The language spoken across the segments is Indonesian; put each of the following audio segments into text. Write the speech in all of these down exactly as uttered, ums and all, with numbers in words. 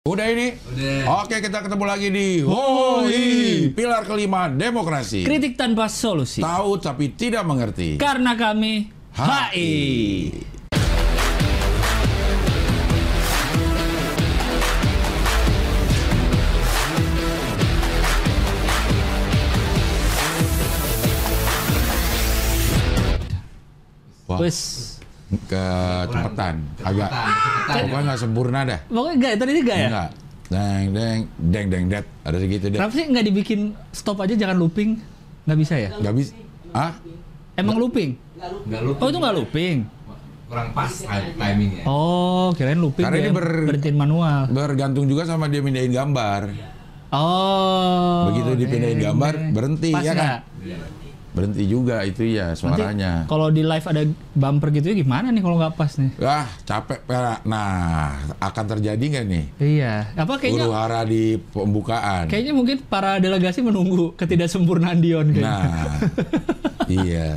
Udah ini? Udah. Oke, kita ketemu lagi di Hoi, pilar kelima demokrasi. Kritik tanpa solusi. Tahu tapi tidak mengerti. Karena kami H I. Wah, Wes. kecepatan, agak, Kecepatan. pokoknya nggak sempurna dah. Pokoknya enggak, tadi enggak ya? Enggak. Deng, deng, deng, deng, det. Ada segitu deh. Kenapa sih nggak dibikin stop aja, jangan looping? Nggak bisa ya? Nggak bisa. Ah? Emang looping? Nggak lupa. Oh, itu nggak looping? Kurang pas timingnya. Oh, kirain looping. Karena ini dia ber- berhentiin manual. Bergantung juga sama dia pindahin gambar. Oh. Begitu dipindahin deng, gambar, deng. berhenti, Pas ya kan? nggak? Berhenti juga itu ya Nanti suaranya. kalau di live ada bumper gitu ya gimana nih kalau nggak pas nih? Wah, capek, Pak. Nah, akan terjadi nggak nih? Iya. Apa kayaknya? Huru hara di pembukaan. Kayaknya mungkin para delegasi menunggu ketidaksempurnaan Dion kayaknya. Nah, iya.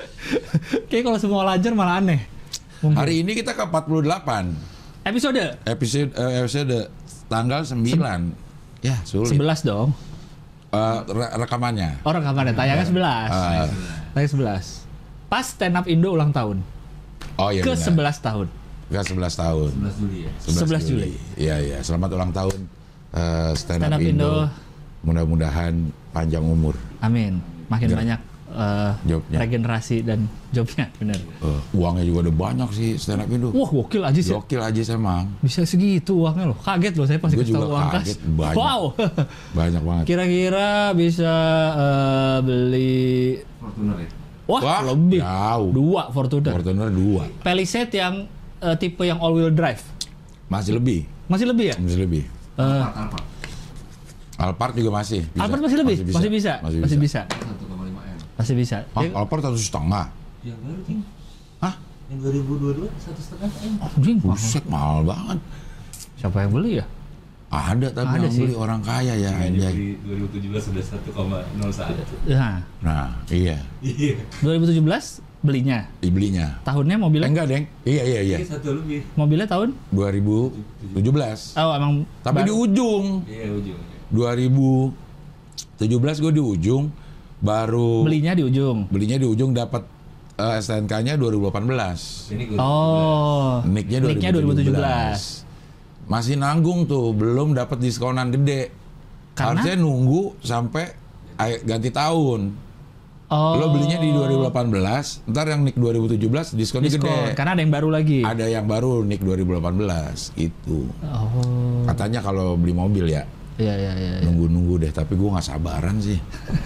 Kayak kalau semua lancar malah aneh. Mungkin. Hari ini kita ke empat puluh delapan. Episode Episode eh, episode tanggal sembilan. Ya, sulit. sebelas dong. Eh, re- rekamannya. Orang kamarnya tayangnya sebelas. Ah. Tayang sebelas. Pas stand up Indo ulang tahun. Oh iya Ke benar. sebelas tahun. Ke sebelas tahun. sebelas Juli ya. sebelas Juli. Iya, iya. Selamat ulang tahun eh, stand, Stand up Up Indo. Indo. Mudah-mudahan panjang umur. Amin. Makin Ya. banyak eh, Jobnya. regenerasi dan jobnya, bener. Eh, uangnya juga udah banyak sih stand up Indo. Wah, gokil aja sih. Gokil aja emang. Bisa segitu uangnya loh. Kaget loh saya pas Gua dikasih juga tahu uang kas. kaget, banyak. Wow. Banyak banget. Kira-kira bisa eh, beli Fortuner ya. wah, Wah, lebih. jauh. Dua Fortuner. Fortuner dua. Palisade yang eh, tipe yang all wheel drive. Masih lebih. Masih lebih ya? Masih lebih. Eh, Alphard, Alphard. Alphard juga masih. Bisa. Alphard masih lebih? Masih bisa. Masih Masih bisa. bisa. satu koma lima M. Masih bisa. Hah, Dia- Alphard satu setengah. Yang baru ting. Hah? Yang dua ribu dua puluh dua satu setengah M. Anjing, mahal. Buset, mahal banget. Siapa yang beli ya? Ada tapi Ada yang sih. beli orang kaya ya. anjay. Di dua ribu tujuh belas sudah satu koma nol satu. Nah, Nah, iya. Iya. dua ribu tujuh belas belinya. Dibelinya. Tahunnya Eh, mobilnya enggak, Deng. Iya, iya, iya. Ini satu lebih. mobilnya tahun? dua ribu tujuh belas. Oh, emang Tapi di baru- ujung. Iya ujungnya. dua ribu tujuh belas gue di ujung. Baru belinya di ujung. belinya di ujung dapat eh, S T N K-nya dua ribu delapan belas. Ini gue. Oh. Nick-nya Nick-nya dua ribu tujuh dua ribu tujuh belas. belas. Masih nanggung tuh, belum dapat diskonan gede. Karena? Harusnya nunggu sampai ay- ganti tahun. Oh. Lo belinya di dua ribu delapan belas, ntar yang Nick dua ribu tujuh belas diskonnya Diskon, gede. karena ada yang baru lagi. Ada yang baru Nick dua ribu delapan belas itu. Oh. Katanya kalau beli mobil ya Iya, iya, iya. iya. nunggu-nunggu deh, tapi gue nggak sabaran sih.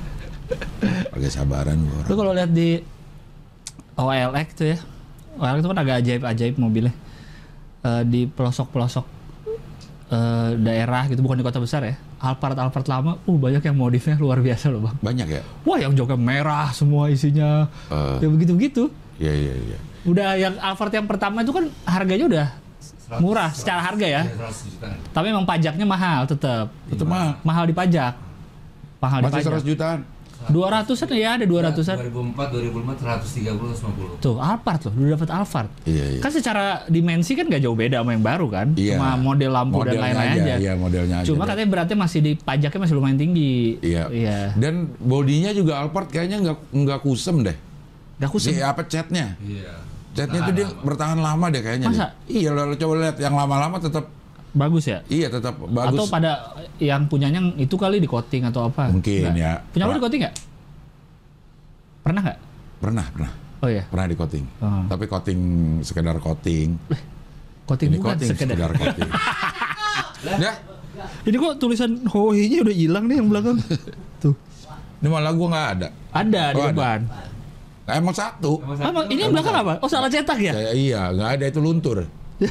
Pakai sabaran gue Lu orang. kalau lihat di O L X tuh ya. O L X itu kan agak ajaib-ajaib mobilnya. Eh, di pelosok-pelosok eh, daerah gitu, bukan di kota besar ya. Alphard Alphard lama, uh banyak yang modifnya luar biasa loh, Bang. Banyak ya? Wah, yang joknya merah semua isinya. Eh. Ya begitu-begitu. Iya, iya, iya. Udah yang Alphard yang pertama itu kan harganya udah murah secara harga ya. seratus juta. Tapi emang pajaknya mahal tetap. Itu mah Mahal di pajak. Mahal di masih pajak. seratus jutaan. dua ratusan ya, ada dua ratusan. dua ribu empat, dua ribu lima, seratus tiga puluh, seratus lima puluh. Tuh, Alphard loh, udah dapat Alphard. Iya, iya. Kan secara dimensi kan gak jauh beda sama yang baru kan. Iya. Cuma model lampu dan Modelnya lain-lain aja. Iya, modelnya aja. Cuma katanya beratnya masih di pajaknya masih lumayan tinggi. Iya. Iya. Dan bodinya juga Alphard kayaknya nggak nggak kusem deh. Gak kusem. Si apa catnya? Iya. Catnya Tahan tuh dia lama. bertahan lama deh kayaknya. Masa? Deh. Iya, lo coba lihat yang lama-lama tetap Bagus ya? iya tetap Atau bagus. pada yang punyanya itu kali di coating atau apa? Mungkin Nggak. ya. Punya lu Pra- di coating nggak? Pernah nggak? Pernah, pernah. Oh iya. Pernah di coating. Oh. Tapi coating sekedar coating. Coating Ini bukan coating sekedar. sekedar coating. Dah, Ini kok tulisan Hoi-nya udah hilang nih yang belakang. Tuh. ini malah gua nggak ada. Ada di Oh, ada. depan. Nah, emang satu. Ah, Emang ini yang belakang apa? Oh, salah cetak ya? Kayak iya, nggak ada itu luntur.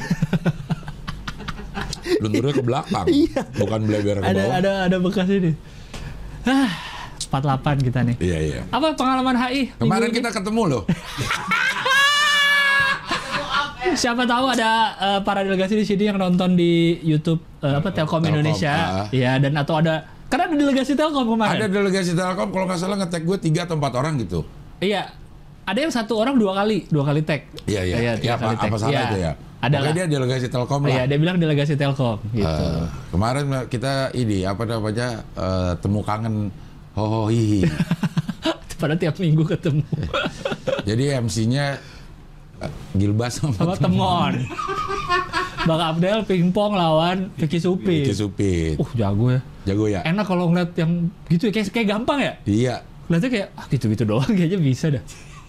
Lunturnya ke belakang, bukan bleber ke Ada bawah. ada ada bekas ini. Ah, empat puluh delapan kita nih. Iya, iya. Apa pengalaman H I? Kemarin minggu kita ketemu loh. ini? Siapa tahu ada eh, para delegasi di sini yang nonton di YouTube eh, apa Telkom Telkom, Indonesia. ah. Ya, dan atau ada karena ada delegasi Telkom kemarin. Ada delegasi Telkom kalau nggak salah ngetek gue tiga atau empat orang gitu. Iya. ada yang satu orang dua kali, dua kali tag. Iya iya. Iya, tiga Ya, kali apa, tag. apa salah Iya. itu ya? Ada Pokoknya lah. dia delegasi Telkom lah. Iya, dia bilang delegasi Telkom gitu. Eh, kemarin kita ini apa namanya eh, temu kangen hoho hihi. Padahal tiap minggu ketemu. Jadi M C-nya eh, Gilbas sama, Sama Temon. Bang Abdel pingpong lawan Vicky Supit. Vicky Supit. Uh, jago ya. Jago ya? Enak kalau ngeliat yang gitu ya, kayak, kayak gampang ya. Iya. Lihatnya kayak ah, gitu-gitu doang kayaknya bisa dah.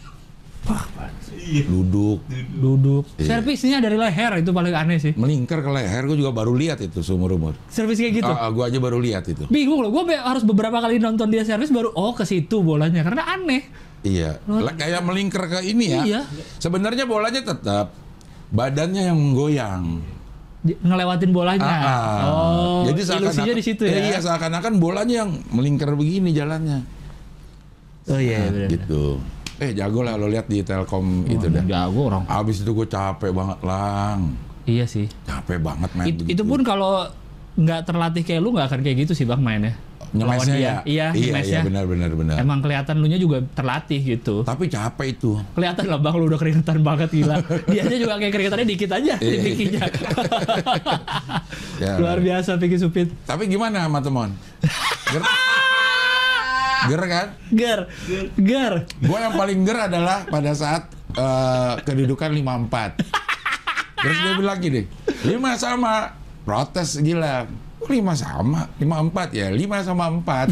Duduk. Duduk. Iya. Servisnya dari leher itu paling aneh sih. Melingkar ke leher, gue juga baru lihat itu seumur umur. Servis kayak gitu. Ah, ah, gue aja baru lihat itu. Bingung loh, gue harus beberapa kali nonton dia servis baru oh ke situ bolanya karena aneh. Iya. Lah, kayak melingkar ke ini ya. Iya. Sebenarnya bolanya tetap, badannya yang goyang. J- ngelewatin bolanya. Ah, ah. Oh, Jadi ilusinya di situ ya. Eh, iya, seakan-akan bolanya yang melingkar begini jalannya. Oh iya, Nah, benar. gitu. Eh jago lah lo lihat di Telkom itu dah. Jago orang. Abis itu gue capek banget lang. Iya sih. Capek banget main It- begitu. itu pun kalau nggak terlatih kayak lu nggak akan kayak gitu sih bang mainnya. Nyemesnya Lawan dia. ya. Iya, iya, nyemesnya. iya benar benar benar. Emang kelihatan lu nya juga terlatih gitu. Tapi capek itu. Kelihatan lah bang lu udah keringetan banget gila. Dia aja juga kayak keringetannya dikit aja di Iya. pikinya. Ya. Luar biasa Vicky Supit. Tapi gimana sama teman? Ger, ger kan? Ger, ger. Gue yang paling ger adalah pada saat eh, kedudukan lima empat. Terus dia bilang gini, lima sama, protes gila. Oh, lima sama, lima empat ya, lima sama empat.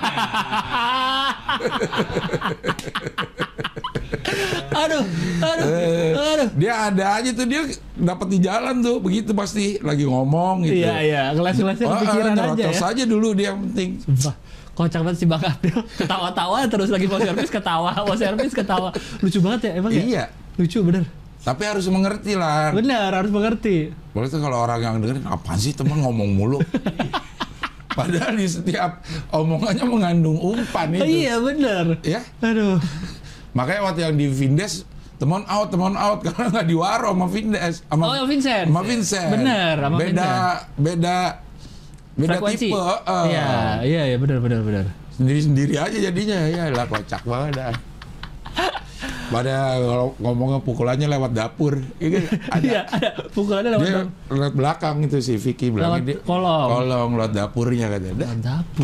Aduh, aduh, Eh, aduh. dia ada aja tuh, dia dapat di jalan tuh, begitu pasti lagi ngomong gitu. Iya, iya. Kelas-kelasnya Oh, kepikiran aja nyerocos ya. aja dulu dia yang penting. Sumpah, kocak banget si Bang Abdel. Ketawa-tawa terus lagi mau servis ketawa, mau servis ketawa. Lucu banget ya emang ya? Iya. Lucu bener. Tapi harus mengerti lah. Bener, harus mengerti. Boleh tuh kalau orang yang dengerin, apaan sih teman ngomong mulu. Padahal di setiap omongannya mengandung umpan Oh, itu. iya bener. Ya, Aduh. makanya waktu yang di Vindes, teman out, teman out karena nggak diwaro sama Vindes, sama Oh, Vincent. sama Vincent. Bener, sama beda, Vincent. beda, beda Frekuensi. tipe. eh. Iya, iya, iya bener, bener, bener. Sendiri-sendiri aja jadinya, ya lah kocak banget dah. Pada kalau ngomongnya pukulannya lewat dapur, iya kan? ada. Iya, ada pukulannya lewat Dia dap- lewat belakang itu si Vicky Lewat bilangnya dia kolong. kolong lewat dapurnya katanya. Dah. lewat dapur.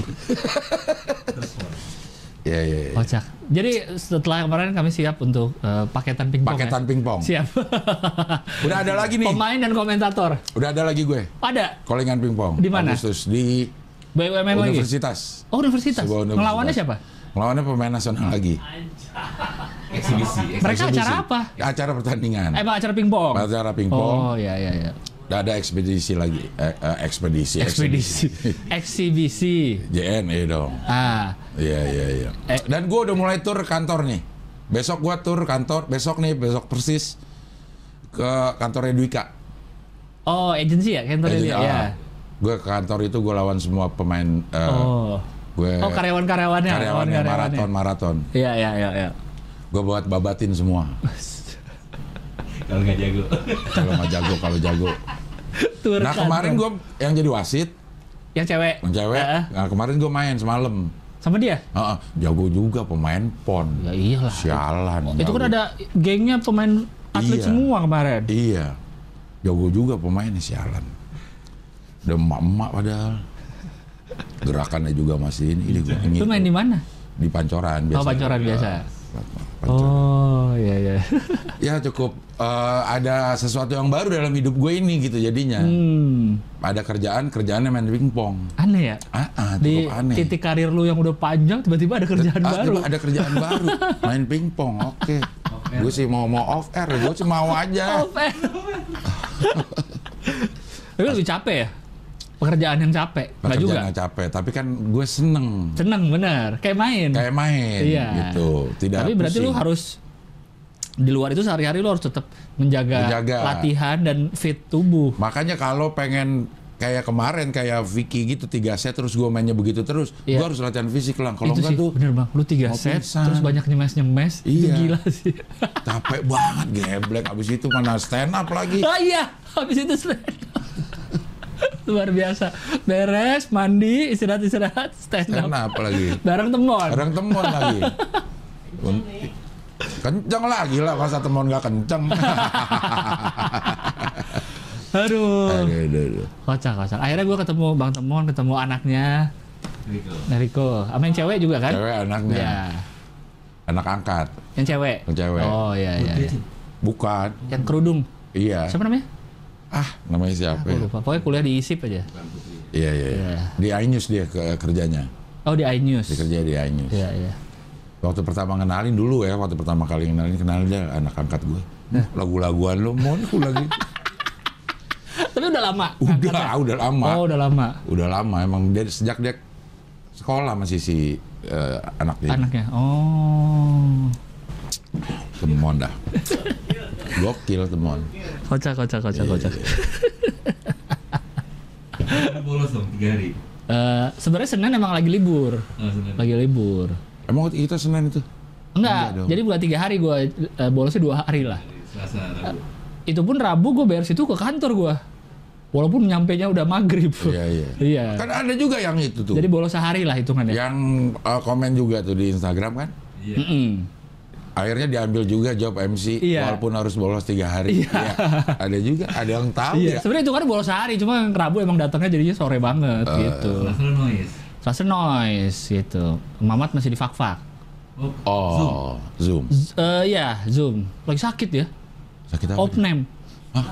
Ya ya. ya. Kocak. Jadi setelah kemarin kami siap untuk eh, paketan pingpong. Paketan ya? pingpong. Siap. Udah ada lagi nih. Pemain dan komentator. Udah ada lagi gue. Ada. Kolengan pingpong. Di mana? Agustus di B U M N lagi. universitas. Oh, universitas. Sebuah universitas. Ngelawannya siapa? Ngelawannya pemain nasional lagi. Eksibisi. Mereka Eksibisi. acara apa? Acara pertandingan. Emang acara pingpong. Acara pingpong. Oh, iya iya iya. Udah ada ekspedisi lagi. Eh, eh, ekspedisi. Ekspedisi. Eksibisi. J N E dong. Ah, Iya iya iya. Eh. Dan gue udah mulai tur kantor nih. Besok gue tur kantor. Besok nih, besok persis ke kantornya Dwika. oh agensi ya, kantor Jadi, dia. ah, Ya. Gue ke kantor itu gue lawan semua pemain. eh, Oh. Gue Oh, karyawan-karyawannya. karyawannya maraton maraton. Iya iya iya iya. Gue buat babatin semua. Kalau nggak jago. Kalau nggak jago, kalau jago. Tur Nah kantor. kemarin gue yang jadi wasit, yang cewek. yang cewek. Heeh. Nah kemarin gue main semalam. Sama dia? Heeh, jago juga pemain pon. Ya iyalah. Sialan. Itu kan jago. ada gengnya pemain atlet Iya. semua kemarin. Iya. Jago juga pemainnya sialan. Udah emak-emak padahal. Gerakannya juga masih ini. ini, ini Lu main di mana? Di Pancoran biasa. Oh, Pancoran biasa. Pancoran. Oh, iya iya. Ya cukup eh, ada sesuatu yang baru dalam hidup gue ini gitu jadinya. Hmm. Ada kerjaan, kerjaannya main pingpong. Aneh ya? Ah, ah, Di cukup aneh. titik karir lu yang udah panjang tiba-tiba ada kerjaan Ah, baru. tiba ada kerjaan baru, main pingpong. Oke. Gue sih mau mau off air, gue sih mau aja. Oh, fair. Tapi lebih capek ya? Pekerjaan yang capek? Enggak juga? Pekerjaan yang capek, tapi kan gue seneng Seneng bener, kayak main. kayak main Iya. gitu. Tidak Tapi berarti lu pusing. harus di luar itu sehari-hari lu harus tetap menjaga, Menjaga. latihan dan fit tubuh. Makanya kalau pengen kayak kemarin kayak Vicky gitu tiga set terus gue mainnya begitu terus, Iya. gue harus latihan fisik lah. Kalau Itu enggak sih tuh bener bang, lu tiga mau set pingsan. terus banyak nyemes-nyemes, itu Iya. gila sih. capek banget geblek. Abis itu mana stand up lagi. Ah iya, habis itu stand up. Luar biasa. Beres, mandi, istirahat-istirahat, stand up. Stand up lagi. Bareng temon. Kadang temon lagi. Un- Kenceng lagi lah, masa temon nggak kenceng. Aduh. Aduh, aduh, aduh. Kocak, kocak. Akhirnya gue ketemu Bang Temon, ketemu anaknya. Riko. Neriko. Sama yang cewek juga kan? Cewek anaknya. Iya. Anak angkat. Yang cewek? Yang cewek. Oh iya, iya. iya. Bukan. Yang kerudung. Iya. Siapa namanya? Ah, namanya siapa Aku ya? lupa. Pokoknya kuliah di I S I P aja. Iya, iya, iya. Iya. Di iNews dia ke kerjanya. Oh di iNews. Dia kerja di iNews. Iya, iya. Waktu pertama kenalin dulu ya, waktu pertama kali kenalin, kenalin dia anak angkat gue. Lagu-laguan lo, mon, aku lagi. Tapi udah lama? Udah, angkatnya? udah lama. Oh udah lama. Udah lama, emang dia sejak dia sekolah masih si eh, anak dia. Anaknya? Oh. Temon dah. Gokil Temon. Kocak, kocak, kocak, kocak. Ada bolos dong tiga hari. Eh, sebenarnya Senin emang lagi libur. Oh, sebenarnya. Lagi libur. Emang kita Senin itu? Enggak, Enggak dong. jadi bukan tiga hari gue, uh, bolosnya dua hari lah. Selasa, Rabu. Itu pun Rabu gue bayar situ ke kantor gue. Walaupun nyampenya udah maghrib. Iya, iya. Iya. Kan ada juga yang itu tuh. Jadi bolos sehari lah hitungannya. Yang uh, komen juga tuh di Instagram kan. Iya. Mm-mm. Akhirnya diambil juga job M C Iya. walaupun harus bolos tiga hari. Iya. Iya. Ada juga, ada yang tahu Iya, ya. sebenarnya itu kan bolos sehari, cuma yang Rabu emang datangnya jadinya sore banget Eh. gitu. Selasa noise. Selasa noise gitu. Mamat masih di fak-fak. Oh, Zoom. Oh, Zoom. Z- eh, iya, Zoom. Lagi sakit ya. Sakit apa? Opname. Hah?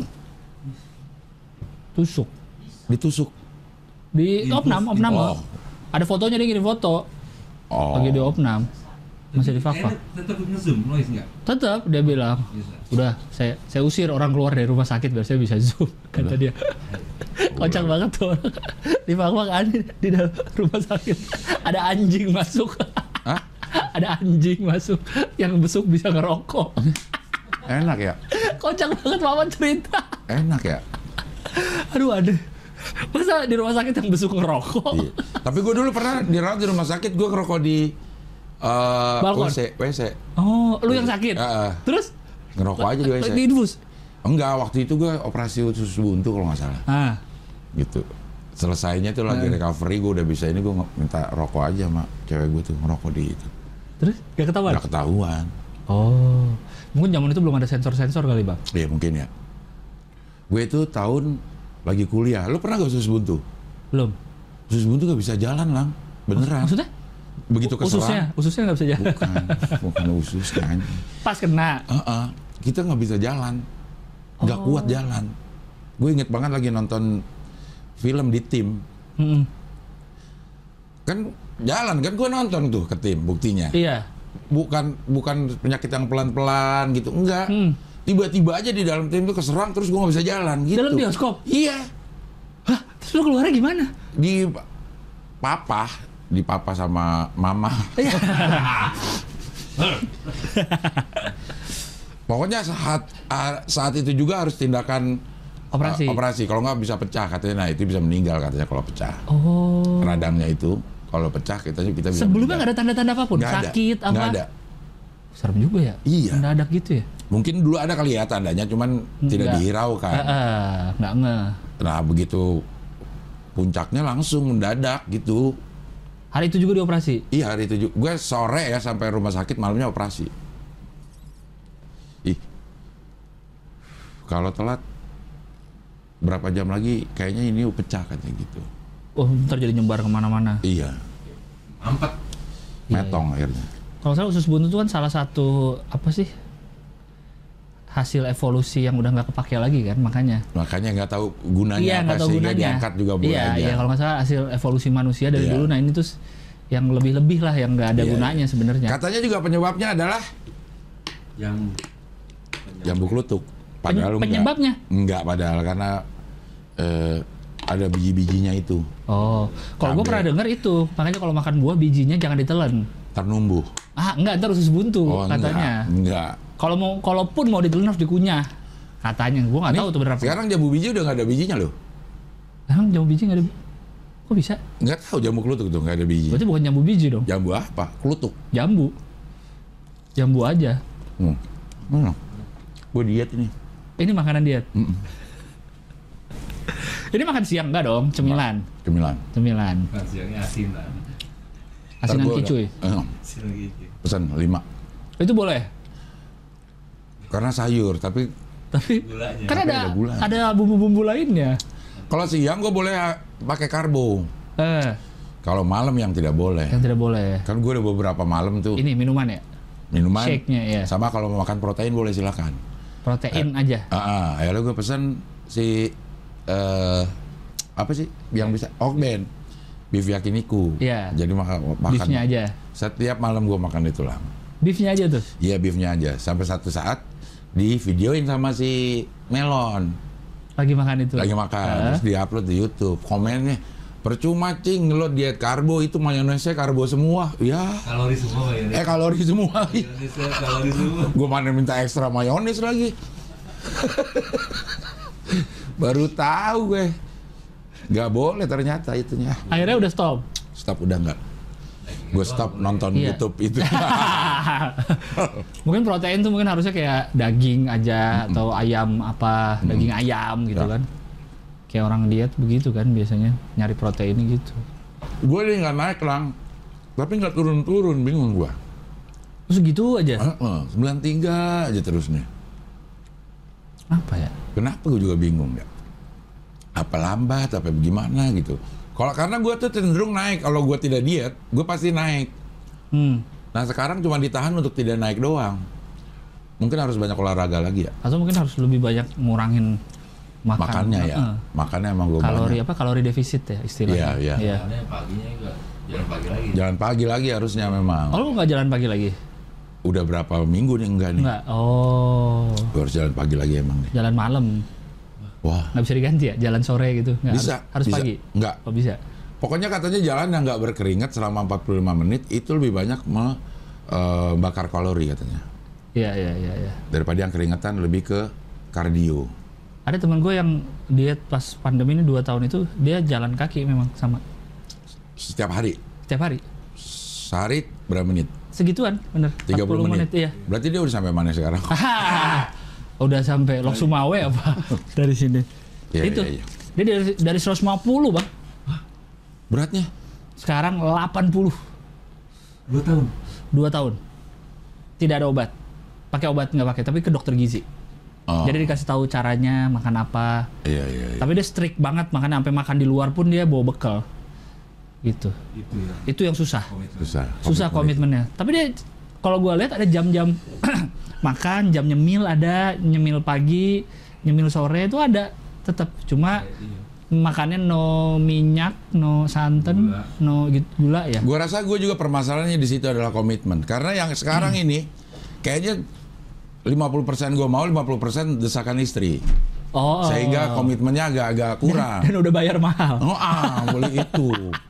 Tusuk. Ditusuk. Di Infus, opnam, opnam. Oh. Ada fotonya, dia ngirim foto. Oh. Lagi di opnam. Masih di fak-fak. Eh, tetap nge-zoom noise nggak? Tetap dia bilang, Bisa. udah saya saya usir orang keluar dari rumah sakit biar saya bisa zoom, kata dia. Kocak banget tuh orang. Di fak-fak ada di dalam rumah sakit ada anjing masuk. Hah? Ada anjing masuk yang besuk bisa ngerokok. Enak ya? Kocak banget mama cerita. Enak ya? Aduh ada. Masa di rumah sakit yang besuk ngerokok? Iya. Tapi gue dulu pernah dirawat di rumah sakit, gue ngerokok di uh, Balkon? W C, W C. Oh, lu yang sakit? Heeh. Terus? Ngerokok aja di W C. Di infus? Enggak, waktu itu gue operasi usus buntu kalau nggak salah. Ah. Gitu. Selesainya tuh lagi recovery, gue udah bisa ini, gue minta rokok aja sama cewek gue tuh, ngerokok di itu. Terus? Gak ketahuan? Udah ketahuan. Oh. Mungkin zaman itu belum ada sensor-sensor kali, Bang? Iya mungkin ya. Gue itu tahun lagi kuliah. Lo pernah gak usus buntu? Belum. Usus buntu gak bisa jalan, Lang. Beneran. Maksudnya? Begitu Ususnya? keserang. Ususnya nggak bisa jalan? Bukan, bukan ususnya. Pas kena? Heeh. Kita nggak bisa jalan. Nggak Oh. kuat jalan. Gue inget banget lagi nonton film di tim. Mm-mm. Kan jalan kan, gue nonton tuh ke tim buktinya. Iya. Bukan bukan penyakit yang pelan-pelan gitu, enggak. Hmm. Tiba-tiba aja di dalam tim tuh keserang, terus gue nggak bisa jalan gitu. Dalam bioskop? Iya. Hah? Terus lu keluarnya gimana? Di papa, di papa sama mama. Iya. Pokoknya saat ah, saat itu juga harus tindakan Operasi? ah, operasi. Kalau nggak bisa pecah katanya, nah itu bisa meninggal katanya kalau pecah. Oh. Radangnya itu kalau pecah kita kita bisa Sebelumnya meninggal. nggak ada tanda-tanda apapun? Nggak ada. Sakit apa? Nggak ada. Serem juga ya? Iya. Mendadak gitu ya? Mungkin dulu ada kali ya tandanya, cuman tidak Nggak. dihiraukan. Heeh, nggak nge. Nah begitu puncaknya langsung mendadak gitu. Hari itu juga dioperasi? Iya hari itu juga. Gue sore ya sampai rumah sakit, malamnya operasi. Ih, kalau telat berapa jam lagi kayaknya ini pecah katanya gitu. Oh, ntar jadi nyebar kemana-mana. Iya, Mampet. Iya, metong akhirnya. Kalau saya usus buntu itu kan salah satu apa sih hasil evolusi yang udah nggak kepake lagi kan, makanya. Makanya nggak tahu gunanya Iya, apa nggak tahu sehingga gunanya. diangkat juga boleh Iya, aja. iya kalau nggak salah hasil evolusi manusia dari Iya. dulu. Nah ini tuh yang lebih-lebih lah yang nggak ada Iya, gunanya iya. sebenarnya. Katanya juga penyebabnya adalah Yang jambu klutuk. Padahal Penye- penyebabnya? enggak. Enggak padahal karena eh, ada biji-bijinya itu Oh, kalau gue Cabai. pernah dengar itu, makanya kalau makan buah bijinya jangan ditelan. ternumbuh. Ah, enggak, ntar usus buntu Oh, katanya. enggak. Enggak. Kalau mau, kalaupun mau ditelan harus dikunyah. Katanya, gue nggak Nih, tahu tuh benar apa. Sekarang jambu biji udah nggak ada bijinya loh. Emang jambu biji nggak ada? Kok bisa? Nggak tahu jambu klutuk tuh nggak ada biji. Berarti bukan jambu biji dong? Jambu apa? Klutuk. Jambu. Jambu aja. Hmm. Hmm. Gue diet ini. Ini makanan diet. Mm-mm. Ini makan siang enggak dong? Cemilan. Cemilan. Cemilan. kan siangnya asin lah. Asinan Ntar gua kicuy. udah- eh, Asin gitu. pesan lima. Itu boleh? karena sayur, tapi Tapi Gulanya. kan Tapi ada ada gula. ada bumbu-bumbu lainnya. kalau siang gue boleh pakai karbo. Eh, Kalau malam yang tidak boleh. yang tidak boleh. Kan gue udah beberapa malam tuh Ini minuman ya? minuman. Shake-nya ya. Sama kalau mau makan protein boleh silakan. Protein aja. Ah, ah, akhirnya gue pesen si eh apa sih yang bisa Okben, beef yakiniku. Iya. Jadi maka, makan. Beefnya aja. Setiap malam gue makan itu lah. Beefnya aja tuh. Iya beefnya aja. Sampai satu saat di videoin sama si Melon Lagi makan itu. lagi makan, Ah. terus diupload di YouTube. Komennya percuma cing lo diet karbo itu mayonesnya karbo semua. Ya. Kalori semua ya. Eh kalori semua. Indonesia kalori semua. Gue mana minta ekstra mayones lagi. Baru tahu gue. Gak boleh ternyata itunya. Akhirnya udah stop. Stop udah nggak. Gue stop nonton Iya. YouTube itu. Mungkin protein tuh mungkin harusnya kayak daging aja atau ayam apa, daging ayam gitu Ya. kan. Kayak orang diet begitu kan biasanya nyari protein gitu. Gue ini nggak naik lang, tapi nggak turun-turun, bingung gue. Terus gitu aja. Heeh, sembilan puluh tiga aja terusnya. Apa ya? Kenapa gue juga bingung ya? Apa lambat, apa gimana gitu. Kalau karena gue tuh cenderung naik, kalau gue tidak diet, gue pasti naik. Hmm. Nah sekarang cuma ditahan untuk tidak naik doang. Mungkin harus banyak olahraga lagi ya. Atau mungkin harus lebih banyak ngurangin makan. Makannya ya, Heeh. makannya emang gue Kalori banyak. apa? Kalori defisit ya istilahnya. Iya, iya. Karena paginya juga jalan pagi lagi. Jalan pagi lagi harusnya memang. Oh, lu nggak jalan pagi lagi? Udah berapa minggu nih enggak nih? Enggak. Oh. Gue harus jalan pagi lagi emang nih. Jalan malam. Wah, Nggak bisa diganti ya? Jalan sore gitu? Nggak, bisa. Harus, harus bisa. pagi? Enggak. Oh bisa? Pokoknya katanya jalan yang nggak berkeringat selama empat puluh lima menit itu lebih banyak membakar kalori katanya. Iya, iya, iya. Ya. Daripada yang keringetan lebih ke kardio. Ada teman gue yang diet pas pandemi ini dua tahun itu, dia jalan kaki memang sama. Setiap hari. Setiap hari. Sehari berapa menit? Segituan, bener. tiga puluh menit. Iya. Berarti dia udah sampai mana sekarang? Udah sampai Lok Sumawe apa dari sini. Iya, Itu. iya, iya. Dia dari, dari seratus lima puluh, Bang. Beratnya? Sekarang delapan puluh. Dua tahun. Dua tahun. Tidak ada obat. Pakai obat nggak pakai, tapi ke dokter gizi. Oh. Jadi dikasih tahu caranya makan apa. Iya, iya, iya. Tapi dia strict banget, makanya sampai makan di luar pun dia bawa bekal. Gitu. Itu ya. Itu yang susah. Komitmen. Susah. Susah komitmennya. Tapi dia kalau gua lihat ada jam-jam makan, jam nyemil ada, nyemil pagi, nyemil sore itu ada tetap. Cuma Iya. makannya no minyak, no santan, Gula. no gitu, gula ya. Gue rasa gue juga permasalahannya di situ adalah komitmen. Karena yang sekarang Hmm. ini kayaknya lima puluh persen gue mau, lima puluh persen desakan istri. Oh. Sehingga komitmennya agak-agak kurang. Dan udah bayar mahal. Oh ah, boleh itu.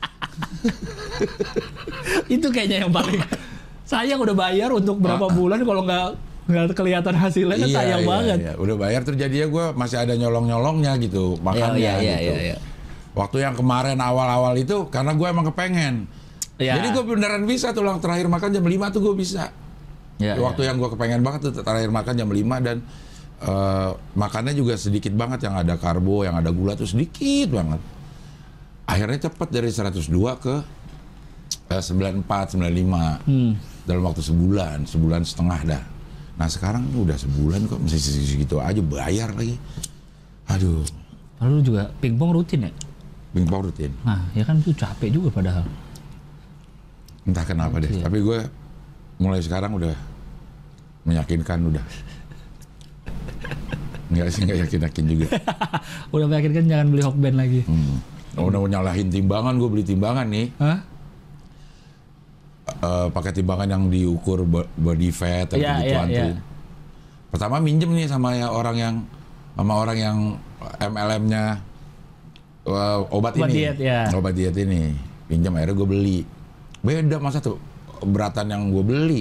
Itu kayaknya yang paling sayang, udah bayar untuk berapa Ah. bulan kalau nggak nggak kelihatan hasilnya kan sayang banget. Iya. Udah bayar terjadinya gue masih ada nyolong-nyolongnya gitu makannya Iya, iya, gitu. iya, iya. Waktu yang kemarin awal-awal itu karena gue emang kepengen. Iya. Jadi gue beneran bisa tuh lang terakhir makan jam lima tuh gue bisa. Iya, Waktu yang gue kepengen banget tuh terakhir makan jam lima dan eh, makannya juga sedikit banget yang ada karbo, yang ada gula tuh sedikit banget. Akhirnya cepet dari seratus dua ke eh, sembilan puluh empat, sembilan puluh lima Hmm. dalam waktu sebulan, sebulan setengah dah. Nah sekarang udah sebulan kok masih segitu aja bayar lagi. Aduh, Lalu juga pingpong rutin ya? pingpong rutin. Nah, ya kan itu capek juga padahal. Entah kenapa deh, Iya. tapi gue mulai sekarang udah meyakinkan udah. Enggak sih, enggak yakin-yakin juga. Udah meyakinkan jangan beli Hokben lagi. Hmm. Udah mau nyalahin timbangan, gue beli timbangan nih. Hah? Eh, pakai timbangan yang diukur bo- body fat dan Iya, begituan iya, tuh. iya. Pertama minjem nih sama ya orang yang sama orang yang M L M-nya eh, obat, Obat ini, diet, ya. obat diet ini, pinjam akhirnya gue beli. Beda masa tuh beratan yang gue beli.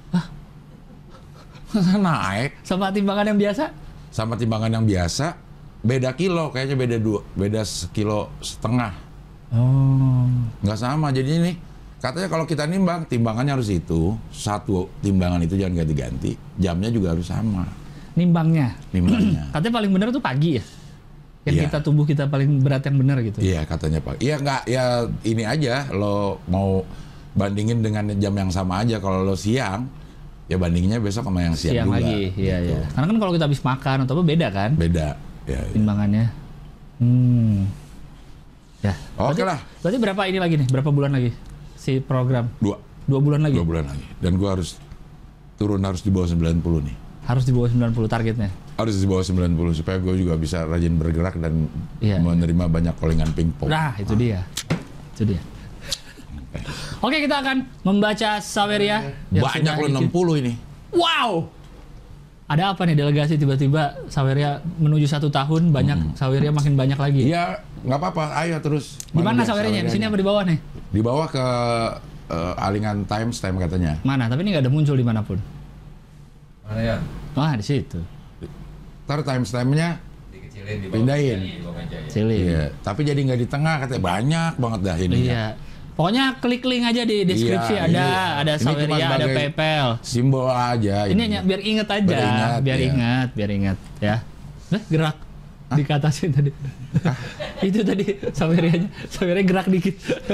Masa naik Sama timbangan yang biasa? sama timbangan yang biasa beda kilo, kayaknya beda dua, beda sekilo setengah. Oh. Nggak sama, jadi ini katanya kalau kita nimbang, timbangannya harus itu, satu timbangan itu jangan ganti-ganti, jamnya juga harus sama, Nimbangnya. nimbangnya. Katanya paling benar tuh pagi ya? Yang Iya. kita tubuh kita paling berat yang benar gitu. Iya katanya Pak. Iya nggak, ya ini aja, lo mau bandingin dengan jam yang sama aja, kalau lo siang, ya bandingnya besok sama yang siang, siang juga. lagi. Iya, gitu. iya. Karena kan kalau kita habis makan atau apa beda kan Beda. Ya, ya. timbangannya. Hmm. Ya. Oke Berarti- lah. Berarti berapa ini lagi nih? Berapa bulan lagi si program? Dua. Dua bulan lagi. Dua bulan lagi. Dan gue harus turun harus di bawah sembilan puluh nih. Harus di bawah sembilan puluh targetnya. Harus di bawah sembilan puluh supaya gue juga bisa rajin bergerak dan Iya. menerima banyak callingan pingpong. Nah, itu dia. Itu dia. Oke, kita akan membaca Saweria. yang Banyak sudah lo di- enam puluh ini. Wow. Ada apa nih delegasi tiba-tiba Saweria menuju satu tahun banyak Saweria makin banyak lagi. Iya, nggak apa-apa. Ayo terus. Di mana dia Sawerianya? Di sini apa di bawah nih? Di bawah ke eh, Alingan Times Time katanya. Mana? Tapi ini nggak ada muncul dimanapun. Mana ya? Wah, di situ. Ntar Times Time-nya Dikecilin di bawah. Pindahin. Di bawah meja ya. Cili. iya, tapi jadi nggak di tengah katanya. Banyak banget dah ini. Iya. Pokoknya klik link aja di deskripsi Iya, ada ini- ada ini cuma Saweria, ada sebagai PayPal. Simbol aja. Ini hanya biar inget aja, Biar ingat, biar iya. ingat, biar ingat ya. Nah, gerak di ke atasnya tadi. Itu tadi Sawerianya, Saweria gerak dikit.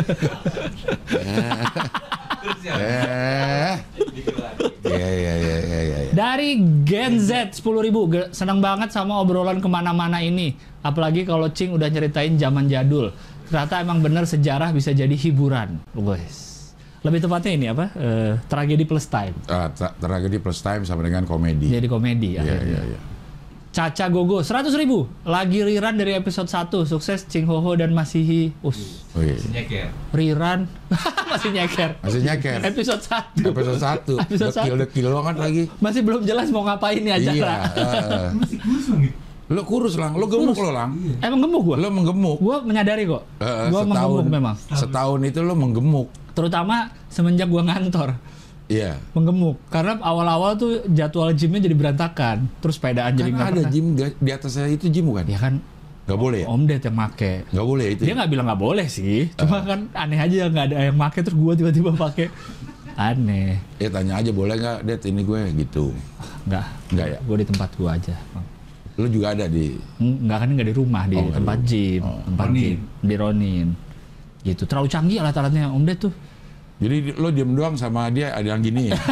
Terus ya. Eh. Iya, iya, iya, iya, iya. Dari Gen Z sepuluh ribu, senang banget sama obrolan kemana-mana ini. Apalagi kalau Cing udah nyeritain zaman jadul. Ternyata emang bener sejarah bisa jadi hiburan. Guys. Lebih tepatnya ini apa? Eh, tragedi plus time. Ah, tra- tragedi plus time sama dengan komedi. Jadi komedi Iya, akhirnya. iya, iya. Caca Gogo seratus ribu. Lagi rerun dari episode satu. Sukses Cing Hoho dan Masihi. Us. Oh, iya. Nyeker. Rerun. Masih nyeker. Masih nyeker. Episode satu. Episode satu. Episode satu. Dekil-dekil banget lagi. Masih belum jelas mau ngapain nih acara. Iya. eh. Masih kusung gitu. Lo kurus lang, lo gemuk lo lang. Emang gemuk gua? Lo menggemuk. Gua menyadari kok. Eh, Gua setahun, menggemuk memang. Setahun itu lo menggemuk. Terutama semenjak gua ngantor. Iya. Menggemuk. Karena awal-awal tuh jadwal gymnya jadi berantakan. Terus sepedaan jadi Kan nggak ada pernah. gym ga- di atasnya itu gym bukan? Ya kan Gak boleh ya? Om Ded yang make. Gak boleh itu. Dia nggak bilang nggak boleh sih. Cuma kan aneh aja nggak ada yang make terus gua tiba-tiba pakai. Aneh. Ya tanya aja boleh nggak, Det ini gue gitu. Nggak. Nggak ya? Gua di tempat gua aja. Lo juga ada di. Nggak kan nggak di rumah, di Oh, nggak tempat di- gym, oh. tempat Ronin. gym di Ronin. Gitu. Terlalu canggih alat-alatnya Om Ded tuh. Jadi di- lo diem doang sama dia ada yang gini ya?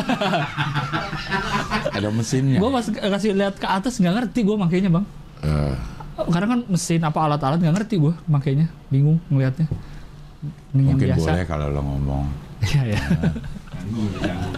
Ada mesinnya. Gua pas kasih lihat ke atas nggak ngerti gua makainya bang. Eh, Karena kan mesin apa alat-alat nggak ngerti gue makainya, bingung ngelihatnya. Ini yang mungkin biasa. boleh kalau lo ngomong. Iya ya. Ganggu, ganggu.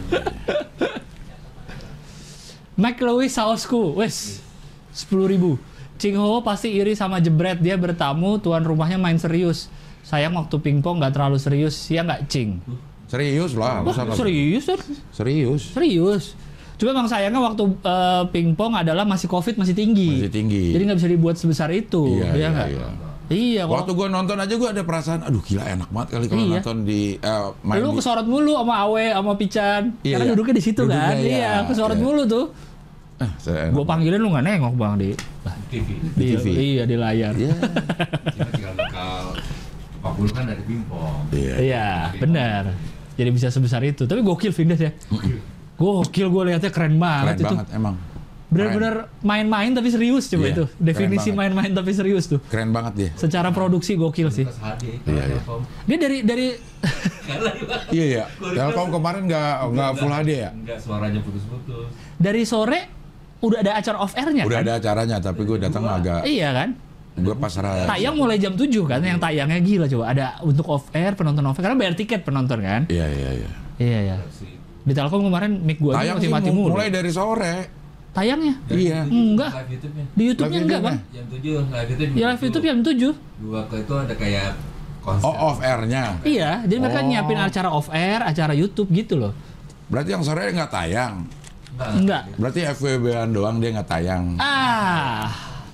Mike Lewis sausku, wes sepuluh ribu. Cing Ho pasti iri sama jebret, dia bertamu, tuan rumahnya main serius. Sayang waktu pingpong nggak terlalu serius, ya nggak Cing? Serius lah, Wah, masa nggak- serius kan? Serius. Serius. Cuma emang sayangnya waktu eh, pingpong adalah masih covid masih tinggi. Masih tinggi. Jadi nggak bisa dibuat sebesar itu, Iya, ya iya, nggak? iya. Iya, kalau Waktu gue nonton aja gue ada perasaan, aduh gila enak banget kali kalau Iya. nonton di eh, main lu di- kesorot mulu sama Awe sama Pican. Iya, Karena iya. duduknya di situ Duduknya, kan. iya. Iya, kesorot Iya. mulu tuh. Eh, saya enak Gua panggilin lu nggak nengok Bang di T V. Di iya, T V. Iya, di layar. Iya. Cuma tinggal bakal empat puluh kan dari pingpong. Iya. Iya, benar. Jadi bisa sebesar itu. Tapi gokil Vindes ya. Gokil gue liatnya keren banget Keren itu. banget emang. Bener-bener main-main tapi serius coba Iya, itu. keren Definisi banget. main-main tapi serius tuh. Keren banget dia. Secara produksi gokil sih. Terus H D. Iya, iya. Telkom. Dia dari dari Iya ya. Telkom kemarin nggak nggak full H D ya? Enggak, suaranya putus-putus. dari sore udah ada acara off air-nya Udah kan? ada acaranya tapi gue datang agak Iya kan? gue pasrah. Tayang mulai jam tujuh kan, yang tayangnya gila coba. Ada untuk off air, penonton off air, karena bayar tiket penonton kan? Iya iya iya. Iya ya. Di Telkom kemarin mic gua aja Tayang masih sih mati mu- mulu. mulai dari sore. Tayangnya? Iya. Enggak. Live YouTube-nya. Di YouTube-nya Live enggak, YouTube-nya. Bang. Jam tujuh live YouTube. Ya live YouTube jam tujuh. Dua ke itu ada kayak konser. Oh off airnya. Iya, jadi mereka Oh. nyiapin acara off air, acara YouTube gitu loh. Berarti yang sore nggak tayang. Enggak. Enggak. Berarti F W B-an doang dia nggak tayang. Ah.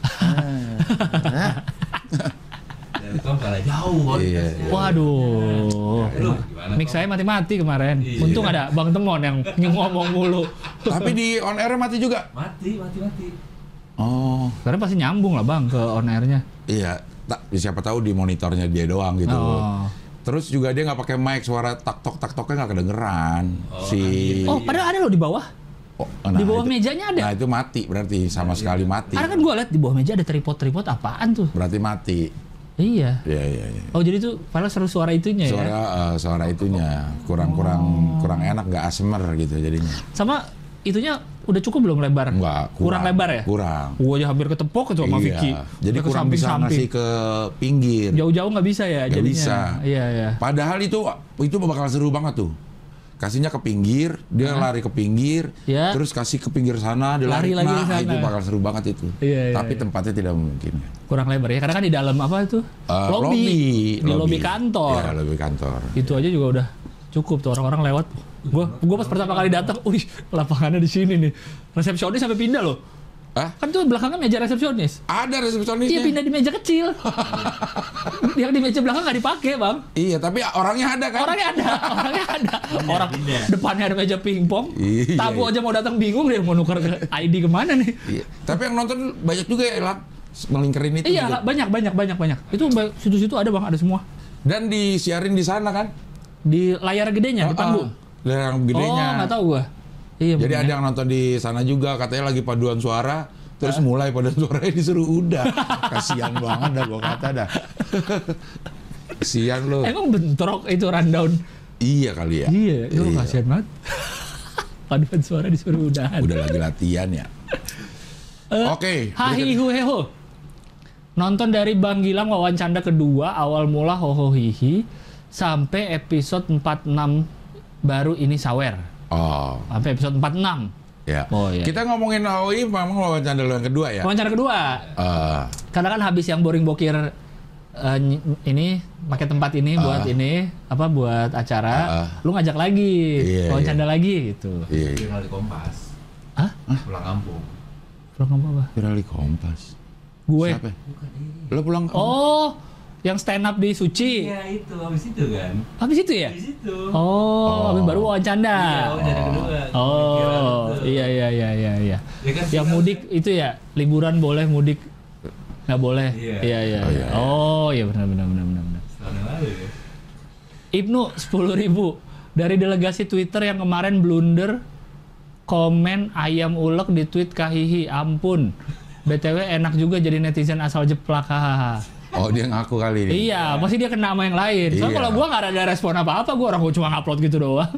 Telkom kalah jauh. Iya, kualitasnya. Waduh. Lu gimana, Mix Tom? saya mati-mati kemarin. Iya. Untung ada Bang Temon yang ngomong mulu. Tapi di on air mati juga. Mati, mati, mati. Oh Karena pasti nyambung lah Bang ke on air-nya. iya. Tak siapa tahu di monitornya dia doang gitu. Oh. Terus juga dia nggak pakai mic, suara tak tok tak toknya nggak kedengeran. Oh, si Oh, padahal ada loh di bawah. Oh, Di bawah itu- mejanya ada. Nah itu mati berarti sama sekali mati. Karena kan gua lihat di bawah meja ada tripod-tripod apaan tuh. Berarti mati. Iya. Iya iya iya. Oh, jadi tuh padahal seru suara itunya Suara ya. eh, suara itunya kurang kurang kurang enak nggak asmer gitu jadinya. Sama itunya udah cukup belum lebar? Enggak, kurang, kurang lebar ya? Kurang. Gua aja hampir ketepok itu sama Iya. Vicky. Jadi Sampai ke kurang bisa samping-samping. ngasih ke pinggir. Jauh-jauh nggak bisa ya Nggak jadinya. bisa. Iya, iya. Padahal itu itu bakal seru banget tuh. Kasihnya ke pinggir, dia Hah? lari ke pinggir, Ya. terus kasih ke pinggir sana, dia Lari lari, lagi nah ke sana. itu bakal seru banget itu. Iya, iya, Tapi iya. tempatnya tidak memungkinkan. Kurang lebar ya. Karena kan di dalam apa itu? Eh, lobby. Di lobby kantor. Ya, lobby kantor. Itu aja juga udah cukup tuh orang-orang lewat. Gua gua pas pertama kali datang, wih, lapangannya di sini nih. Resepsionis sampai pindah loh. Hah? Kan tuh belakangnya meja resepsionis. Ada resepsionisnya. Iya, pindah di meja kecil. Yang di meja belakang nggak dipakai, Bang. Iya, tapi orangnya ada kan? Orangnya ada, orangnya ada. Orang pindah. depannya ada meja pingpong. Iya, Tamu iya. aja mau datang bingung dia mau nuker ke I D kemana nih. Iya. Tapi yang nonton banyak juga ya, Elang. Melingkerin itu Iya, juga. banyak banyak banyak banyak. Itu ba- situ-situ ada, Bang, ada semua. Dan disiarin di sana kan? Di layar gedenya, di Oh, panggung. oh. Yang gedenya. Oh, nggak tahu gua. Iya, Jadi bener ada ya. yang nonton di sana juga, katanya lagi paduan suara. Terus mulai paduan suaranya disuruh udah. Kasihan banget dah gua kata dah. Kasihan lo. Emang bentrok itu rundown. Iya kali ya. Iya, itu Iya. kasihan banget. Paduan suara disuruh udahan. Udah lagi latihan ya. Eh, Oke. Hahi hu heho. Nonton dari Bang Gilang wawancara kedua awal mula hoho hihi sampai episode empat puluh enam baru ini sawer. Oh, Sampai episode empat puluh enam. ya. Oh, iya. Kita ngomongin A O I memang wawancara lo yang kedua ya. Wawancara kedua. Eh, Karena kan habis yang boring bokir eh, ny- ini pakai tempat ini buat Ah. ini apa buat acara, Ah, ah. lu ngajak lagi, Iya, wawancara lagi gitu. iya. iya. Viral di Kompas. Hah? Pulang kampung. Pulang apa? apa? Viral di Kompas. Gue. Siapa? Lo pulang. Oh, yang stand up di Suci. Iya itu, habis itu kan. Habis itu ya? Habis itu. Oh, Oh. habis baru wawancara. Iya, wawancara kedua. Viral Oh, itu. iya iya iya iya iya. Ya kan, Yang viral mudik kan? itu ya, liburan boleh, mudik nggak boleh. Iya. Iya iya. Oh, iya. iya. Oh, iya benar benar benar benar. benar. Setahun yang lalu ya. Ibnu sepuluh ribu dari delegasi Twitter yang kemarin blunder komen ayam ulek di tweet Kahihi, ampun. B T W enak juga jadi netizen asal jeplak, hahaha. Oh, dia ngaku kali ini. Iya, pasti dia kena sama yang lain. Soalnya Iya. kalau gua nggak ada respon apa-apa, gua orang gua cuma ngupload gitu doang.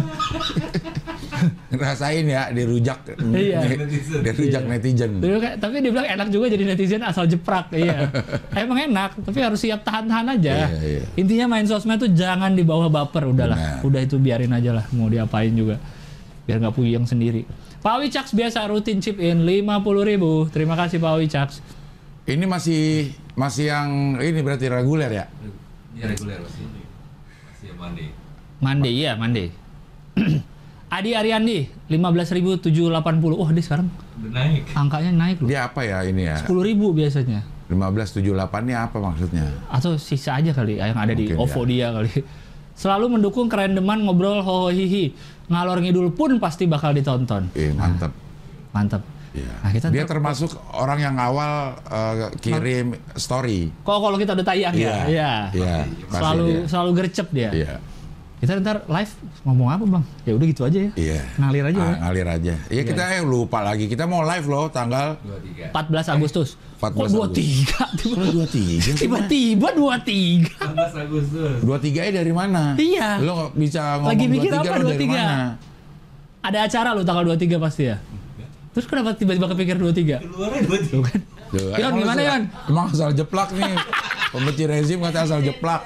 Ngerasain ya, dirujak. Iya. Dirujak Iya. netizen. Tapi kan- Tapi dia bilang enak juga jadi netizen asal jeprak, iya. Emang enak, tapi harus siap tahan-tahan aja. Iya, iya. Intinya main sosmed tuh jangan di bawah baper, udahlah. Benar. Udah itu biarin aja lah, mau diapain juga. Biar nggak puyeng sendiri. Pak Wicaks biasa rutin chip in lima puluh ribu. Terima kasih Pak Wicaks. Ini masih masih yang ini berarti reguler ya? Iya reguler masih. Masih yang mandi. Mande, iya Mande. Adi Ariandi, lima belas ribu tujuh ratus delapan puluh. Wah, dia sekarang Udah naik. angkanya naik loh. Dia apa ya ini ya? sepuluh ribu biasanya. lima belas tujuh puluh delapan ini apa maksudnya? Atau sisa aja kali yang ada di Mungkin, OVO ya. dia kali. Selalu mendukung kerendeman ngobrol hoho hihi. Ngalor ngidul pun pasti bakal ditonton. Eh, mantap. Mantap. Iya. Nah, kita Dia ntar- termasuk orang yang awal eh, kirim story. Kok kalau kita udah tayang ya? Iya. Iya. pasti Selalu dia. selalu gercep dia. Iya. Kita ntar live ngomong apa, Bang? Ya udah gitu aja ya. Iya. Ngalir aja Ah, ya. ngalir aja. Iya, kita eh, lupa lagi. Kita mau live loh tanggal Dua tiga. empat belas Agustus. empat Kok belas dua puluh tiga? Kok dua puluh tiga? Tiba-tiba dua puluh tiga. empat belas Agustus. dua puluh tiga dari mana? Iya. Lo nggak bisa ngomong Lagi mikir dua puluh tiga apa lo dua dari puluh tiga? mana? Ada acara lo tanggal dua puluh tiga pasti ya? Terus kenapa tiba-tiba kepikir dua puluh tiga? Keluarnya dua tiga. Duh, Yon, emang gimana, lo- Yon? Emang asal jeplak nih. Pembenci rezim kata asal jeplak.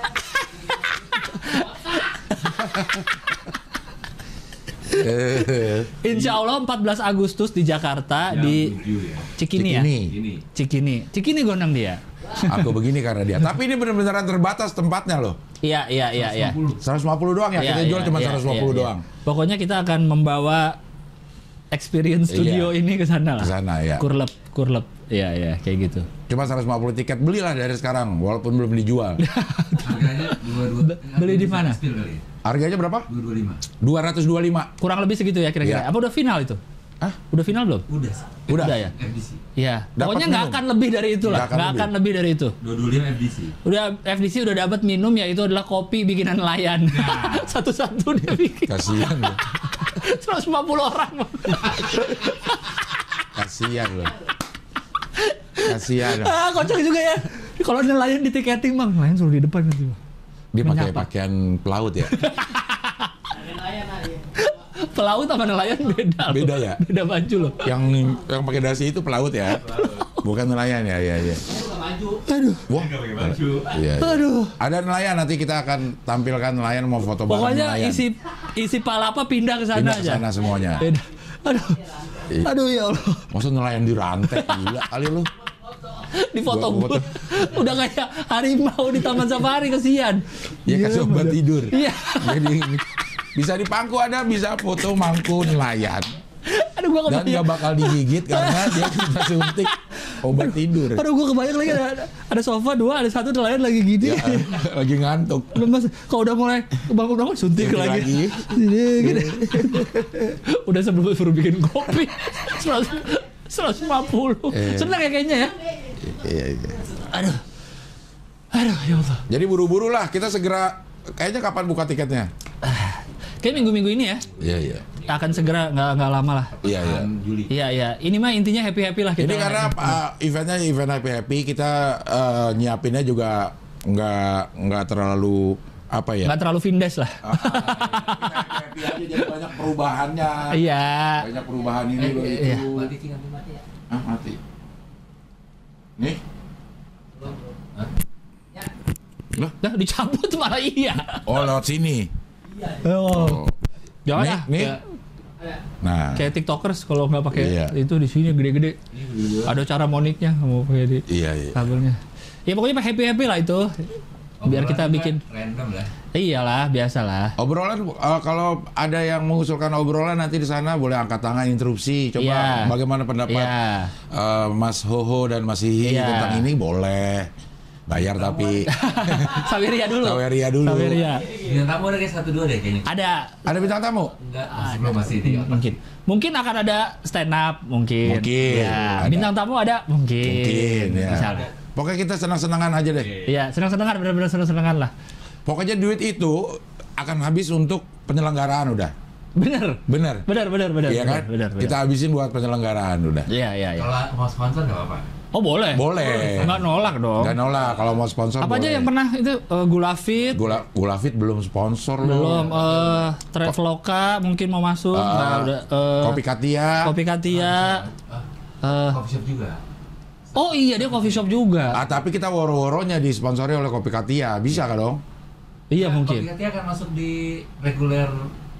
Eh, Insya Allah empat belas Agustus di Jakarta Jam di tujuh ya. Cikini ya? Cikini. Ini. Cikini. Cikini gondang dia. Aku begini karena dia. Tapi ini benar-benar terbatas tempatnya loh. Iya, iya, iya, iya. seratus lima puluh doang ya, Iya, kita jual iya, cuma iya, seratus lima puluh iya, doang. iya. Pokoknya kita akan membawa experience studio Iya. ini ke sana lah. Ke sana, ya. Kurlep, kurlep. Iya, iya, kayak gitu. Cuma seratus lima puluh tiket, belilah dari sekarang walaupun belum dijual. Harganya dua dua. Be- beli di mana? Spill kali. Harganya berapa? Dua dua lima. dua ratus dua puluh lima. Kurang lebih segitu ya kira-kira. Iya. Apa udah final itu? Hah? Udah final belum? Udah. Udah. Udah ya? F D C. Iya. Dapat Pokoknya nggak minum. akan lebih dari itu lah. Nggak akan Nggak akan lebih dari itu. Dua dua lima F D C. Udah F D C udah dapat minum yaitu adalah kopi bikinan nelayan. Satu-satu dia bikin. Kasihan loh. seratus lima puluh orang. Kasihan loh. Kasihan loh. Ah, kocak juga ya. Kalau nelayan di tiketing, Bang, nelayan suruh di depan nanti, Bang. Dia pakai Menyapa. pakaian pelaut ya. Pelaut sama nelayan beda. loh. Beda ya? Beda baju loh. Yang yang pakai dasi itu pelaut ya, bukan nelayan ya, ya, ya. Aduh. Wah, Nggak pakai baju. iya, iya. Aduh. Ada nelayan, nanti kita akan tampilkan nelayan mau foto bareng Pokoknya nelayan. isi isi palapa pindah ke sana Pindah ke aja. sana semuanya. Beda. Aduh. Iya. Aduh ya Allah. Maksud nelayan dirantai gila kali lu. Di foto Gua- gue. Udah kayak harimau di taman safari, kesian. Ya kasih obat bener. tidur. Iya. Jadi bisa di pangku ada, bisa foto mangku nelayan. Aduh gua Dan kebayang. nggak bakal digigit karena dia kita suntik obat tidur. Aduh gua kebayang lagi ada, ada sofa dua, ada satu nelayan lagi gini. Ya, lagi ngantuk. Lemas, kalau udah mulai bangun-bangun suntik Suntik lagi. lagi. Gini, gini. Udah sebelum suruh bikin kopi. seratus, seratus lima puluh. Eh. Senang ya kayaknya ya. Iya, iya. Aduh. Aduh ya Allah. Jadi buru-buru lah, kita segera. Kayaknya kapan buka tiketnya? Kayak minggu-minggu ini ya Iya, iya. akan segera, nggak nggak lama lah. Iya, iya. Bulan Juli. Iya iya. Ini mah intinya happy happy lah kita. Ini karena uh, eventnya event happy happy, kita uh, nyiapinnya juga nggak nggak terlalu apa ya? nggak terlalu findes lah. Ah, kita happy happy aja, jadi banyak perubahannya. Iya. Banyak perubahan ini loh itu. Iya. Mati tinggal mati ya. Ah, mati. Nih, lah, Dah dicabut malah iya. oh lewat sini. Oh. Jangan Nih, ah. nih. Kayak, Nah, kayak tiktokers kalau nggak pakai Iya. itu di sini gede-gede. Ada cara moniknya mau pakai di iya iya. kabelnya. Ya pokoknya happy happy lah itu. Biar kita Obrolan bikin. juga Random lah. Iyalah biasalah. Obrolan uh, kalau ada yang mengusulkan obrolan nanti di sana boleh angkat tangan interupsi. Coba Iya. bagaimana pendapat Iya. uh, Mas Hoho dan Mas Hihi Iya. tentang ini boleh. Bayar tapi Saweria dulu. Saweria dulu. Saweria. Bintang tamu ada kayak satu dua deh kayaknya. Ada. Ada bintang tamu? Enggak, masih belum masih di atas. Mungkin. Mungkin akan ada stand up mungkin. Mungkin. Ya. Ada. Bintang tamu ada mungkin. Mungkin ya. Misalnya. Pokoknya kita senang-senangan aja deh. Iya, senang-senangan benar-benar senang-senangan lah. Pokoknya duit itu akan habis untuk penyelenggaraan udah. Bener. Bener. Benar, benar, benar. Iya kan? Benar, benar. Kita habisin buat penyelenggaraan udah. Iya, iya, iya. Kalau mau sponsor nggak apa-apa. Oh, boleh. Boleh. Enggak nolak dong. Gak nolak kalau mau sponsor. Apa aja boleh. yang pernah itu uh, Gula Fit, Gula Gula Fit belum sponsor loh. belum eh Traveloka mungkin mau masuk, Ah, Nah, udah eh, Kopi Katia. Kopi Katia. Eh, Coffee shop juga. oh iya dia coffee shop juga. Ah, tapi kita woro-woronya disponsori oleh Kopi Katia. Bisa kan dong? Iya Nah, mungkin. Kopi Katia akan masuk di reguler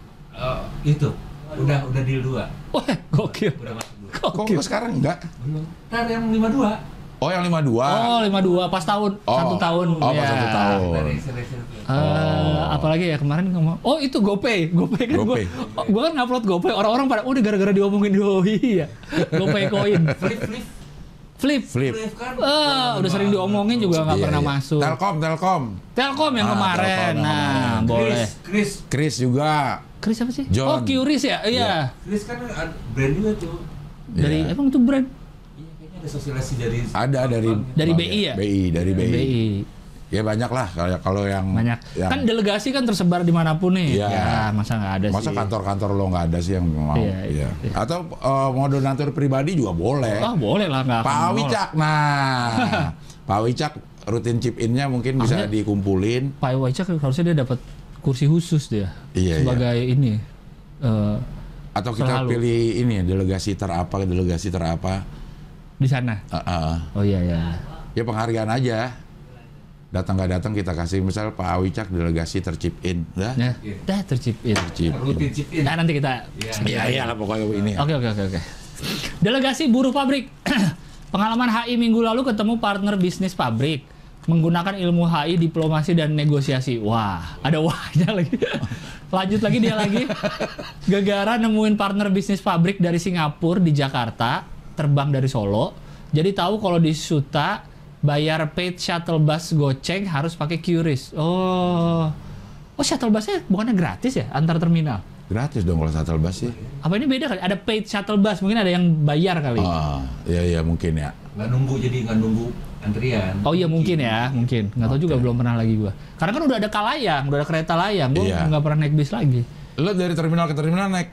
eh, itu. Udah udah deal dua. Wah, gokil. Udah masuk dua. Kok Gokil. sekarang enggak? Belum. Ntar yang lima dua. Oh, yang lima puluh dua. Oh, lima puluh dua pas tahun, Oh. satu tahun. Oh, pas Ya. satu tahun. Dari seleksi itu. Eh, Oh. apalagi ya kemarin ngomong. Oh, itu GoPay. GoPay kan gua GoPay. oh, gua kan ngupload GoPay, orang-orang pada udah gara-gara diomongin oh iya. GoPay koin. Flip flip. Flip. Flip. Flip kan. Eh, udah sering diomongin juga nggak Iya, pernah iya. masuk. Telkom, Telkom. Telkom yang Ah, kemarin. Telkom yang Nah, kemarin. boleh. Chris, Chris, Chris juga. Chris apa sih? John. Oh, Curious ya? Iya. Chris kan ada brand juga tuh. Dari Iya. emang itu brand Iya, kayaknya ada sosialisasi dari. Ada dari Dari B I ya? B I, dari B I. B I. Ya banyak lah kalau kalau yang Banyak. yang Kan delegasi kan tersebar dimanapun nih. Iya. Ya, masa nggak ada masa sih. kantor-kantor lo nggak ada sih yang mau. Iya, iya, Iya. iya. Atau eh, mau donatur pribadi juga boleh. Ah, boleh lah nggak akan Pak menolak. Wicak, nah, Pak Wicak rutin chip innya mungkin bisa Harusnya- dikumpulin. Pak Wicak harusnya dia dapat kursi khusus dia. Iya, sebagai ini. eh, Atau kita Selalu. pilih ini delegasi terapa, delegasi terapa. di sana. Uh, uh. Oh iya iya. Ya penghargaan aja. Datang nggak datang kita kasih misal Pak Wicak delegasi terchip in, dah. Ya, Iya. dah tercipin. Chip. Rutin chip in. Nah, nanti kita Iya. Iya iya lah pokoknya ini. Oke oke oke oke. Delegasi buruh pabrik. Pengalaman H I minggu lalu ketemu partner bisnis pabrik menggunakan ilmu H I diplomasi dan negosiasi. Wah, ada wahnya lagi. Lanjut lagi dia lagi. Gegara nemuin partner bisnis pabrik dari Singapura di Jakarta, terbang dari Solo. Jadi tahu kalau di Suta bayar paid shuttle bus goceng harus pakai QRIS. Oh. Oh, shuttle busnya bukannya gratis ya antar terminal? Gratis dong kalau shuttle bus sih. Apa ini beda kali? Ada paid shuttle bus, mungkin ada yang bayar kali. Ah, iya iya mungkin ya. Nggak nunggu jadi nggak nunggu antrian. Oh iya mungkin ya, mungkin. Nggak tahu juga belum pernah lagi gua. Karena kan udah ada kalayang, udah ada kereta layang. Gua Iya. nggak pernah naik bis lagi. Lo dari terminal ke terminal naik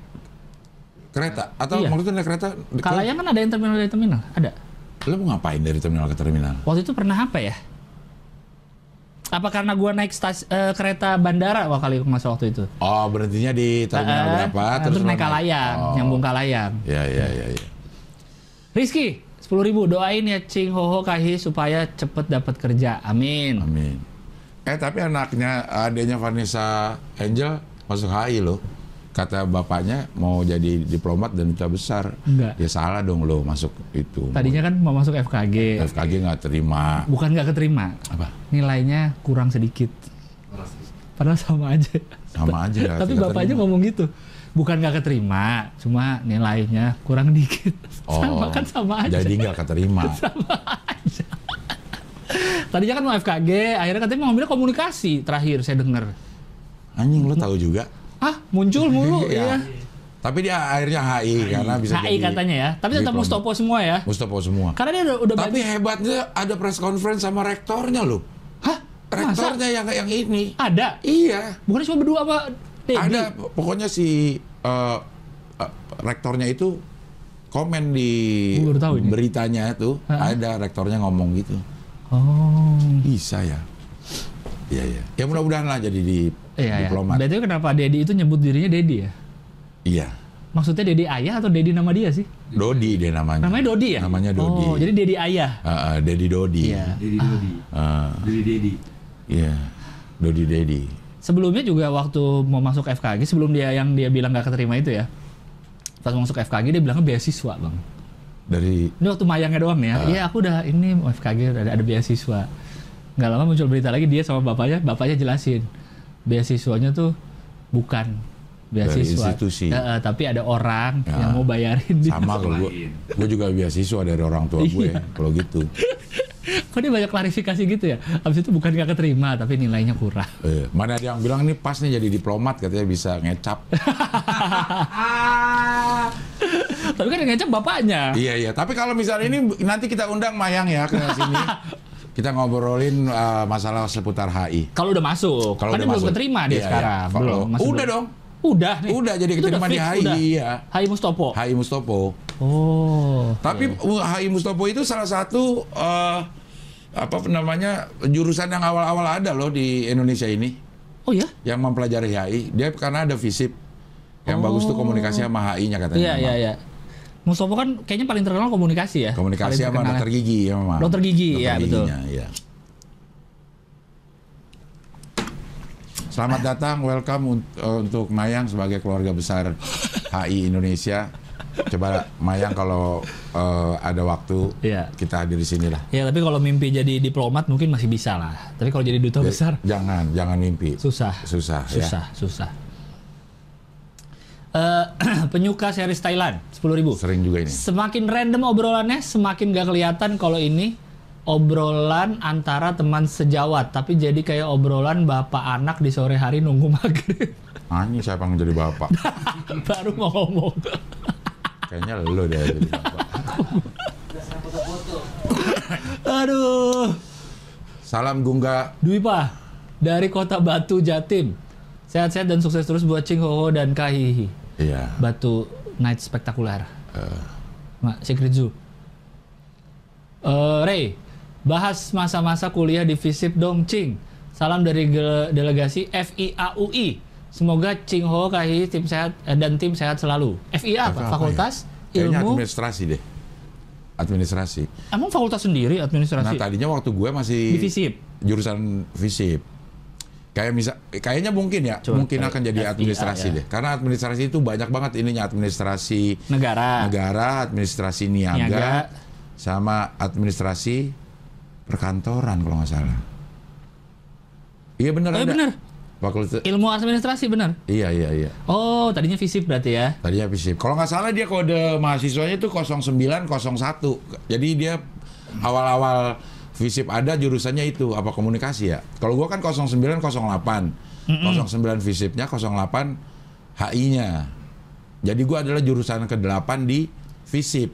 kereta atau Iya. maksudnya naik kereta? di- Kalayang kan ada yang terminal dari terminal, ada. Lo mau ngapain dari terminal ke terminal? Waktu itu pernah apa ya? Apa karena gua naik stas, eh, kereta bandara wah kali masa waktu itu. Oh, berhentinya di terminal Eh, berapa? eh, terus lo naik Kalayang, Oh. nyambung Kalayang. Ya, ya, ya, ya. Rizky, sepuluh ribu doain ya Cing Hoho Kahi supaya cepet dapat kerja. Amin. Amin. Eh, tapi anaknya, adanya Vanessa Angel masuk H I loh. Kata bapaknya mau jadi diplomat dan duta besar. Enggak. Ya salah dong lo masuk itu. Tadinya kan mau masuk F K G. F K G nggak terima. Bukan nggak keterima. Apa? Nilainya kurang sedikit. Padahal sama aja. Sama aja. nggak Tapi nggak bapaknya terima. ngomong gitu. Bukan nggak keterima, cuma nilainya kurang dikit. Sama Oh, kan sama aja. Jadi nggak keterima. Tadinya kan mau F K G, akhirnya katanya mau ambil komunikasi. Terakhir saya dengar. Anjing lo tahu juga. Ah, muncul mulu Iya. ya. Tapi dia akhirnya H I karena bisa H I jadi katanya ya. Tapi tetap diplomat. Mustopo semua ya. Mustopo semua. Karena dia udah, udah Tapi banyak. hebatnya ada press conference sama rektornya loh. Hah? Masa? Rektornya yang yang ini. Ada? Iya. Bukan cuma berdua sama Dedi? Ada pokoknya si eh, eh, rektornya itu komen di Gua baru tahu ini. beritanya itu Ha-ha. ada rektornya ngomong gitu. Oh. Bisa ya. Iya iya. Ya mudah-mudahan lah jadi di Iya, ya. diplomat. Berarti kenapa Dedi itu nyebut dirinya Dedi ya? Iya. Maksudnya Dedi ayah atau Dedi nama dia sih? Dodi dia namanya. Namanya Dodi ya? Namanya Dodi. Oh, jadi Dedi ayah. Ah, ah, Dedi Dodi. Iya. Dedi Dodi. Ah, Dedi Dedi. iya. Dodi Dedi. Sebelumnya juga waktu mau masuk F K G, sebelum dia yang dia bilang gak keterima itu ya, pas masuk F K G dia bilangnya beasiswa bang. Dari Ini waktu mayangnya doang nih ya. Iya aku udah ini mau F K G udah ada, ada beasiswa. Nggak lama muncul berita lagi dia sama bapaknya, bapaknya jelasin beasiswanya tuh bukan beasiswa, Dari institusi. Eh, eh, tapi ada orang Ya. yang mau bayarin dia. sama kalau gue, gue juga beasiswa dari orang tua gue Iya. kalau gitu. Kok dia banyak klarifikasi gitu ya? Abis itu bukan nggak keterima tapi nilainya kurang. Eh, mana ada yang bilang nih pas nih jadi diplomat katanya bisa ngecap. Tapi kan yang ngecap bapaknya. Iya iya. Tapi kalau misalnya ini nanti kita undang Mayang ya ke sini. Kita ngobrolin uh, masalah seputar H I. Kalau udah masuk, Kalau kan udah dia belum masuk. keterima dia Iya, sekarang. iya. Belum. Kalau- masih udah belum. dong. Udah nih. Udah jadi Itu keterima udah di fix, H I. udah. Iya. H I Mustopo. H I Mustopo. Oh. Tapi uh, H I Mustopo itu salah satu uh, apa namanya jurusan yang awal-awal ada loh di Indonesia ini Oh ya? yang mempelajari H I. Dia karena ada FISIP yang bagus tuh komunikasi sama H I-nya katanya. Iya iya memang. iya. Mustopo kan kayaknya paling terkenal komunikasi ya. Komunikasi Paling sama terkenal. dokter gigi ya memang. Dokter gigi, ya, betul. giginya, iya. Selamat datang, welcome un- untuk Mayang sebagai keluarga besar H I Indonesia. Coba Mayang kalau eh, ada waktu Iya. kita hadir di sini lah. Ya tapi kalau mimpi jadi diplomat mungkin masih bisa lah. Tapi kalau jadi duta besar Jangan, jangan mimpi. susah. Susah, ya. Susah, susah. Eh, penyuka series Thailand sepuluh ribu. Sering juga ini. Semakin random obrolannya, semakin gak kelihatan kalau ini obrolan antara teman sejawat, tapi jadi kayak obrolan bapak anak di sore hari nunggu maghrib. Ah, ini siapa yang jadi bapak? Baru mau ngomong. Kayaknya lo deh jadi bapak. Aduh. Salam Gungga. Dwi Pak dari Kota Batu Jatim. Sehat-sehat dan sukses terus buat Cing Hoho dan Kahihi. Iya. Batu Night spektakuler. Mak Secret Zoo. Eh, Ray, bahas masa-masa kuliah di FISIP dong, Cing. Salam dari ge- delegasi F I A U I. Semoga Cing Ho, Kahi, tim sehat eh, dan tim sehat selalu. F I A apa? Apa ya? Fakultas Kayaknya Ilmu. administrasi deh. Administrasi. Emang fakultas sendiri Nah administrasi? tadinya waktu gue masih Di FISIP. jurusan FISIP. Kayak misal, kayaknya mungkin ya, Coba mungkin kayak akan jadi F I A administrasi ya. deh. Karena administrasi itu banyak banget ininya, administrasi Negara. negara, administrasi niaga, Niaga. sama administrasi perkantoran kalau nggak salah. Iya benar Oh, iya ada. benar. Fakultas. Ilmu administrasi benar. Iya iya iya. Oh, tadinya FISIP berarti ya. Tadinya FISIP. Kalau nggak salah dia kode mahasiswanya itu nol sembilan nol satu. Jadi dia awal-awal FISIP ada jurusannya itu apa komunikasi ya. Kalau gua kan nol sembilan nol delapan. nol sembilan FISIP-nya, nol delapan H I-nya. Jadi gua adalah jurusan kedelapan di FISIP.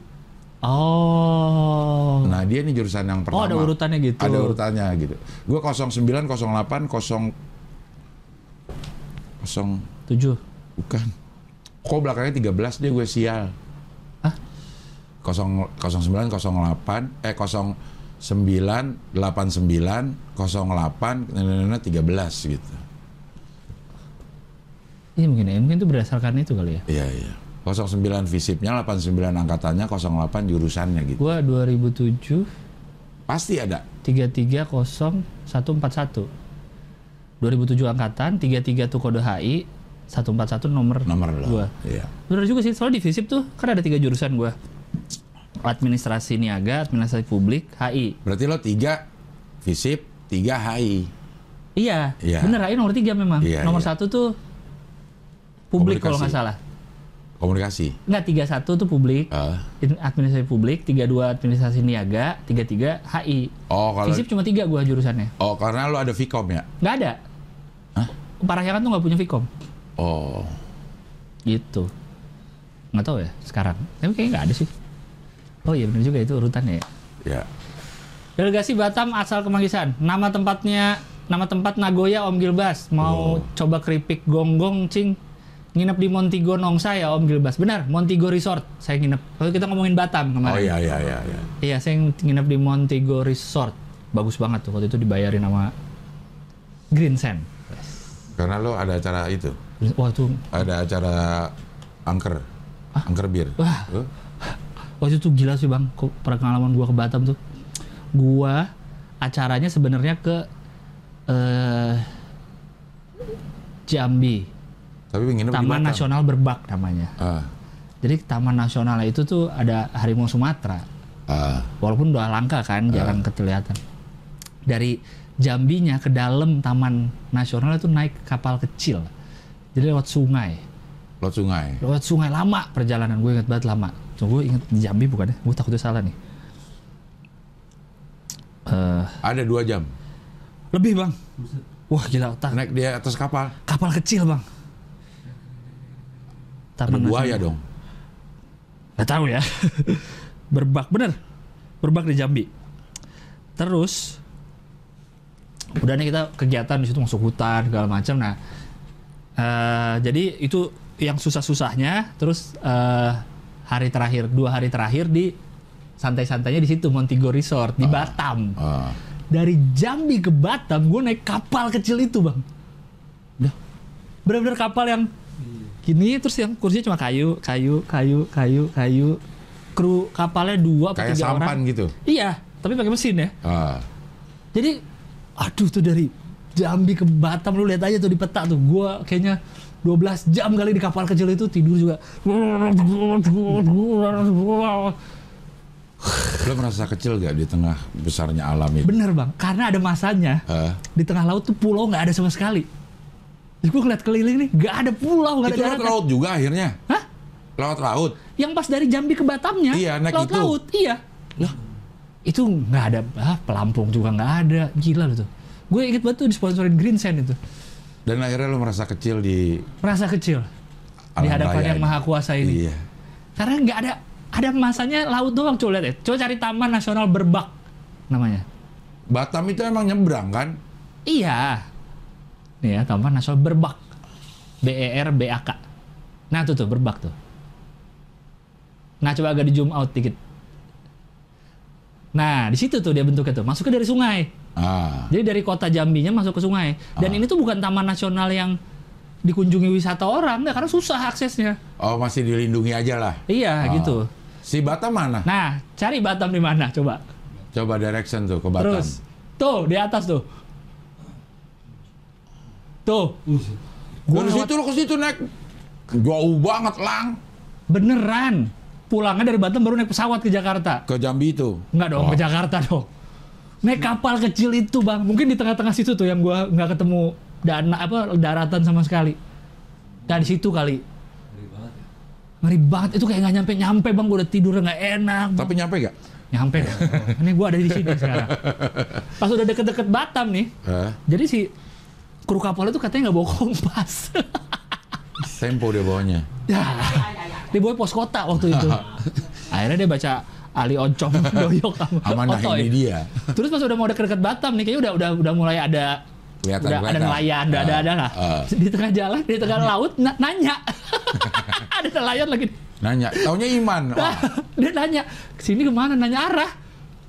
Oh. Nah, dia nih jurusan yang pertama. Oh, ada urutannya gitu. Ada urutannya gitu. Gua nol sembilan nol delapan nol kosong Tujuh. bukan. Kok belakangnya tiga belas dia gue sial. Hah? nol sembilan nol delapan eh nol sembilan delapan sembilan nol delapan tiga belas gitu. Iya mungkin ya, mungkin itu berdasarkan itu kali ya. Iya iya. nol sembilan visipnya, delapan sembilan angkatannya, nol delapan jurusannya gitu. Gua dua ribu tujuh Pasti ada. tiga tiga nol satu empat satu. dua ribu tujuh angkatan, tiga tiga tuh kode H I, satu empat satu nomor, Nomor lo. gua. Iya. Bener juga sih, soalnya di visip tuh kan ada tiga jurusan gua. Administrasi niaga, administrasi publik, H I. Berarti lo tiga visip, tiga H I. Iya, Iya. bener H I nomor tiga memang. Iya, nomor iya. satu tuh publik kalau nggak Komunikasi. salah. Komunikasi. Nggak, tiga satu tuh publik, Ah. administrasi publik, tiga dua administrasi niaga, tiga tiga H I. Oh kalau Visip cuma tiga gua jurusannya. oh karena lo ada Vkom ya? Nggak ada. Hah? Parahyangan tuh nggak punya Vkom. Oh. Gitu. Nggak tahu ya sekarang. Tapi kayaknya nggak ada sih. Oh iya benar juga itu urutannya ya. Ya. Delegasi Batam asal Kemanggisan. Nama tempatnya, nama tempat Nagoya Om Gilbas. Mau Oh. coba keripik gonggong cing. Nginep di Montigo Nongsa ya Om Gilbas. Benar, Montigo Resort. Saya nginep. Kalau kita ngomongin Batam kemarin. Oh iya iya iya iya. Iya, saya nginep di Montigo Resort. Bagus banget tuh. Waktu itu dibayarin sama Green Sand. Karena lo ada acara itu. Wah itu, Ada acara angker. Angker bir. wah Lo? waktu itu gila sih bang. Kok pengalaman gua ke Batam tuh. Gua acaranya sebenarnya ke eh, Jambi. Tapi nginep di Taman Batam. Nasional Berbak namanya. Ah. Jadi Taman Nasional itu tuh ada harimau Sumatera. Ah. Walaupun udah langka kan, jarang kelihatan. Dari Jambinya ke dalam Taman Nasional itu naik kapal kecil. Jadi lewat sungai. Lot sungai. Lewat sungai lama perjalanan, gue inget banget lama. Tuh gue inget di Jambi bukan ya? Gue takutnya salah nih. Eh, Ada dua jam. lebih bang. Wah gila, tak, Naik di atas kapal. kapal kecil bang. Ada buaya Nasional. dong. Gak tahu ya. Berbak bener. Berbak di Jambi. Terus udah nih kita kegiatan di situ masuk hutan segala macam. Nah, eh, jadi itu yang susah-susahnya. Terus eh, hari terakhir, dua hari terakhir di santai-santainya di situ Montigo Resort di Batam. Ah. Dari Jambi ke Batam, gue naik kapal kecil itu bang. Udah, bener-bener kapal yang gini, terus yang kursinya cuma kayu, kayu, kayu, kayu, kayu. Kru kapalnya dua atau Kayak tiga sampan orang. gitu. Iya, tapi pakai mesin ya. Ah. Jadi, aduh tuh dari Jambi ke Batam lu lihat aja tuh di peta tuh. Gua kayaknya dua belas jam kali di kapal kecil itu, tidur juga. Lo merasa kecil gak di tengah besarnya alam itu? Bener bang, karena ada masanya Ah. di tengah laut tuh pulau nggak ada sama sekali. Terus gue ngeliat keliling nih, nggak ada pulau, nggak ada Itu lo daratan. ke laut juga akhirnya? Hah? Laut-laut? Yang pas dari Jambi ke Batamnya, Iya, naik itu. laut-laut, iya. Lah, Itu nggak ada, ah, pelampung juga nggak ada, gila loh tuh. Gue inget banget tuh disponsorin Green Sand itu. dan akhirnya lo merasa kecil di Merasa kecil di alam hadapan raya yang ini. maha kuasa ini. Iya. Karena nggak ada, ada masanya laut doang. Coba lihat ya, coba cari Taman Nasional Berbak namanya. Batam itu emang nyebrang kan? Iya. Nih ya, Taman Nasional Berbak. B E R B A K. Nah tuh tuh, Berbak tuh. Nah coba agak di zoom out dikit. Nah di situ tuh dia bentuknya tuh, masuknya dari sungai. Ah. Jadi dari kota Jambinya masuk ke sungai. Dan Ah. ini tuh bukan taman nasional yang dikunjungi wisata orang, enggak, karena susah aksesnya. Oh, masih dilindungi aja lah. Iya Ah. gitu. Si Batam mana? Nah cari Batam di mana coba. Coba direction tuh ke Batam. Terus tuh di atas tuh. Tuh. Gua Gua ke lewat- situ lo ke situ naik jauh banget lang Beneran. Pulangnya dari Batam baru naik pesawat ke Jakarta. ke Jambi itu. Enggak dong, Oh. ke Jakarta dong. Naik kapal kecil itu bang. Mungkin di tengah-tengah situ tuh yang gua nggak ketemu dana apa daratan sama sekali. Nah di situ kali. Ngeri banget ya. Ngeri banget. Itu kayak nggak nyampe-nyampe bang. Gua udah tidurnya nggak enak. Bang. Tapi nyampe gak? Nyampe dong. Ini gua ada di sini sekarang. Pas udah deket-deket Batam nih. Hah? Jadi si kru kapal itu katanya nggak bawa kompas. Tempo dia bawanya. Ya, dia bawa pos kota waktu itu. Akhirnya dia baca Ali Oncom Doyok sama Amanah Otoy. ini dia. Terus pas udah mau deket-deket Batam nih, kayaknya udah udah udah mulai ada Kelihatan, udah ada kelihatan. nelayan, udah ada Ah, ada lah. ah. Di tengah jalan, di tengah laut na- nanya. Ada nelayan lagi. Nanya, taunya Iman. Nah, Wah, dia nanya, "Kesini kemana?" Nanya arah.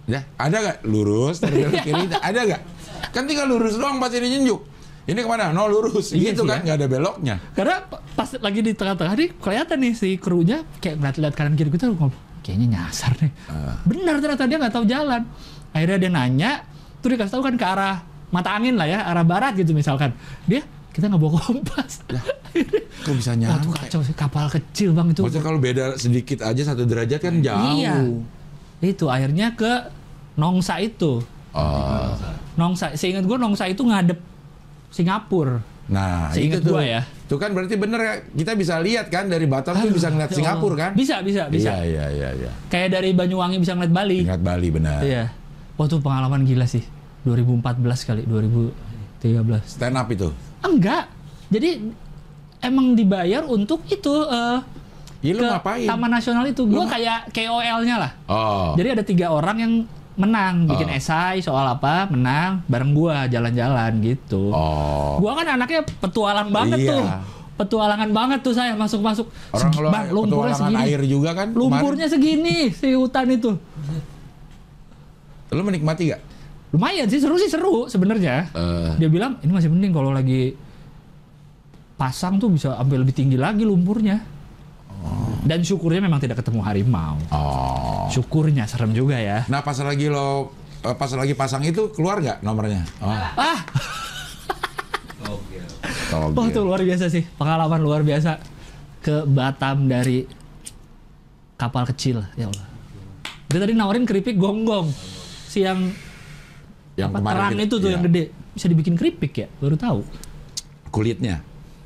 Ya, ada nggak lurus terus belok kiri? Ada nggak? Kan tinggal lurus doang pas ini nunjuk. Ini kemana? No lurus. Iya Gitu sih, kan, ya. nggak ada beloknya. Karena pas lagi di tengah-tengah nih kelihatan nih si krunya kayak ngeliat-liat kanan kiri gitu ngomong, kayaknya nyasar nih. Uh. Benar ternyata dia nggak tahu jalan. Akhirnya dia nanya, tuh dikasih tahu kan ke arah mata angin lah ya, arah barat gitu misalkan. Dia kita nggak bawa kompas. Lah, kok bisa Wah, nyampe? tuh kacau sih, kapal kecil bang itu. Maksudnya kalau beda sedikit aja satu derajat kan jauh. Iya. Itu akhirnya ke Nongsa itu. Oh. Nongsa, seingat gue Nongsa itu ngadep Singapura. Nah, Seingat itu tuh. gua ya. Tuh kan berarti bener ya. Kita bisa lihat kan dari Batam tuh bisa ngeliat Ya Singapura Allah. kan? Bisa, bisa, bisa. Iya, iya, iya, iya. Kayak dari Banyuwangi bisa ngeliat Bali. Ingat Bali benar. Iya. Wah tuh pengalaman gila sih. dua ribu empat belas kali, dua ribu tiga belas. Stand up itu. Enggak. Jadi emang dibayar untuk itu eh Iya, lu ke ngapain? Taman Nasional itu. Gue Lu- kayak K O L-nya lah. Oh. Jadi ada tiga orang yang menang, bikin Oh. esai soal apa, menang bareng gua jalan-jalan gitu. Oh. Gua kan anaknya petualang banget Iya. tuh. Petualangan banget tuh saya masuk-masuk. Orang Segi- kalau Bang, lumpurnya petualangan segini. air juga kan. Lumpurnya segini si hutan itu. kemarin. Lu menikmati gak? Lumayan sih, seru sih seru sebenarnya. Eh. Dia bilang ini masih mending kalau lagi pasang tuh bisa sampai lebih tinggi lagi lumpurnya. Dan syukurnya memang tidak ketemu harimau. Oh. Syukurnya, serem juga ya. Nah pas lagi lo eh, pas lagi pasang itu keluar nggak nomornya? Oh. Ah, Oke. Oh, wah gitu. tuh luar biasa sih, pengalaman luar biasa ke Batam dari kapal kecil, ya Allah. Dia tadi nawarin keripik gonggong, si yang Yang apa, kemarin terang kita- itu tuh iya. yang gede, bisa dibikin keripik ya, baru tahu. Kulitnya.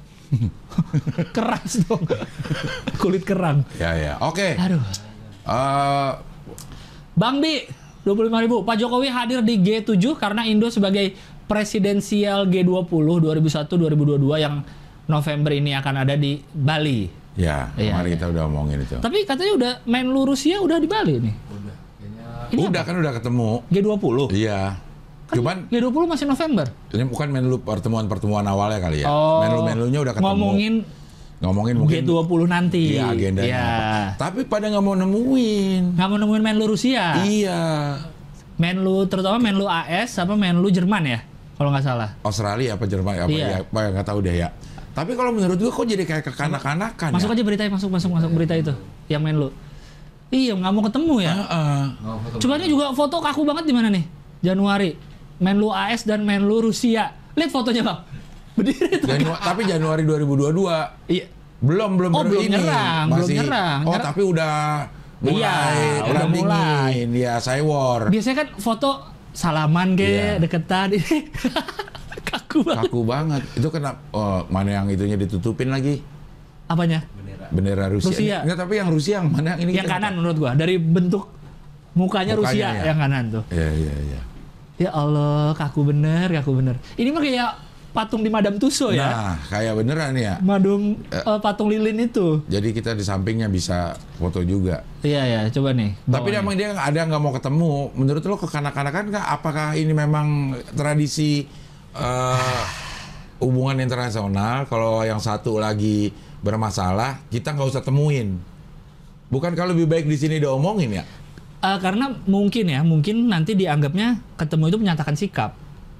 Keras dong, kulit kerang. Ya ya. Oke. Aduh. Eh, Bang Bi, dua puluh lima ribu. Pak Jokowi hadir di G tujuh karena Indo sebagai presidensial G dua puluh dua ribu satu sampai dua ribu dua puluh dua yang November ini akan ada di Bali. ya Iya, kemarin iya. kita udah omongin itu. Tapi katanya udah Menlu Rusia udah di Bali nih. Udah, kayaknya Ini Udah apa? kan udah ketemu. G dua puluh. Iya. Kan Cuman G dua puluh masih November. ini bukan menlu pertemuan-pertemuan awalnya kali ya. Oh, Menlu-menlunya udah ketemu. Ngomongin ngomongin G mungkin dua puluh nanti. iya agendanya Iya. apa. Tapi pada nggak mau nemuin. Nggak mau nemuin Menlu Rusia. Iya. Menlu terutama Menlu A S sama Menlu Jerman ya, kalau nggak salah. Australia apa Jerman apa Iya. ya apa ya, nggak tahu deh ya. Tapi kalau menurut gua kok jadi kayak kekanak-kanakan Masuk ya. aja beritanya, masuk masuk masuk berita itu yang Menlu. Iya, nggak mau ketemu ya. Heeh. mau foto. Coba ini juga foto kaku banget di mana nih? Januari. Menlu A S dan Menlu Rusia. Lihat fotonya, Bang. Berdiri tuh. Janu- tapi Januari dua ribu dua puluh dua Iya. belum belum Oh, baru belum ini. nyerang, belum nyerang. Oh, Nyerang. tapi udah mulai Iya, udah perang mulai. dingin. Ya, saya war. Biasanya kan foto salaman Iya. kayak deketan. Ini kaku banget. Kaku banget. Itu kenapa oh, mana yang itunya ditutupin lagi? Apanya? Bendera. Bendera Rusia. Rusia. Enggak, tapi yang Rusia yang mana ini? Yang kita kanan nggak menurut gua. Dari bentuk mukanya, Mukanya Rusia ya? yang kanan tuh. tahu. Iya, iya, iya. Ya Allah, kaku bener, kaku bener. Ini mah kayak patung di Madame Tussauds ya. Nah, kayak beneran ya. Madum eh, patung lilin itu. Jadi kita di sampingnya bisa foto juga. Iya ya, coba nih. Tapi bawahnya. emang dia ada nggak mau ketemu. Menurut lo kekanak-kanakan nggak? Apakah ini memang tradisi eh, hubungan internasional? Kalau yang satu lagi bermasalah, kita nggak usah temuin. Bukan kalau lebih baik di sini diomongin ya? Eh, karena mungkin ya, mungkin nanti dianggapnya ketemu itu menyatakan sikap.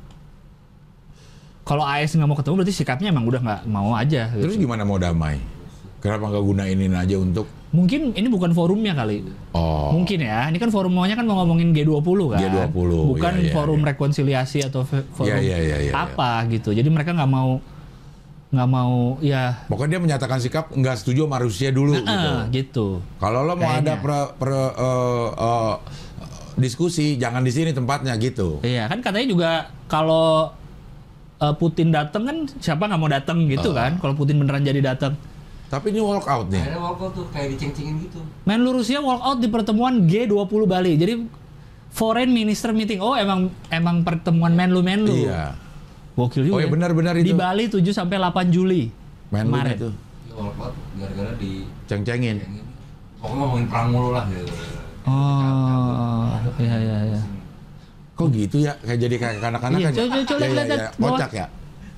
Kalau A S nggak mau ketemu berarti sikapnya emang udah nggak mau aja. Gitu. Terus gimana mau damai? Kenapa nggak gunainin aja untuk Mungkin ini bukan forumnya kali. oh Mungkin ya. Ini kan forum maunya kan mau ngomongin G dua puluh kan. G dua puluh, Bukan iya, iya, forum iya. rekonsiliasi atau fe- forum Iya, iya, iya, iya, apa gitu. Jadi mereka nggak mau nggak mau ya pokoknya dia menyatakan sikap nggak setuju sama Rusia dulu gitu. eh, gitu. Kalau lo mau ada Kayaknya. pre, pre- eh, eh, diskusi jangan di sini tempatnya gitu. Iya kan katanya juga kalau eh, Putin datang kan siapa nggak mau datang gitu Oh. kan. Kalau Putin beneran jadi datang. Tapi ini walk out nih. Akhirnya walkout tuh kayak diceng-cengin gitu. Menlu Rusia walk out di pertemuan G dua puluh Bali. Jadi Foreign Minister Meeting. Oh emang emang pertemuan Menlu-Menlu. Iya. Gokil juga. Oh iya ya. benar-benar Di itu. Bali tujuh sampai delapan Juli. Menlu kemarin. itu Ya, walkout gara-gara di ceng-cengin. cengin. Pokoknya ngomongin perang mulu lah gitu. Oh, iya iya iya. Kok gitu ya? Kayak jadi kayak kanak-kanak Iya, kan? coba- coba ya, lihat, ya, lihat, ya. bawah. Kocak ya.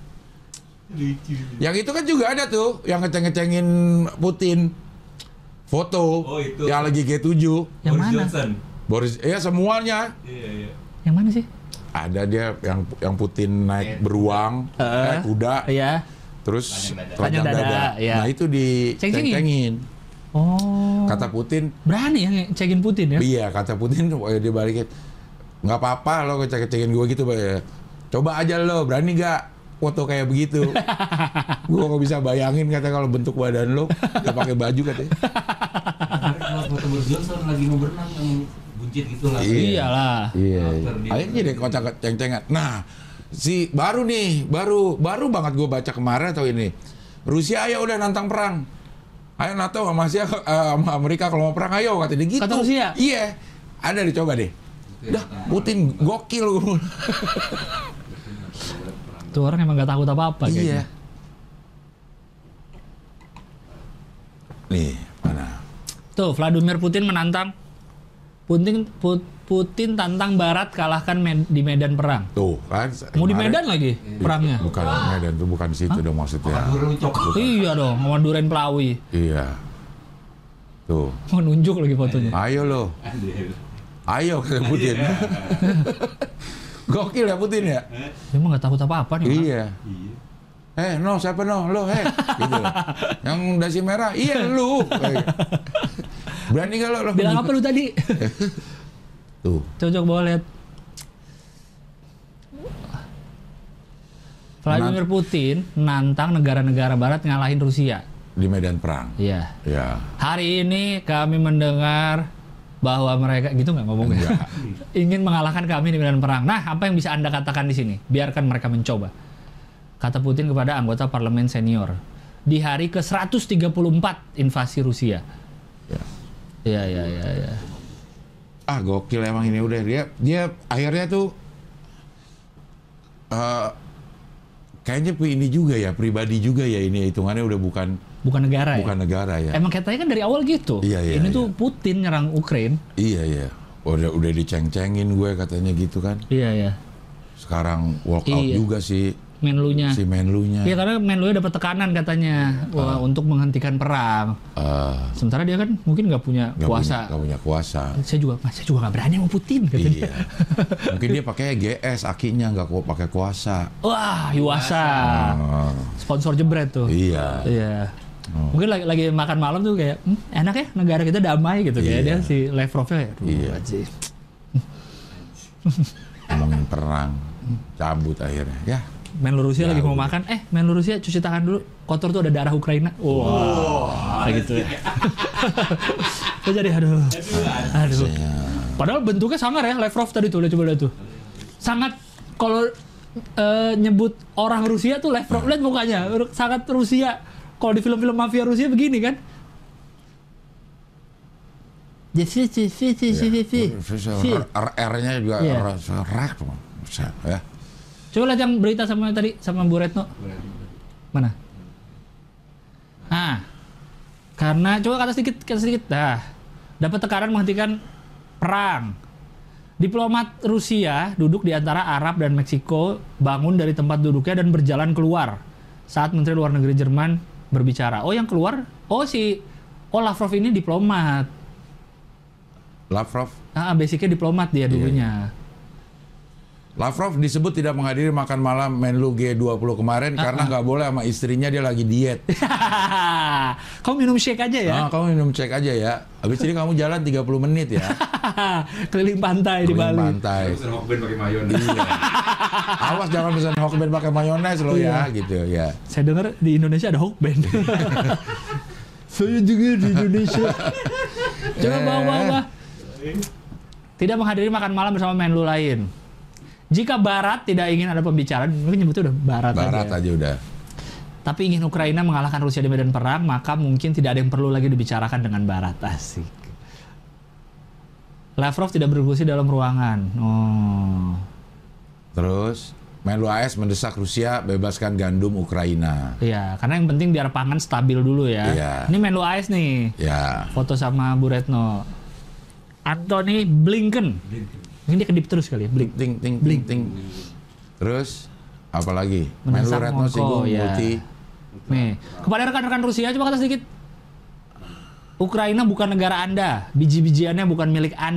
Yang itu kan juga ada tuh, yang ngeceng-ngecengin Putin. Foto Oh, itu. yang lagi G tujuh. Yang Boris mana? Johnson. Boris, ya semuanya. Iya, iya. Yang mana sih? Ada dia yang yang Putin naik beruang, Uh, naik kuda, Iya. terus Telanjang telanjang dada, dada. iya. Nah itu diceng-cengin. Oh. Kata Putin, Berani yang ngecekin Putin ya? iya kata Putin, oh, dia balikin, nggak apa-apa lo ngecek-ngecekin gue gitu, Pak, ya. Coba aja lo, berani nggak foto kayak begitu? Gue nggak bisa bayangin kata kalau bentuk badan lo, nggak pakai baju katanya. Kalau foto berdua soal lagi mau berenang yang buncit gitu lah. Iya. Iyalah. Iya. After dia- Akhirnya deh kocak ceng-cengan. Nah, si baru nih, baru baru banget gue baca kemarin atau ini. Rusia ayo udah nantang perang. Ayo NATO sama Asia, eh, sama Amerika kalau mau perang ayo katanya gitu. Kata Rusia? Iya. Ada dicoba deh. Dah, Putin gokil. Tuh orang emang gak takut apa-apa Iya. kayaknya. Nih, mana? Tuh Vladimir Putin menantang Putin Put- Putin tantang Barat kalahkan med- di medan perang. Tuh, kan. Mau di kemarin- Medan lagi perangnya? Bukan Medan, itu bukan di situ dong maksudnya. Madura lucok. Iya dong, sama Duren Pelawi. Iya. Tuh. Mau nunjuk lagi fotonya. Ayo lo. Ayo kata Putin. Gokil ya Putin ya? Dia mah gak takut apa-apa nih. orang. Iya. Eh, no, siapa no? Lo, eh. Gitu loh. Yang dasi merah, iya lu. Kayak- Berani gak lo? lo? Bilang apa lu tadi? Tuh. Cocok bawa lihat. Vladimir Putin nantang negara-negara Barat ngalahin Rusia. Di medan perang. Iya. Ya. Hari ini kami mendengar bahwa mereka gitu nggak ngomongnya Enggak. ingin mengalahkan kami di medan perang. Nah, apa yang bisa Anda katakan di sini? Biarkan mereka mencoba. Kata Putin kepada anggota parlemen senior di hari ke seratus tiga puluh empat invasi Rusia. Ya. Iya, iya, iya, iya. Ah, gokil emang ini udah dia dia akhirnya tuh eh kayaknya ini juga ya, pribadi juga ya ini hitungannya udah bukan Bukan negara ya? bukan negara ya. Emang katanya kan dari awal gitu. Iya, iya, Ini iya. tuh Putin nyerang Ukraine. Iya, iya. Udah udah diceng-cengin gue katanya gitu kan. Iya, iya. Sekarang walk out Iya. juga si Menlunya. si Menlunya. Iya, karena Menlunya dapat tekanan katanya wah, untuk menghentikan perang. Eh, Sementara dia kan mungkin nggak punya nggak kuasa. punya, nggak punya kuasa. Saya juga, mas, saya juga nggak berani sama Putin katanya. Iya. Mungkin dia pakai G S akinya nggak ku- pakai kuasa. Wah, Yuasa. Ah, Sponsor jebret tuh. iya. Iya. Oh. Mungkin lagi, lagi makan malam tuh kayak "Hmm, enak ya negara kita damai gitu kayak Iya. dia si Lavrovnya kayak, "Aduh, Iya. anjir." Ngomongin perang, cabut akhirnya. Ya. Menlu Rusia Ya lagi mau udah. makan, eh Menlu Rusia cuci tangan dulu, kotor tuh ada darah Ukraina. Wah, kayak gitu ya. Saya jadi aduh, aduh. Ya. Padahal bentuknya sangar ya, Lavrov tadi tuh, lihat coba lihat tuh. Sangat kalau eh, nyebut orang Rusia tuh Lavrov, lihat mukanya, sangat Rusia. Kalau di film-film mafia Rusia begini kan. Jadi si si si si si si. Si. R-nya juga Iya. R ya. Coba lihat yang berita sama tadi sama Bu Retno. Mana? Nah, karena coba kata sedikit, kata sedikit. Dah, dapat tekanan menghentikan perang. Diplomat Rusia duduk di antara Arab dan Meksiko bangun dari tempat duduknya dan berjalan keluar saat Menteri Luar Negeri Jerman berbicara. Oh, yang keluar? Oh, si oh Lavrov ini diplomat. Lavrov. Ah, basicnya diplomat dia dulunya. Lavrov disebut tidak menghadiri makan malam Menlu G dua puluh kemarin karena nggak boleh sama istrinya, dia lagi diet. Kamu minum shake aja ya. Nah, kamu minum cek aja ya. Habis ini kamu jalan tiga puluh menit ya. Keliling pantai di Keliling Bali. pantai. Pesan Hokben pakai mayones. Iya. Awas jangan pesan Hokben pakai mayones lo ya, Iya. gitu ya. Saya dengar di Indonesia ada Hokben. Saya juga di Indonesia. Coba Eh. bawa bawa. Tidak menghadiri makan malam bersama Menlu lain. Jika Barat tidak ingin ada pembicaraan, mungkin nyebutnya udah Barat, Barat aja. aja udah. Tapi ingin Ukraina mengalahkan Rusia di medan perang, maka mungkin tidak ada yang perlu lagi dibicarakan dengan Barat. Asik. Lavrov tidak berdiskusi dalam ruangan. Oh. Terus Menlu A S mendesak Rusia bebaskan gandum Ukraina. Iya, karena yang penting biar pangan stabil dulu ya. Iya. Ini Menlu A S nih. Ya. Foto sama Bu Retno. Anthony Blinken. Ini dia kedip terus kali ya, Blink. Ting ting ting Blink. ting. Terus apa lagi? Menlu Mendesak Retno Moskow, singgung ya. multi. Nih, kepada rekan-rekan Rusia coba kata sedikit. Ukraina bukan negara Anda, biji-bijiannya bukan milik Anda.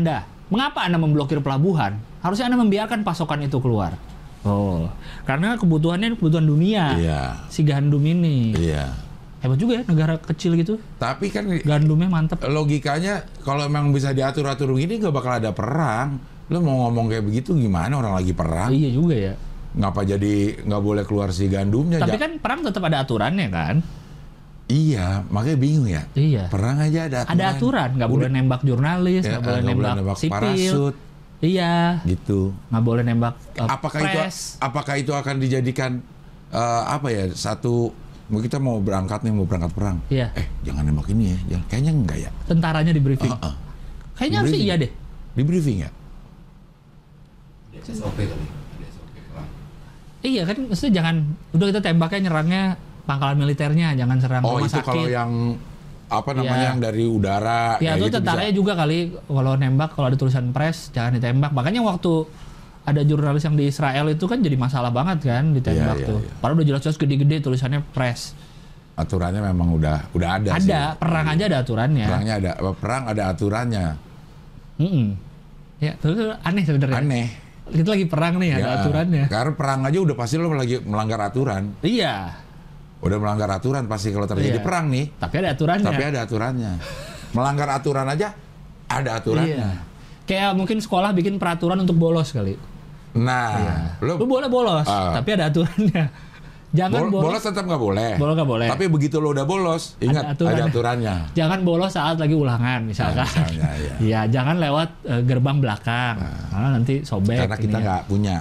Mengapa Anda memblokir pelabuhan? Harusnya Anda membiarkan pasokan itu keluar. Oh, karena kebutuhannya kebutuhan dunia. Iya. Si gandum ini. Iya. Hebat juga ya negara kecil gitu. Tapi kan Gandumnya mantep. logikanya kalau memang bisa diatur-atur begini nggak bakal ada perang. Lo mau ngomong kayak begitu gimana orang lagi perang? Iya juga ya. Ngapa jadi nggak boleh keluar si gandumnya? Tapi Ja- kan perang tetap ada aturannya kan? Iya, makanya bingung ya. Iya. Perang aja ada aturan. Ada aturan, nggak boleh nembak jurnalis, Ya, nggak boleh nggak nembak, nembak sipil. parasut, Iya, gitu. nggak boleh nembak uh, Apakah itu press. apakah itu akan dijadikan eh, apa ya satu? Mau kita mau berangkat nih mau berangkat perang. Iya. Eh jangan nembak ini ya. Jangan. Kayaknya enggak ya. Tentaranya di briefing. Heeh. Kayaknya Di harusnya briefing. iya deh. Di briefing ya. Ada S O P kali, ada S O P perang. Iya kan, maksudnya jangan udah kita tembaknya nyerangnya pangkalan militernya, jangan serang Oh rumah itu sakit. kalau yang apa namanya Iya. yang dari udara. Ya kayak itu gitu tentaranya bisa. juga kali kalau nembak kalau ada tulisan press jangan ditembak. Makanya waktu ada jurnalis yang di Israel itu kan jadi masalah banget kan ditembak Iya, iya, tuh. iya. Padahal udah jelas-jelas gede-gede tulisannya press. Aturannya memang udah udah ada. Ada, sih. perang aja ada aturannya. Perangnya ada perang ada aturannya. Mm-mm. Ya, terus aneh sebenarnya. Aneh. Kita lagi perang nih, ada Ya, aturannya. Karena perang aja udah pasti lo lagi melanggar aturan. Iya, Udah melanggar aturan pasti kalau terjadi Iya. perang nih. tapi ada aturannya. Tapi ada aturannya. Melanggar aturan aja ada aturannya. Iya. Kayak mungkin sekolah bikin peraturan untuk bolos kali. Nah, Lu lo boleh bolos, Ah. tapi ada aturannya. Jangan bol- bolos, bolos tetap nggak boleh. bolos nggak boleh. Tapi begitu lo udah bolos, ingat ada, aturannya. aturannya. Jangan bolos saat lagi ulangan misalkan. Nah, misalnya, iya. Iya, jangan lewat eh, gerbang belakang. Karena nanti sobek. Karena kita ininya. nggak punya.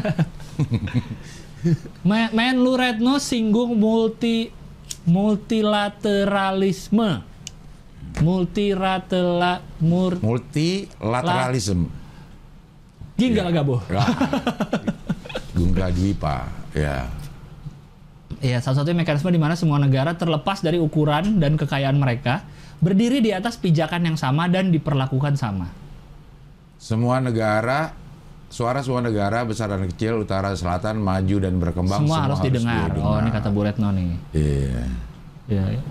Men, men lu Retno singgung multi multilateralisme. Multilateral mur Multilateralism. Ginggal Gabo. Lah. Gungga Dwipa, ya. Iya, salah satunya mekanisme di mana semua negara terlepas dari ukuran dan kekayaan mereka berdiri di atas pijakan yang sama dan diperlakukan sama. Semua negara, suara semua negara besar dan kecil, utara, selatan, maju dan berkembang. Semua, harus, didengar. Oh, ini kata Bu Retno nih. Iya. Iya. iya.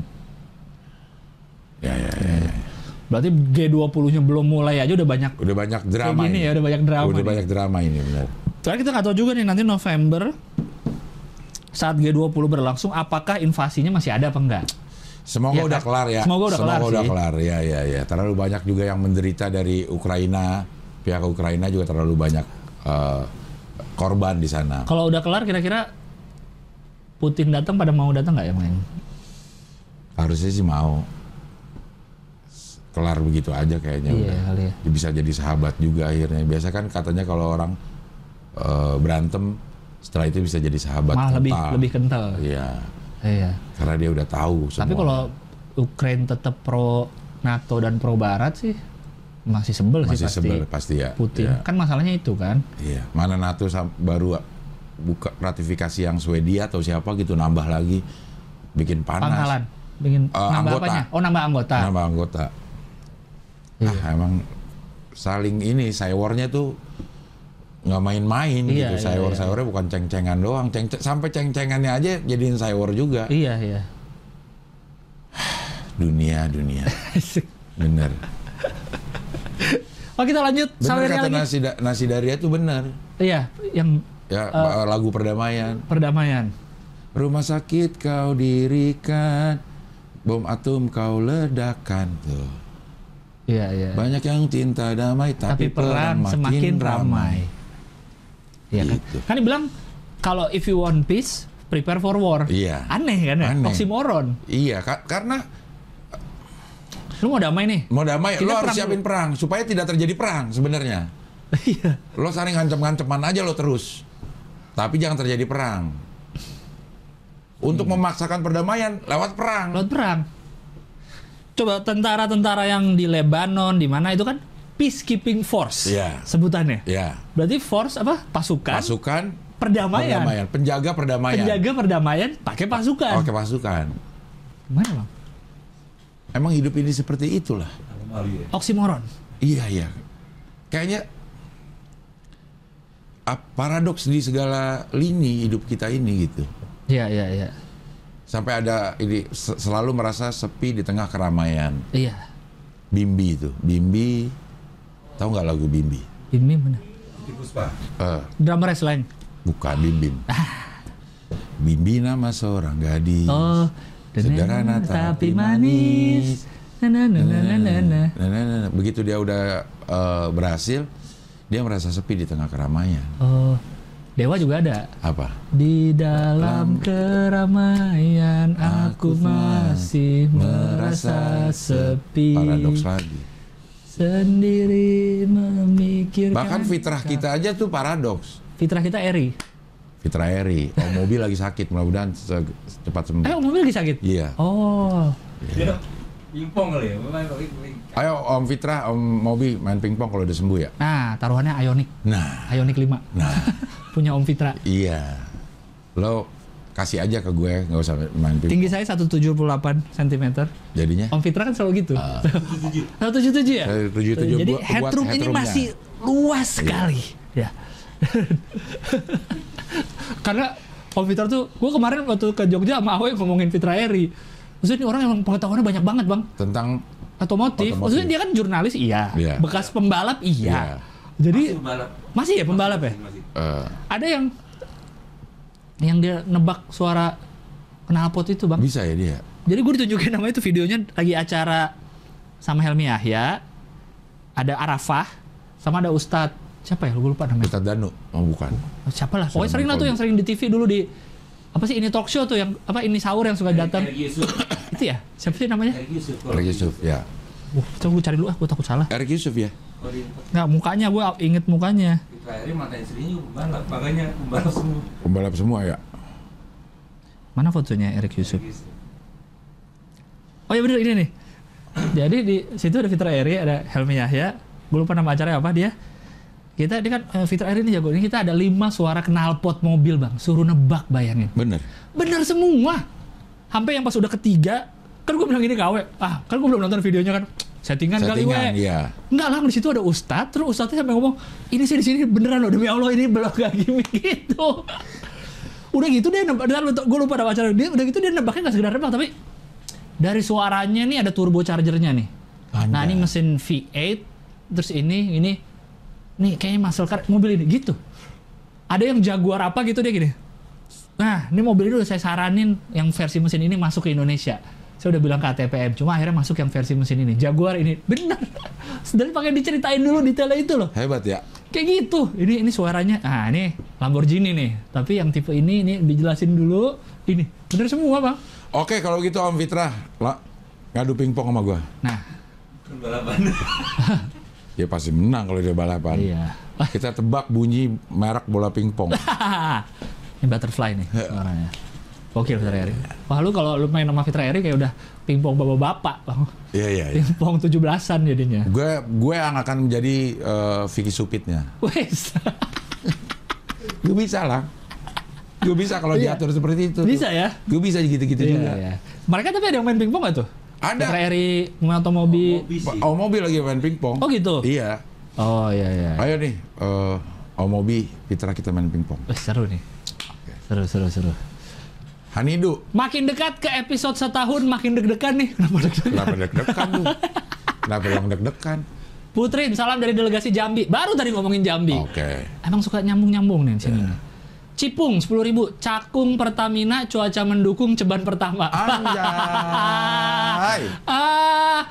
Ya, ya, ya, ya. Berarti G dua puluh-nya belum mulai aja udah banyak Udah banyak kayak drama gini ini. ya, udah banyak drama. Udah nih. banyak drama ini, benar. Soalnya kita nggak tahu juga nih nanti November saat G dua puluh berlangsung apakah invasinya masih ada apa enggak? Semoga Ya, udah kan? kelar ya. Semoga udah kelar udah sih. kelar. Ya, ya, ya. Terlalu banyak juga yang menderita dari Ukraina. Pihak Ukraina juga terlalu banyak eh, korban di sana. Kalau udah kelar kira-kira Putin datang pada mau datang nggak ya main? Harusnya sih mau. Kelar begitu aja kayaknya Iya udah. kali ya. Bisa jadi sahabat juga akhirnya. Biasa kan katanya kalau orang eh, berantem setelah itu bisa jadi sahabat. Malah lebih kental. lebih kental. Iya. Iya. Karena dia udah tahu semua. Tapi kalau Ukraine tetap pro NATO dan pro Barat sih masih sebel masih sih pasti. sebel pasti ya. Putin. Iya. Kan masalahnya itu kan. Iya. Mana NATO sam- baru buka ratifikasi yang Swedia atau siapa gitu nambah lagi bikin panas. Pangkalan. Bikin Eh, nambah anggota. apanya? Oh, nambah anggota. Nambah anggota. Iya. Ah, emang saling ini cywarnya tuh nggak main-main Iya, gitu. iya, Cywar iya. cywar bukan ceng-cengan doang. Ceng sampai ceng-cengannya aja jadiin cywar juga. Iya, iya. Dunia dunia. Bener. Oh, kita lanjut Bener sawernya kata lagi. nasi da- nasi daria tuh bener. Iya, yang Ya Eh. lagu perdamaian. perdamaian. Rumah sakit kau dirikan, bom atom kau ledakan tuh. Iya, iya. Banyak yang cinta damai Tapi, tapi, perang semakin ramai. Iya kan? Gitu. Kan dibilang kalau if you want peace, prepare for war. Iya. Aneh kan ya? Aneh. Oksimoron. Iya, ka- karena Lu mau damai nih? mau damai Kita lo harus perang siapin perang supaya tidak terjadi perang sebenarnya. Iya. Lo saling ngancam-ngancaman aja lo terus. Tapi jangan terjadi perang. Untuk memaksakan perdamaian lewat perang. Lewat perang. Coba tentara-tentara yang di Lebanon di mana itu kan peacekeeping force Iya. sebutannya. Ya, Berarti force apa? Pasukan pasukan perdamaian. perdamaian, penjaga perdamaian. Penjaga perdamaian pakai pasukan. Oke, pasukan. Gimana, Bang? Emang hidup ini seperti itulah. Anomali ya. Oksimoron. Iya, iya. Kayaknya ah, paradoks di segala lini hidup kita ini gitu. Iya, iya, iya. Sampai ada ini se- selalu merasa sepi di tengah keramaian. Iya. Bimbi itu, Bimbi Tahu nggak lagu Bim Bim? Bim Bim mana? Puspa. Eh, Drummer Slang. bukan Bim Bim. Bim Bim nama seorang gadis. Oh, Sederhana tapi manis. Na na na na na na. Nah, nah, nah, nah. Begitu dia udah eh, berhasil, dia merasa sepi di tengah keramaian. Oh, Dewa juga ada. Apa? Di dalam keramaian aku masih merasa sepi. Paradoks lagi. Sendiri memikirkan. Bahkan fitrah kita aja tuh paradoks. Fitrah kita Eri. Fitra Eri, Om Mobi lagi sakit, mudah-mudahan se- cepat sembuh. Eh, Om Mobil lagi sakit? Iya. Oh. Dia pingpong kali ya, main paling Ayo Om Fitra, Om Mobi main pingpong kalau udah sembuh ya. Nah, taruhannya Ioniq. Nah, Ioniq lima. nah, Punya Om Fitra. iya. Lo kasih aja ke gue, nggak usah main pingpong. Tinggi saya seratus tujuh puluh delapan sentimeter. Jadinya? Om Fitra kan selalu gitu. seratus tujuh puluh tujuh ya? seratus tujuh puluh tujuh Jadi buat- headroom buat ini headroomnya. masih luas sekali. Ya. Karena Om Fitra tuh, gue kemarin waktu ke Jogja sama Awe ngomongin Fitra Eri. Maksudnya ini orang yang pengetahuannya banyak banget bang. Tentang Otomotif. Otomotif. Maksudnya dia kan jurnalis iya. Iya. Bekas pembalap iya. Iya. Jadi Masih balap. masih ya pembalap ya? Masih. eh, Ada yang yang dia nebak suara knalpot itu bang. bisa ya dia. Jadi gue ditunjukin namanya itu videonya lagi acara sama Helmi Yahya, ada Arafah, sama ada Ustadz siapa ya? Gue lupa namanya. Ustadz Danu, oh bukan. Siapa lah? Pokoknya Ustadz sering lah tuh Danu. yang sering di T V dulu di apa sih ini talk show tuh yang apa ini sahur yang suka datang. Erick Yusuf. Itu ya? Siapa sih namanya? Erick Yusuf. Erik Yusuf, ya. Wah, coba gue cari dulu ah, gue takut salah. Erik Yusuf ya. Oh, di Nggak, mukanya gue inget mukanya. Fitra Eri matanya istrinya juga pembalap, makanya pembalap semua. Pembalap semua ya. Mana fotonya Erik Yusuf? Erick Yusuf. Oh iya bener ini nih. Jadi di situ ada Fitra Eri, ada Helmi Yahya. Gue lupa nama acaranya apa dia. Kita ini kan eh, Fitra Eri ini jago. Ini kita ada lima suara knalpot mobil bang. Suruh nebak bayangin. Bener. Bener semua. Sampai yang pas udah ketiga, kan gue bilang gini ke Awe. Ah kan gue belum nonton videonya kan. Settingan, kali Settingan, we. iya. Enggak lah, di situ ada Ustadz. Terus Ustadznya sampai ngomong, ini sih di sini beneran loh demi Allah ini belum gak gimmick gitu. Udah gitu dia nebak. Gue lupa ada acara dia. Udah gitu dia nebaknya nggak sekedar nebak tapi dari suaranya nih ada turbo chargernya nih. Anjay. Nah ini mesin V eight, terus ini, ini, nih kayaknya muscle car mobil ini gitu. Ada yang Jaguar apa gitu dia gini. Nah ini mobil ini udah saya saranin yang versi mesin ini masuk ke Indonesia. Saya udah bilang ke A T P M, cuma akhirnya masuk yang versi mesin ini. Jaguar ini, bener. Sedang pakai diceritain dulu detailnya itu loh. Hebat ya. Kayak gitu. Ini ini suaranya. Ah ini Lamborghini nih. Tapi yang tipe ini ini dijelasin dulu. Ini bener semua bang. Oke, kalau gitu Om Fitra, lah, ngadu pingpong sama gua. Nah. Kan balapan. Dia pasti menang kalau dia balapan. Iya. Kita tebak bunyi merek bola pingpong. Ini butterfly nih suaranya. Oke Fitra Eri. Wah lu kalau lu main sama Fitra Eri kayak udah pingpong bapak-bapak bang. Iya, iya, iya. Pingpong tujuh belasan jadinya. Gue gue yang akan menjadi eh, Vicky Supitnya. Wes. Gue bisa lah. Gue bisa kalau Iya. diatur seperti itu. Bisa ya? Gue bisa gitu-gitu juga. Iya, iya. Mereka tapi ada yang main pingpong gak tuh? Ada. Fitra Eri, Motomobi. Mobil sih. Om Mobi lagi main pingpong. Oh gitu? Iya. Oh iya iya. Ayo nih, eh, Om Mobi, Fitra kita main pingpong. Wih, seru nih. Seru seru seru. Hanidu, Makin dekat ke episode setahun makin deg-degan nih. Kenapa deg-degan? kenapa deg-degan lu? Kenapa yang deg-degan? Putrin, salam dari delegasi Jambi. Baru tadi ngomongin Jambi. Oke. Emang suka nyambung-nyambung nih di sini. nih. Cipung sepuluh ribu, Cakung Pertamina, cuaca mendukung ceban pertama. Anjay. Ah.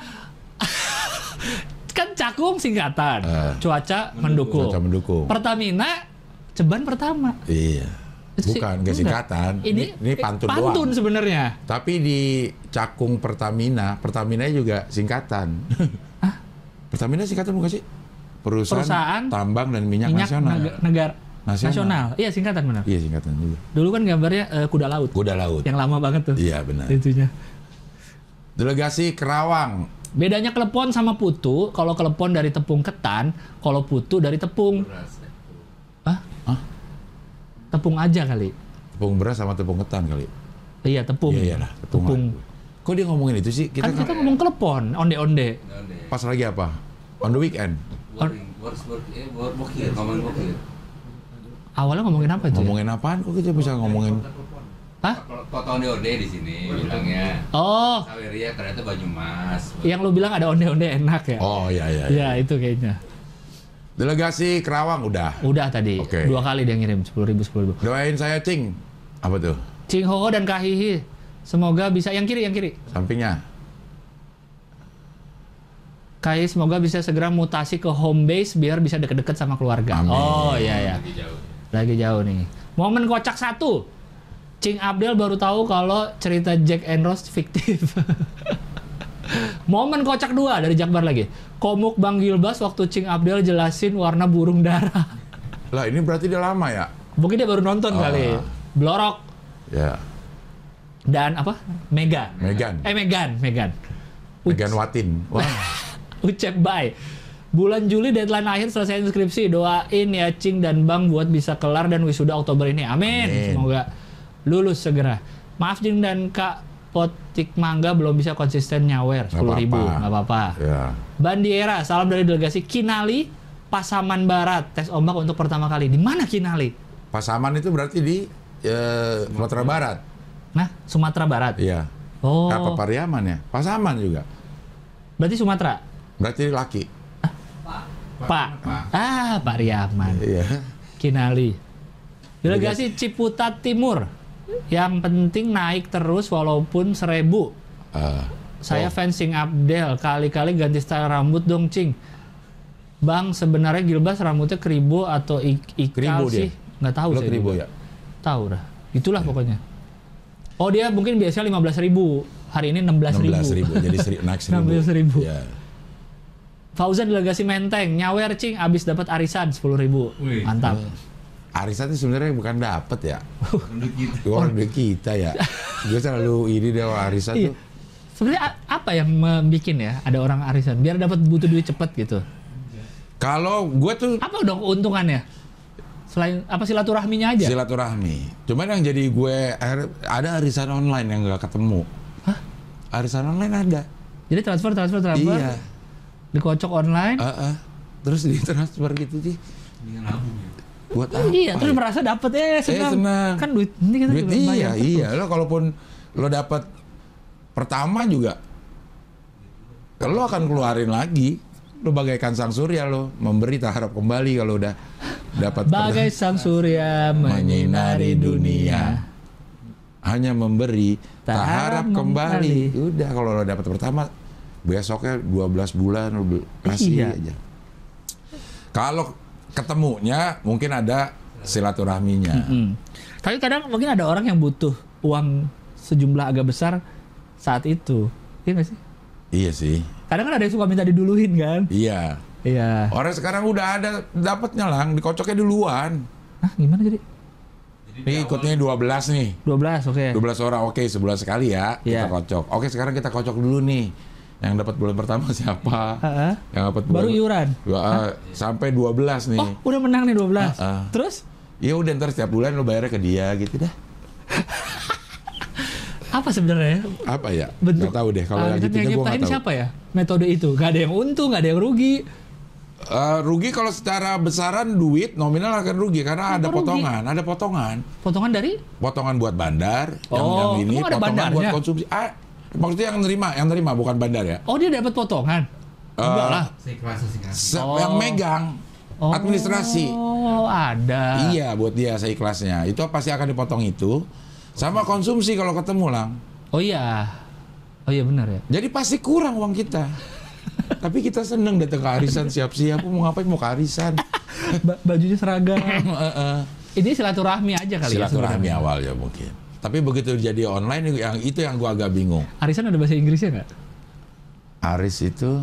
Kan Cakung singkatan. Eh. Cuaca mendukung. Cuaca mendukung. Pertamina ceban pertama. Iya. Itu sih- Bukan, gak enggak. singkatan. Ini, ini pantun, pantun doang. sebenarnya. Tapi di Cakung Pertamina, Pertamina juga singkatan. Pertamina singkatan bukan sih? Perusahaan, Perusahaan tambang dan minyak, Minyak nasional. neg- negara Nasional. nasional. Iya singkatan benar. Iya singkatan juga. Dulu kan gambarnya eh, kuda laut. Kuda laut. Yang lama banget tuh. Iya benar. Itunya. Delegasi Kerawang. Bedanya klepon sama putu, kalau klepon dari tepung ketan, kalau putu dari tepung. Hah? Hah? Tepung aja kali. Tepung beras sama tepung ketan kali. Iya, tepung. Iya iyalah, tepung. Tepung. Kok dia ngomongin itu sih? Kita Kan kita ngomong klepon, onde-onde. pas lagi apa? On the weekend. Boring, boring, boring, eh, boring, bokir, ngomongin bokir. Awalnya ngomongin apa itu? ya? Ngomongin apaan? Kok kita bisa ngomongin? Hah? Kok tahun ode di sini bilangnya. Oh, Saweria ternyata Banyumas. yang lu bilang ada onde-onde enak ya? Oh iya iya. Iya, itu kayaknya. Delegasi Kerawang udah. Udah tadi. Oke. Dua kali dia ngirim sepuluh ribu sepuluh ribu. Doain saya Cing. Apa tuh? Cing Ho dan Kak Hihi. Semoga bisa yang kiri yang kiri. Sampingnya. Kak Hihi semoga bisa segera mutasi ke home base biar bisa deket-deket sama keluarga. Amin. Oh iya ya. Lagi jauh. Lagi jauh nih. Momen kocak satu. Cing Abdel baru tahu kalau cerita Jack and Rose fiktif. Momen kocak dua dari Jakbar lagi. Komuk Bang Gilbas waktu Cing Abdel jelasin warna burung dara. Lah ini berarti dia lama ya? Mungkin dia baru nonton Oh. kali. Blorok. Ya. Dan apa? Megan. Megan. Eh Megan, Megan. Megan Watin. Wah. Ucap bye. Bulan Juli deadline akhir selesai skripsi. Doain ya Cing dan Bang buat bisa kelar dan wisuda Oktober ini. Amin. Amin. Semoga lulus segera. Maaf Cing dan Kak Potik Mangga belum bisa konsisten nyawer sepuluh ribu. Nggak apa-apa. Ya. Bandiera, salam dari delegasi Kinali, Pasaman Barat. Tes ombak untuk pertama kali. Di mana Kinali? Pasaman itu berarti di eh, Sumatera Barat. Nah, Sumatera Barat. Iya. Oh. Apa Pariaman ya? Pasaman juga. Berarti Sumatera. Berarti laki. Pak. Ah, Pak Riaman. Iya. Kinali. Delegasi Ciputat Timur. Yang penting naik terus walaupun seribu. Eh, Saya oh. fans Cing Abdel. Kali-kali ganti style rambut dong, Cing. Bang, sebenarnya Gilbas rambutnya keribo atau ik ikal Keribo sih? dia. Nggak tahu Lo saya keribo juga. ya? Tahu dah. Itulah pokoknya. Oh, dia mungkin biasanya lima belas ribu. Hari ini enam belas ribu. enam belas ribu. Jadi seri, naik seribu. enam belas ribu. Ya. Fauzan delegasi Menteng. Nyawer, Cing. Abis dapat arisan sepuluh ribu. Wih. Mantap. Arisan itu sebenarnya bukan dapet ya. Menurut kita. Orang dari kita ya. Gue selalu ini deh arisan Iya. tuh. Sebenarnya a- apa yang membuat ya ada orang arisan biar dapat butuh duit cepet gitu? Kalau gue tuh Apa dong keuntungannya? Selain apa silaturahminya aja? silaturahmi. Cuman yang jadi gue akhir- ada arisan online yang nggak ketemu. Hah? Arisan online ada. Jadi transfer transfer transfer. Iya. Dikocok online. Uh, uh. Terus ditransfer gitu sih. Mendingan nabung ya. Buat apa? Iya, terus ya? merasa dapat eh Eh, senang. senang. Kan duit ini kita Duit, juga iya, bayar terus. iya. Lo kalaupun lo dapat pertama juga, lo akan keluarin lagi. Lo bagaikan sang surya lo memberi tak harap kembali kalau udah dapat Bagai sang surya menyinari dunia. hanya memberi tak, Tak harap harap kembali. kembali. Udah kalau lo dapat pertama, besoknya dua belas bulan lo be- kasih Iya. aja. Kalau ketemunya mungkin ada silaturahminya. Hmm. Tapi kadang mungkin ada orang yang butuh uang sejumlah agak besar saat itu. Iya nggak sih? Iya sih. Kadang kan ada yang suka minta diduluin kan? Iya. Iya. Orang sekarang udah ada dapatnya lang, dikocoknya duluan. Nah, gimana jadi? Jadi Nih ikutnya dua belas nih. dua belas, oke. dua belas orang, oke sebulan sekali ya. Kita Iya. kocok. Oke sekarang kita kocok dulu nih. Yang dapat bulan pertama siapa? Heeh. Yang dapat bulan Baru iuran. Dua, ah, sampai dua belas nih. Oh, udah menang nih dua belas. Ah, ah. Terus Ya udah ntar setiap bulan lo bayarnya ke dia gitu dah. apa sebenarnya? Apa ya? Bentuk- Nggak tahu deh. Kalau Ah, yang kan gitunya yang gue nyiptain nggak tahu. siapa ya? Metode itu. Gak ada yang untung, gak ada yang rugi. Eh, rugi kalau secara besaran duit nominal akan rugi karena ada Apa rugi? potongan, ada potongan, Potongan dari? potongan buat bandar, yang, Oh, yang ini emang ada potongan buat bandarnya? konsumsi. Ah, maksudnya yang nerima, yang nerima bukan bandar ya. Oh, dia dapat potongan. Enggak Eh, lah. seikhlasnya sih kan. Se- Oh. Yang megang Oh, administrasi. ada. Iya, buat dia seikhlasnya. Itu pasti akan dipotong itu. Sama konsumsi kalau ketemu lang. Oh iya. Oh iya benar ya. Jadi pasti kurang uang kita. Tapi kita seneng datang ke arisan siap-siap. Mau ngapain mau ke arisan? Ba- bajunya seragam. Eh, eh. Ini silaturahmi aja kali Silaturahmi ya. sebenarnya. awal ya mungkin. Tapi begitu jadi online yang itu yang gua agak bingung. Arisan ada bahasa Inggrisnya nggak? Aris itu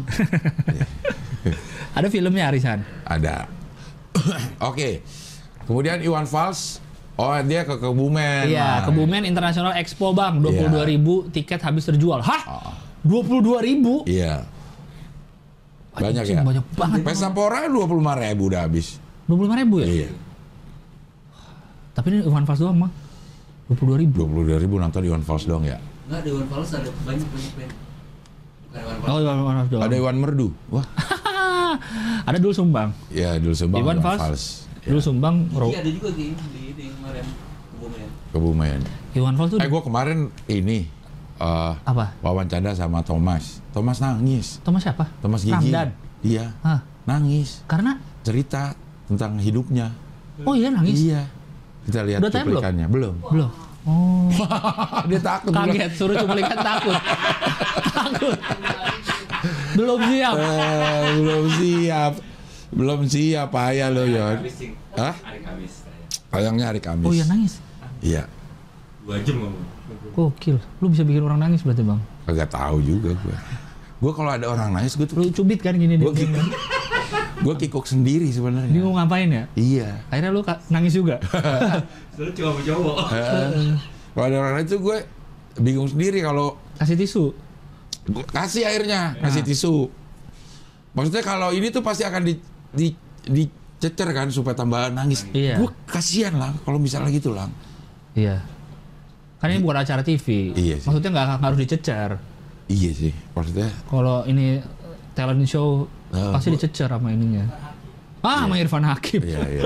Ada filmnya Arisan. ada. Oke. Kemudian Iwan Fals, oh dia ke Kebumen. Iya, Nah, Kebumen International Expo Bang, dua puluh dua ribu tiket habis terjual. Hah? dua puluh dua ribu? Iya. Banyak Anjing, ya? Banyak banget. Pesapora dua puluh lima ribu udah habis. dua puluh lima ribu ya? Iya. Tapi ini Iwan Fals doang mah. dua puluh dua ribu. dua puluh dua ribu nonton Iwan Fals dong ya. Enggak, di Iwan Fals ada banyak banyak band. Bukan Iwan Fals. Oh, Iwan Fals doang. Ada Iwan Merdu. Wah. Ada Dul Sumbang. Ya dulu Sumbang Iwan Iwan Fals. Fals. Dul Sumbang, Ro- Iya, ada juga di di, di kemarin Kebumen. Kebumen. Iwan Fals tuh Eh gue kemarin ini eh apa? wawancara sama Thomas. Thomas nangis. Thomas siapa? Thomas Gigi. Ramdan. Iya. Hah? Nangis. Karena cerita tentang hidupnya. Oh iya nangis? Iya. Kita lihat Udah tayang cuplikannya. Belum. Belum. Oh. Dia takut. Kaget, suruh cuplikan takut. Takut. Belum siap. Eh, belum siap. Belum siap payah lo, Yon. Kamis, Cing. Hah? Hari Kamis. Tayangnya hari Kamis. Oh iya nangis. Iya. Dua jam ngomong. Gokil. Lu bisa bikin orang nangis berarti, Bang. Kagak tahu juga gue. Gue kalau ada orang nangis gue tuh Lu cubit kan gini dia. Gua kikuk. gue kikuk sendiri sebenarnya. Bingung ngapain ya? Iya. Akhirnya lu ka- nangis juga. Lu cuma cowok. Eh, Kalau ada orang nangis tuh gue bingung sendiri kalau Kasih tisu. gua kasih airnya, kasih tisu. Maksudnya kalau ini tuh pasti akan di di dicecer kan supaya tambah nangis. Iya. Gue kasihan lah kalau misalnya gitu lah. Iya. Kan ini bukan acara T V. Iya sih. Maksudnya nggak harus dicecer. Iya sih, maksudnya. Kalau ini talent show Oh, pasti gua- dicecer sama ininya. Ah, sama Irfan Hakim. Iya iya.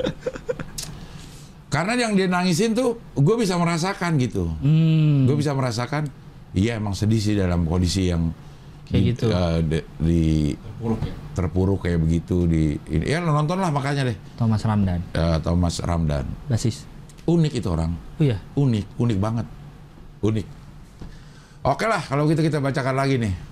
Karena yang dia nangisin tuh, gue bisa merasakan gitu. Hmm. Gue bisa merasakan, iya emang sedih sih dalam kondisi yang Kayak di, gitu. eh, de- di Terpuruk ya. terpuruk kayak begitu di. Ini. Ya lo nonton lah makanya deh. Thomas Ramdan, Eh, Thomas Ramdan. basis. Unik itu orang. Oh iya. Unik, unik banget. Unik. Oke lah, kalau gitu kita bacakan lagi nih.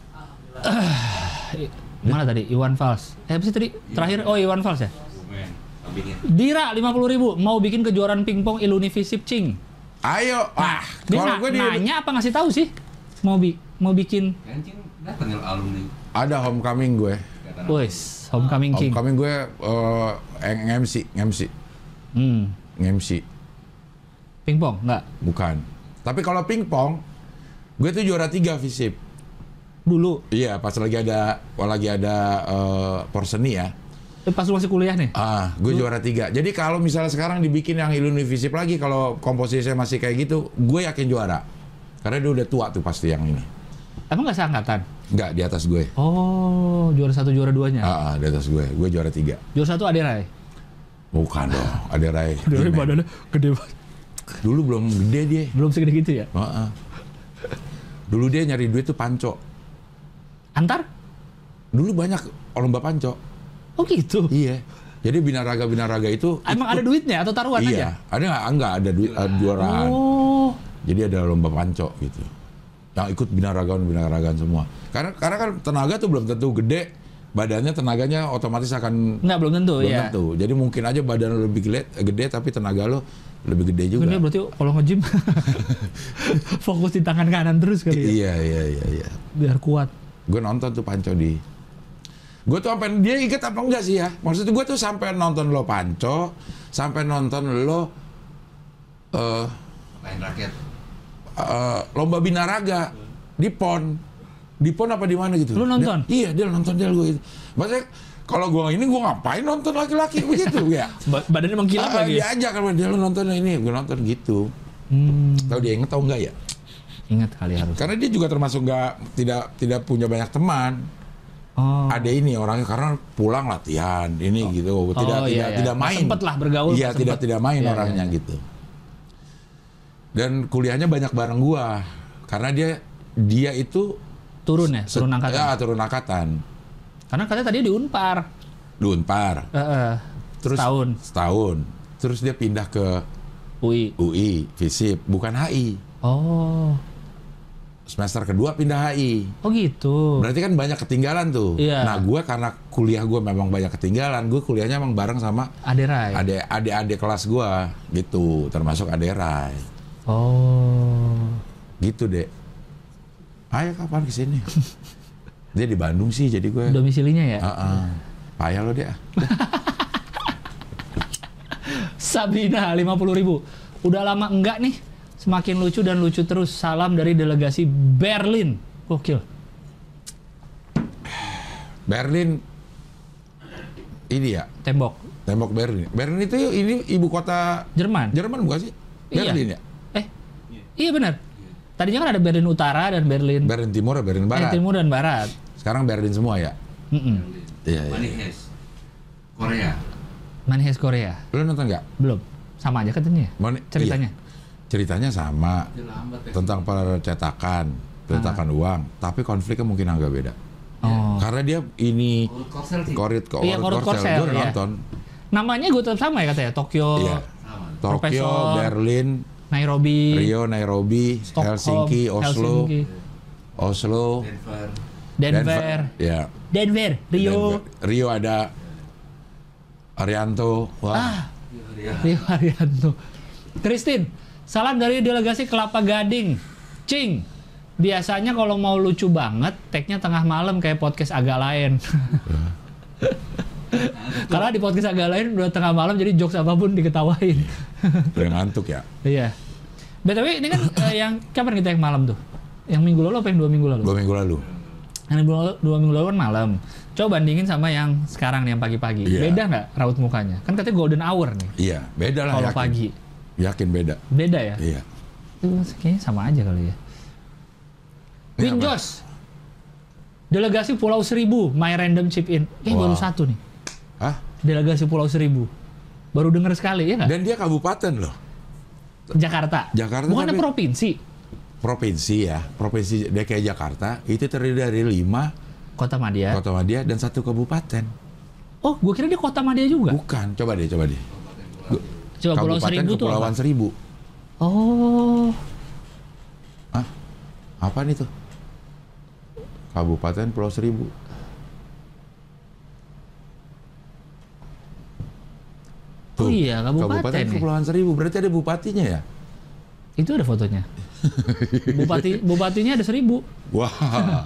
I- Mana tadi? Iwan Fals. Eh, apa sih tadi? Terakhir, oh Iwan Fals ya? Bumen. Sampingnya. Dira, lima puluh ribu. Mau bikin kejuaraan pingpong Ilunivisip Cing. Ayo, ah, Dia kalau na- gue di nanya apa ngasih tahu sih? Mau bi mau bikin, Kan Cing datang ya alumni. ada homecoming gue. Ikatan wes, Homecoming King. Homecoming gue eh M C, M C, Hmm. M C, Pingpong, enggak? bukan. Tapi kalau pingpong, gue tuh juara tiga Visip. Dulu. Iya, pas lagi ada, pas lagi ada eh, porseni ya. Eh, pas lu masih kuliah nih? Ah, gue juara tiga. Jadi kalau misalnya sekarang dibikin yang Ilunivisip lagi, kalau komposisinya masih kayak gitu, gue yakin juara. Karena dia udah tua tuh pasti yang ini. Emang nggak seangkatan? Enggak, di atas gue. Oh, juara satu, juara duanya. Ah, ah, di atas gue. Gue juara tiga. Juara satu Aderai. Bukan dong, ada Rai. Aderai Gimana? badannya gede banget. Dulu belum gede dia. Belum segede gitu ya? Ah, ah. Dulu dia nyari duit tuh panco. Antar? Dulu banyak lomba panco. Oh gitu. Iya. Jadi binaraga-binaraga itu Emang ada ikut. duitnya atau taruhan aja? Iya, ada nggak? Enggak, ada duit uh, juaraan. Oh. Jadi ada lomba panco gitu. Yang ikut binaragaan-binaragaan semua. Karena karena kan tenaga tuh belum tentu gede, badannya tenaganya otomatis akan Enggak, belum tentu belum ya. tentu. Jadi mungkin aja badan lo lebih gede, gede tapi tenaga lo lebih gede juga. Mungkin dia berarti kalau nge-gym fokus di tangan kanan terus kali ya. Iya, iya, iya, iya. Biar kuat. Gue nonton tuh panco di. Gue tuh sampai dia inget apa enggak sih ya? Maksud gue tuh sampai nonton lo panco, sampai nonton lo eh main raket. eh, lomba binaraga di pon, di pon apa di mana gitu? Lu nonton? Dia, iya, dia nonton dia gue. Gitu. Maksudnya kalau gue ini gue ngapain nonton laki-laki begitu ya? Ba- Badannya mengkilap Ah, lagi. dia aja kan dia lu nonton ini, gue nonton gitu. Hmm, Tahu dia inget tau enggak ya? ingat kali harus. Karena dia juga termasuk nggak tidak tidak punya banyak teman. Oh. Ada ini orangnya karena pulang latihan ini gitu tidak Oh, tidak iya, iya. tidak main Sempet lah bergaul, iya sempet. tidak tidak main Iya, orangnya iya. gitu dan kuliahnya banyak bareng gua karena dia dia itu Turun ya, turun angkatan. ya, turun angkatan Karena katanya tadi di Unpar. di Unpar Eh, eh, terus setahun. setahun terus dia pindah ke U I. U I Visip bukan H I Oh. semester kedua pindah H I Oh gitu. berarti kan banyak ketinggalan tuh Iya. nah gua karena kuliah gua memang banyak ketinggalan gua kuliahnya emang bareng sama Aderai. Ade, adik-adik kelas gua gitu, termasuk Ade Rai. Oh. Gitu, Dek. Ayo kapan kesini? Dia di Bandung sih, jadi gue. Domisilinya ya? Heeh. Payah lo, Dek. ah. Sabina lima puluh ribu. Udah lama enggak nih? Semakin lucu dan lucu terus. Salam dari delegasi Berlin. Gokil. Berlin ini ya, Tembok. tembok Berlin. Berlin itu ini ibu kota Jerman. Jerman bukan sih? Iya. Berlin ya? Eh, iya benar. Tadinya kan ada Berlin Utara dan Berlin, Berlin Timur, Berlin eh, Barat. Timur dan Barat. Sekarang Berlin semua ya? Mm-mm. Iya, iya. Manihes. Korea. Manifest Korea. Lo nonton nggak? Belum. Sama aja katanya. ya? Mani- Ceritanya. iya. Ceritanya sama. Dia lambat ya. Tentang percetakan, percetakan uang. Tapi konfliknya mungkin agak beda. Oh. Karena dia ini Korut Korsel sih. Korit, Iya, Korut Korsel, Korsel, gue udah iya. nonton. Namanya gue tetap sama ya katanya, Tokyo, Iya. Sama. Tokyo, Profesor. Berlin, Nairobi, Rio, Nairobi, Stockholm, Helsinki, Oslo, Helsinki, Oslo, Denver. Denver, ya. Denver, Rio. Denver. Rio ada Arianto. Wah. Ah, Iya. Rio Arianto. Christine, salam dari delegasi Kelapa Gading. Cing, biasanya kalau mau lucu banget, tag-nya tengah malam kayak podcast agak lain. Karena di podcast agak lain udah tengah malam, jadi jokes apapun diketawain. Udah ngantuk ya. Iya. B T W ini kan eh, yang kapan kita yang malam tuh? Yang minggu lalu apa yang dua minggu lalu? Dua minggu lalu. Yang dua, dua minggu lalu kan malam. Coba bandingin sama yang sekarang nih yang pagi-pagi. Iya. Beda nggak raut mukanya? Kan katanya golden hour nih. Iya, beda lah. Kalau yakin. pagi. Yakin beda. Beda ya? Iya. Itu kayaknya sama aja kali ya. Ini Win apa? Jos. Delegasi Pulau Seribu, my random chip in. Eh Wow. baru satu nih. Hah? Delegasi Pulau Seribu. Baru denger sekali ya nggak? Dan dia kabupaten loh. Jakarta. Jakarta Bukannya tapi- provinsi. Provinsi ya, provinsi D K I Jakarta itu terdiri dari lima Kota Madya. kota madya dan satu kabupaten. Oh, gue kira dia Kota Madya juga. Bukan, coba deh, coba deh. Coba Pulau Kabupaten Seribu tuh Kepulauan apa? Seribu. Oh, Hah? Apa nih tuh? Kabupaten Pulau Seribu. oh iya, kabupaten, Kabupaten nih. Kepulauan Seribu, berarti ada bupatinya ya? Itu ada fotonya. Bupati, bupatinya ada seribu. Wah,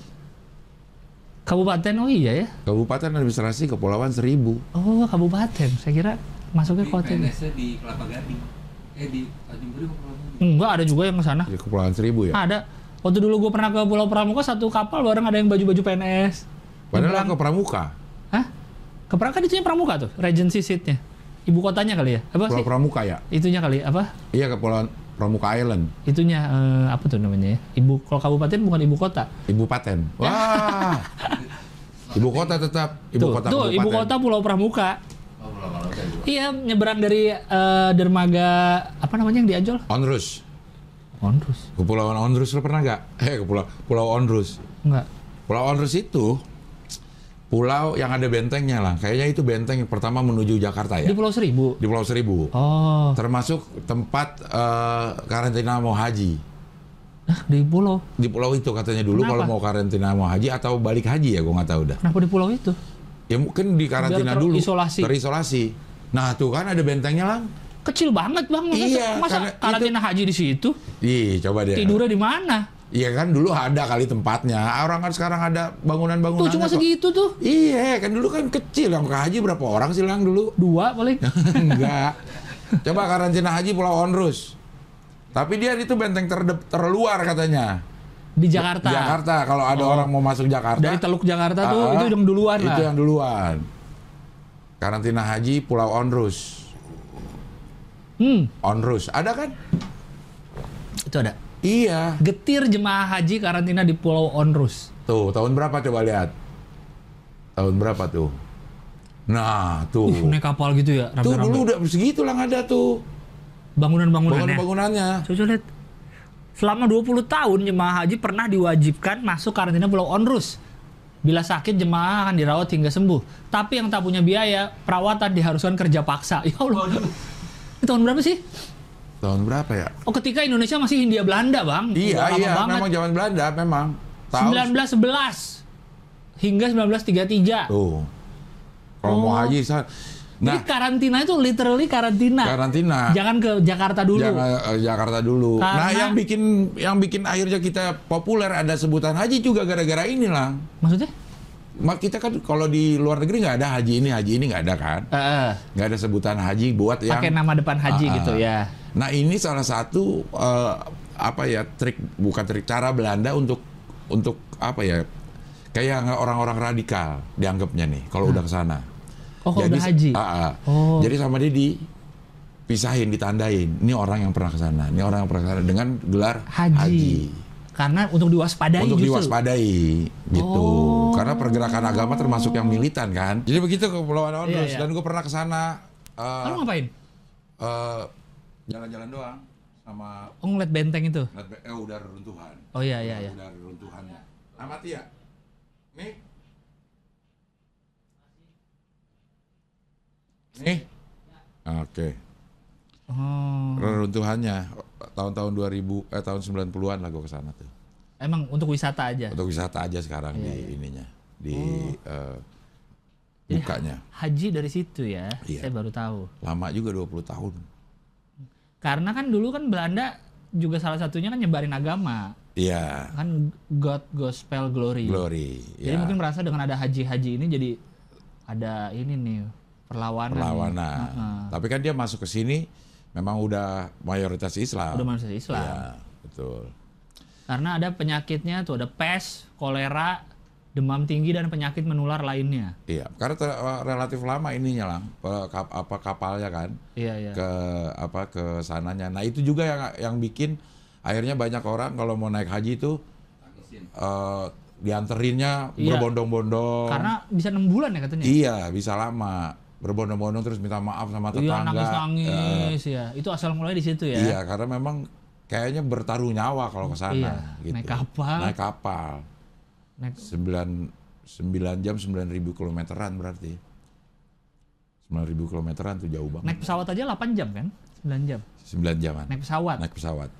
Kabupaten, oh iya ya. Kabupaten Administrasi Kepulauan Seribu. Oh, kabupaten. Saya kira masuknya Di kota. P N S-nya di Kelapa Gading. Eh di Tanjung Priok apa Kelapa Gading? Enggak, ada juga yang ke sana. Di Kepulauan Seribu ya? Ada. Waktu dulu gue pernah ke Pulau Pramuka, satu kapal bareng ada yang baju-baju P N S. Padahal Nyebrang. ke Pramuka. Hah? Ke Pramuka kan itunya Pramuka tuh, Regency Seat-nya. Ibu kotanya kali ya? Apa Pulau sih? Pramuka ya? Itunya kali, apa? Iya, Kepulauan Pramuka Island. Itunya, eh, apa tuh namanya ya? Ibu, kalau kabupaten bukan ibu kota. Ibu Paten. Wah. Ibu kota tetap. Ibu tuh, kota tuh kabupaten. ibu kota Pulau Pramuka. Oh, Pulau Pramuka juga. Iya, nyeberang dari eh, dermaga, apa namanya yang di Ancol? Onrus. Onrus. Kepulauan Onrus lo pernah nggak? Eh, Pulau Pulau Onrus. Enggak. Pulau Onrus itu pulau yang ada bentengnya lah. Kayaknya itu benteng yang pertama menuju Jakarta ya. Di Pulau Seribu. Di Pulau Seribu. Oh, Termasuk tempat eh, karantina mau haji. nah, di pulau. Di pulau itu katanya dulu Kenapa? kalau mau karantina mau haji atau balik haji ya, gue nggak tahu dah. Kenapa di pulau itu? Ya mungkin di karantina Biar dulu. terisolasi. Terisolasi. Nah tuh kan ada bentengnya lah. Kecil banget bang. Masa, Iya, masa karena karantina haji di situ? Ih, coba deh. Tidurnya di mana? Iya kan dulu ada kali tempatnya. Orang kan sekarang ada bangunan-bangunan. Tuh cuma segitu tuh. Iya, kan dulu kan kecil. Yang ke haji berapa orang sih lang dulu? Dua paling. Enggak. Coba karantina haji Pulau Onrus. Tapi dia itu benteng terde- terluar katanya. Di Jakarta. Jakarta. Kalau ada Oh. orang mau masuk Jakarta. Dari Teluk Jakarta tuh, Ah, itu yang duluan lah. Itu yang duluan. Karantina haji Pulau Onrus. Hmm, Onrus. Ada kan? itu ada. Iya. Getir jemaah haji karantina di Pulau Onrus. Tuh, tahun berapa coba lihat? Tahun berapa tuh? Nah, tuh. Uh, naik kapal gitu ya, Tuh rame-rame. dulu udah segitu lah ada tuh. Bangunan-bangunannya. Bangunan-bangunannya. Coba lihat. Selama dua puluh tahun jemaah haji pernah diwajibkan masuk karantina Pulau Onrus. Bila sakit jemaah akan dirawat hingga sembuh. Tapi yang tak punya biaya, perawatan diharuskan kerja paksa. Ya Allah. Ini tahun berapa sih? Tahun berapa ya? Oh, ketika Indonesia masih Hindia Belanda, Bang. Iya, Udah lama iya, banget. memang zaman Belanda memang. Tahun sembilan belas sebelas hingga sembilan belas tiga puluh tiga. Tuh. Kalau Oh. mau haji, sa- Jadi nah, karantina itu literally karantina. karantina. Jangan ke Jakarta dulu. Jangan eh, Jakarta dulu. Karena- Nah, yang bikin yang bikin akhirnya kita populer ada sebutan haji juga gara-gara inilah. Maksudnya? Ma- Kita kan kalau di luar negeri nggak ada haji ini, haji ini nggak ada kan? Eh, Nggak ada sebutan haji buat yang pakai nama depan haji Ah, ah. gitu ya. Nah ini salah satu eh, apa ya trik bukan trik cara Belanda untuk untuk apa ya kayak orang-orang radikal dianggapnya nih kalau udah ke sana. Oh, kalau udah haji. Ah, ah. Oh. Jadi sama dia dipisahin, ditandain. Ini orang yang pernah ke sana, ini orang yang pernah ke sana dengan gelar Haji. haji. Karena untuk diwaspadai Untuk justru. diwaspadai gitu. Oh. Karena pergerakan agama termasuk yang militan kan. Jadi begitu ke Kepulauan Onrus Iya, iya. dan gue pernah ke sana. eh, Lalu ngapain? eh, jalan-jalan doang sama Oh, ngeliat benteng itu. Ngeliat- eh udah reruntuhan. Oh iya iya iya. Udah reruntuhannya. Amati ya. Nih. Nih. Oke. Oh. Reruntuhannya tahun-tahun dua ribu eh tahun sembilan puluhan lah gue ke sana tuh. Emang untuk wisata aja. Untuk wisata aja sekarang Iya, di iya. ininya, di eh, Jadi, bukanya. haji dari situ ya. Iya. Saya baru tahu. Lama juga dua puluh tahun. Karena kan dulu kan Belanda juga salah satunya kan nyebarin agama. Iya. Kan God Gospel Glory. Glory. Jadi Ya. mungkin merasa dengan ada haji-haji ini jadi ada ini nih perlawanan. Perlawanan. nih. Heeh. Tapi kan dia masuk ke sini memang udah mayoritas Islam. Udah manusia Islam. Iya, betul. Karena ada penyakitnya tuh ada pes, kolera, demam tinggi dan penyakit menular lainnya. Iya, karena ter- relatif lama ininya lah, pe- kap- apa kapalnya kan Iya iya. ke apa ke sananya. Nah itu juga yang yang bikin akhirnya banyak orang kalau mau naik haji itu eh, dianterinnya Iya. berbondong-bondong. Karena bisa enam bulan ya katanya. Iya, bisa lama berbondong-bondong terus minta maaf sama Iya tetangga. nangis-nangis ya. Itu asal mulai di situ ya. Iya, karena memang kayaknya bertaruh nyawa kalau ke sana. Iya, Gitu. naik kapal. Naik kapal. Naik Sembilan sembilan jam sembilan ribu kilometeran berarti. Sembilan ribu kilometeran tuh jauh banget. naik pesawat aja delapan jam kan? sembilan jam. Sembilan jaman. Naik pesawat. Naik pesawat.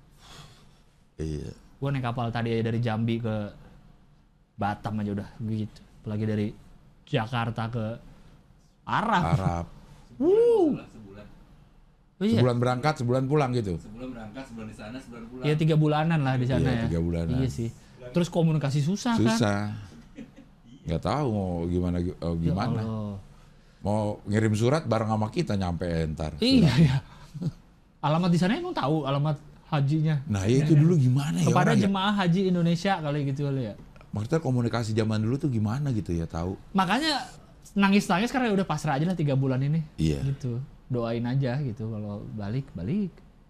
Iya. Gua naik kapal tadi aja dari Jambi ke Batam aja udah gitu. Apalagi dari Jakarta ke Arab. Arab. Wuh. Sebulan. Oh, iya. Sebulan berangkat, sebulan pulang gitu. Sebulan berangkat, sebulan di sana, sebulan pulang. Iya tiga bulanan lah di sana Iya, ya. tiga bulanan. Iya sih. Terus komunikasi susah, kan? Susah. Nggak tahu mau gimana oh, Ya gimana. Allah. Mau ngirim surat bareng sama kita nyampe entar. Iya ya. Alamat di sana emang tahu alamat hajinya. Nah, ya itu dulu gimana ya Kepada orang ya? jemaah haji Indonesia kali gitu kali ya. Maksudnya komunikasi zaman dulu tuh gimana gitu ya tahu. Makanya nangis-nangis karena udah pasrah aja lah tiga bulan ini. Iya. Gitu. Doain aja gitu kalau balik balik.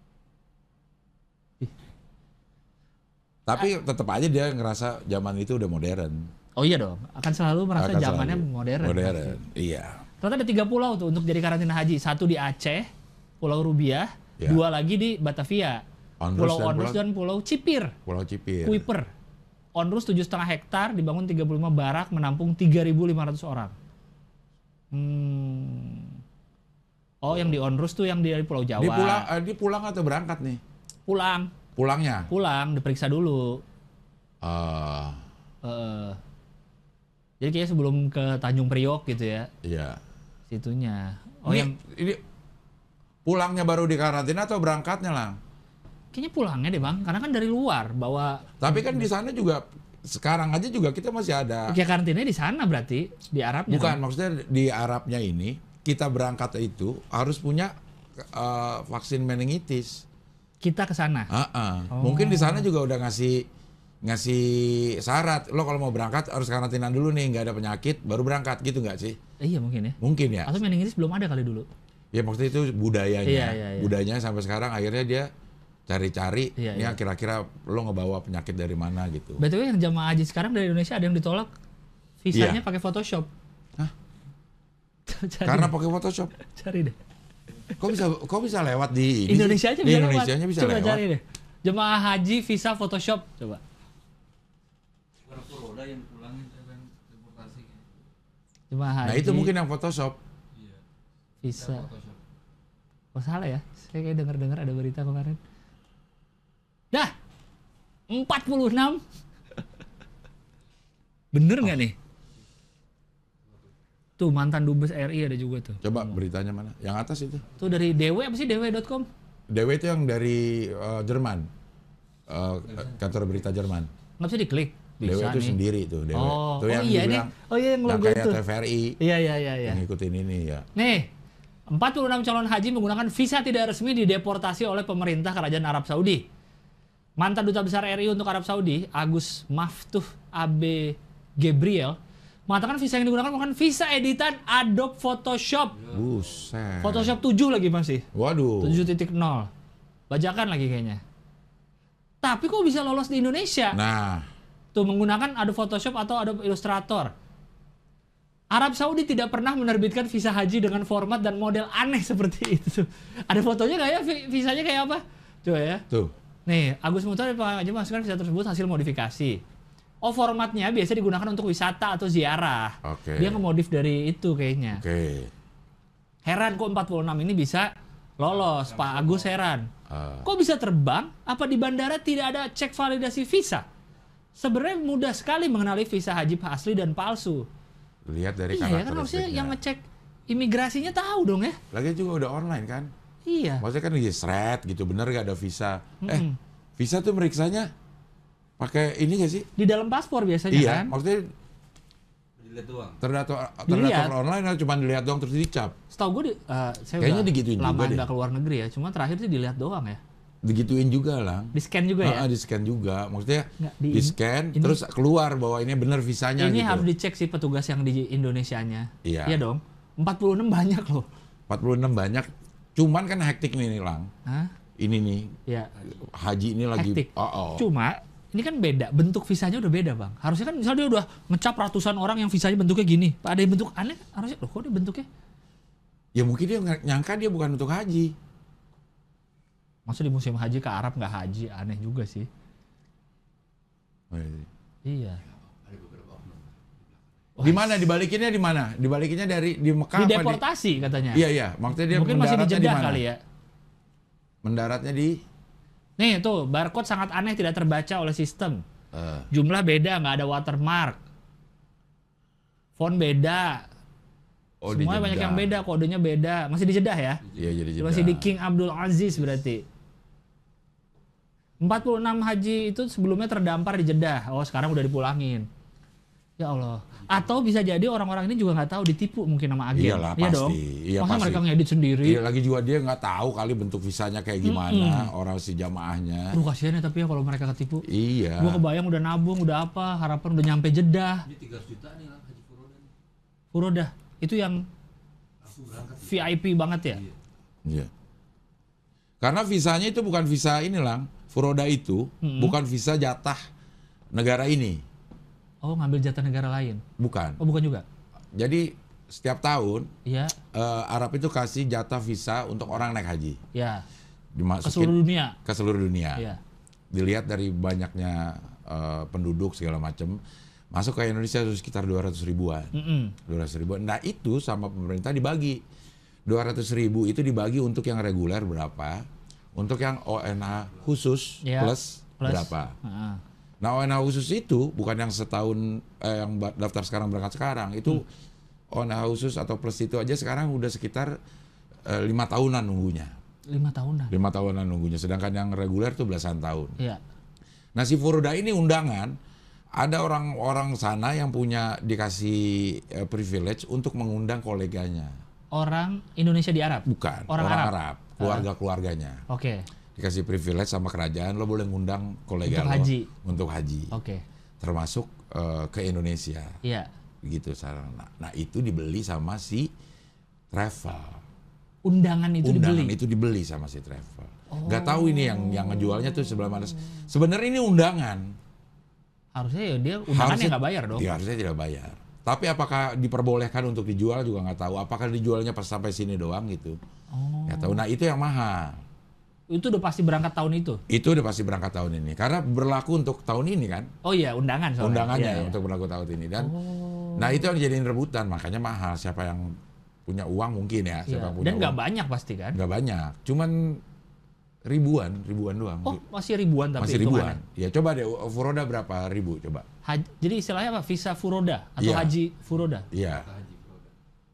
Tapi tetap aja dia ngerasa zaman itu udah modern. Oh iya dong, akan selalu merasa Akan zamannya selalu modern. Modern. Iya. Ternyata ada tiga pulau tuh untuk jadi karantina haji. Satu di Aceh, Pulau Rubiah, Ya. dua lagi di Batavia, Onrus Pulau dan Onrus Pulau- dan Pulau Cipir, Pulau Cipir. Kuiper. Onrus tujuh koma lima hektar, dibangun tiga puluh lima barak, menampung tiga ribu lima ratus orang. Hmm. Oh, yang di Onrus tuh yang di Pulau Jawa. Dia pulang, eh, dia pulang atau berangkat nih? Pulang, Pulangnya. pulang, diperiksa dulu. Eh, Eh, jadi kayaknya sebelum ke Tanjung Priok gitu ya, iya. situnya. Oh ini, yang ini pulangnya baru di karantina atau berangkatnya lah? kayaknya pulangnya deh bang, karena kan dari luar bawa. Tapi kan di sana juga sekarang aja juga kita masih ada. Ya karantinanya di sana berarti di Arabnya. Bukan, kan? maksudnya di Arabnya ini kita berangkat itu harus punya eh, vaksin meningitis. Kita ke sana. Ah, ah. Oh. Mungkin di sana juga udah ngasih ngasih syarat lo kalau mau berangkat harus karantina dulu nih, nggak ada penyakit baru berangkat gitu nggak sih? Eh, iya mungkin ya. Mungkin ya. Atau meningitis belum ada kali dulu. Ya maksudnya itu budayanya. Iya, iya, iya. Budayanya sampai sekarang akhirnya dia cari-cari Iya, ya iya. kira-kira lo ngebawa penyakit dari mana gitu. B T W yang jamaah haji sekarang dari Indonesia ada yang ditolak visanya Iya. pakai Photoshop. Hah? Cari Karena deh, pakai Photoshop. cari deh. Kok bisa kok bisa lewat di ini Indonesia sih? aja Di bisa Indonesianya lewat. bisa Coba lewat. cari deh. Jemaah haji visa Photoshop coba. Kurang roda yang dipulangin kan deportasi. Jemaah haji. Nah, itu mungkin yang Photoshop. Iya. visa. Photoshop. Oh salah ya? Saya kayak dengar-dengar ada berita kemarin. Dah, empat puluh enam. Bener nggak nih? Tuh mantan dubes R I ada juga tuh. Coba beritanya mana? Yang atas itu. Tuh dari D W apa sih D W dot com? D W itu yang dari eh, Jerman. Eh, kantor berita Jerman. Nggak bisa diklik. D W Bisa itu nih. sendiri tuh. D W. Oh, Tuh oh yang iya nih. dibilang, Oh iya yang yang logo kayak itu. T V R I Iya iya iya iya. yang ngikutin ini ya. Nih, empat puluh enam calon haji menggunakan visa tidak resmi dideportasi oleh pemerintah Kerajaan Arab Saudi. Mantan Duta Besar R I untuk Arab Saudi, Agus Maftuh Abe Gabriel, mengatakan visa yang digunakan bukan visa editan Adobe Photoshop. Buset. Photoshop tujuh lagi masih. Waduh. tujuh titik nol. Bajakan lagi kayaknya. Tapi kok bisa lolos di Indonesia? Nah, Tuh menggunakan Adobe Photoshop atau Adobe Illustrator. Arab Saudi tidak pernah menerbitkan visa haji dengan format dan model aneh seperti itu. Ada fotonya nggak ya? Vi- Visanya kayak apa? Coba ya. tuh. Nih, Agus Muhtar aja masukkan visa tersebut hasil modifikasi. Oh, formatnya biasa digunakan untuk wisata atau ziarah. Oke. Dia ngemodif dari itu kayaknya. Oke. Heran kok empat puluh enam ini bisa lolos, Pak Agus heran. Ah. Kok bisa terbang? Apa di bandara tidak ada cek validasi visa? Sebenarnya mudah sekali mengenali visa haji asli dan palsu. Lihat dari Iya ya kan harusnya karakteristiknya. yang ngecek imigrasinya tahu dong ya. Lagi juga udah online kan. Iya. Maksudnya kan di seret gitu, bener gak ada visa. Eh, Mm-mm. visa tuh meriksanya pakai ini gak sih? Di dalam paspor biasanya Iya, kan. maksudnya Dilihat doang. terdaftar Dilihat. terdaftar online cuma dilihat doang terus dicap. Setahu gue, di, eh, saya Kayaknya udah digituin lama juga deh. nggak keluar negeri ya. Cuma terakhir sih dilihat doang ya. Digituin juga lah. Di scan juga ya. Ah, di scan juga. Maksudnya Nggak, di- di scan ini- terus keluar bahwa ini bener visanya Ini gitu. harus dicek sih petugas yang di Indonesianya. Iya. Iya dong. empat puluh enam banyak loh. empat puluh enam banyak. Cuman kan hektik nih, nih Lang. Hah? Ini nih Ya. haji ini lagi Hektik. oh, oh. Cuma ini kan beda, bentuk visanya udah beda bang. Harusnya kan misalnya dia udah ngecap ratusan orang yang visanya bentuknya gini, ada yang bentuk aneh, harusnya loh kok dia bentuknya? Ya mungkin dia ng- nyangka dia bukan untuk haji. Maksud di musim haji ke Arab nggak haji, aneh juga sih. Iya. Di mana dibalikinnya di mana? Dibalikinnya dari di Mekah apa di? Dideportasi katanya. Iya iya, maksudnya dia Mungkin masih di mendaratnya di Jeddah mana? kali ya. Mendaratnya di Nih tuh barcode sangat aneh tidak terbaca oleh sistem. eh, Jumlah beda, nggak ada watermark. Font beda. oh, di Semuanya banyak Jeddah. yang beda, kodenya beda. Masih di Jeddah ya? Iya, jadi Jeddah. Masih di King Abdul Aziz berarti. empat puluh enam haji itu sebelumnya terdampar di Jeddah. Oh, sekarang udah dipulangin. Ya Allah. Atau bisa jadi orang-orang ini juga nggak tahu ditipu mungkin sama agen. Iyalah, Iya pasti. dong. Iya, Masa pasti. mereka ngedit sendiri? Iya, lagi juga dia nggak tahu kali bentuk visanya kayak gimana orang si jamaahnya. Aduh kasihan ya tapi ya kalau mereka ketipu. Iya. Gua kebayang udah nabung, udah apa, harapan udah nyampe Jeddah. Ini tiga ratus juta nih lah haji Furoda nih. Furoda. Itu yang Langsung berangkat. V I P banget ya? Iya. Iya. Karena visanya itu bukan visa ini Lang. Furoda itu Mm-mm. bukan visa jatah negara ini, Oh, ngambil jatah negara lain. bukan. Oh, bukan juga. Jadi setiap tahun Iya, eh, Arab itu kasih jatah visa untuk orang naik haji, ya. Ke dimasukin seluruh dunia. ke seluruh dunia. Iya. Dilihat dari banyaknya eh, penduduk segala macam, masuk ke Indonesia itu sekitar dua ratus ribuan. Mm-mm. dua ratus ribuan. Nah itu sama pemerintah dibagi. dua ratus ribu itu dibagi untuk yang reguler berapa, untuk yang O N A khusus Iya. plus, Plus. berapa. Heeh. Nah O N A khusus itu bukan yang setahun eh, yang ba- daftar sekarang berangkat sekarang. Itu Hmm. O N A khusus atau plus itu aja sekarang udah sekitar eh, lima tahunan nunggunya. Lima tahunan. Lima tahunan nunggunya. Sedangkan yang reguler tuh belasan tahun. Iya. Nah si Furoda ini undangan, ada orang-orang sana yang punya dikasih eh, privilege untuk mengundang koleganya. Orang Indonesia di Arab. Bukan, Orang orang, Arab. Arab, keluarga-keluarganya. Oke. Dikasih privilege sama kerajaan, lo boleh ngundang kolega Untuk lo haji. untuk haji. Oke. Termasuk eh, ke Indonesia. Iya. Begitu sarana. Nah, nah itu dibeli sama si travel. Undangan itu Undangan dibeli. itu dibeli sama si travel. Gak tahu ini yang yang ngejualnya tuh sebelah mana. Sebenarnya ini undangan. Harusnya ya dia undangannya nggak bayar dong. Iya, harusnya tidak bayar. Tapi apakah diperbolehkan untuk dijual juga nggak tahu. Apakah dijualnya pas sampai sini doang gitu? Oh. Nggak tahu. Nah itu yang mahal. Itu udah pasti berangkat tahun itu. Itu udah pasti berangkat tahun ini. Karena berlaku untuk tahun ini kan. Oh iya, undangan soalnya. Undangannya Iya, iya. untuk berlaku tahun ini. Dan Oh. nah itu yang jadiin rebutan. Makanya mahal. Siapa yang punya uang mungkin ya. Iya. Siapa yang punya Dan nggak uang. banyak pasti kan? Nggak banyak. Cuman ribuan. Ribuan doang. Oh, masih ribuan tapi Masih ribuan. hitungannya. Ya coba deh. Furoda berapa ribu coba. Haji, jadi istilahnya apa? Visa Furoda atau Iya. Haji Furoda? Iya. Kata haji Furoda.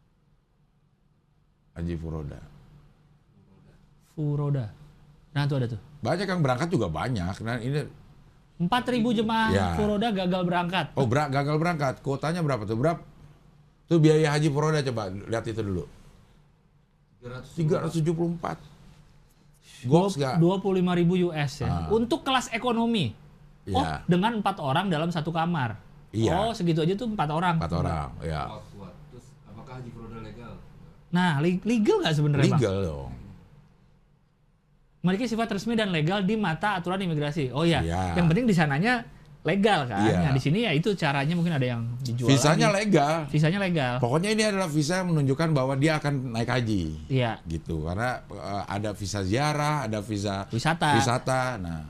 Haji Furoda. Furoda. Nah, tuh ada tuh. Banyak yang berangkat juga banyak. Nah ini empat ribu jemaah Ya. Furoda gagal berangkat. oh ber- gagal berangkat. Kuotanya berapa tuh? Berapa? Tuh biaya haji Furoda coba lihat itu dulu. tiga ratus tujuh puluh empat. Goks nggak? dua puluh lima ribu U S ya. Ah. Untuk kelas ekonomi. Oh, Iya. dengan empat orang dalam satu kamar. Iya. Oh, segitu aja tuh empat orang. Empat orang. Ya. Kuat, kuat. Terus apakah haji Furoda legal? Nah, li- legal nggak sebenarnya, Bang? Legal dong. Memiliki sifat resmi dan legal di mata aturan imigrasi. Oh ya, Iya. yang penting di sananya legal kan. Iya. Nah, di sini ya itu caranya mungkin ada yang dijual. Visanya lagi. legal. Visanya legal. Pokoknya ini adalah visa yang menunjukkan bahwa dia akan naik haji. Iya. Gitu. Karena eh, ada visa ziarah, ada visa Wisata. wisata. Nah,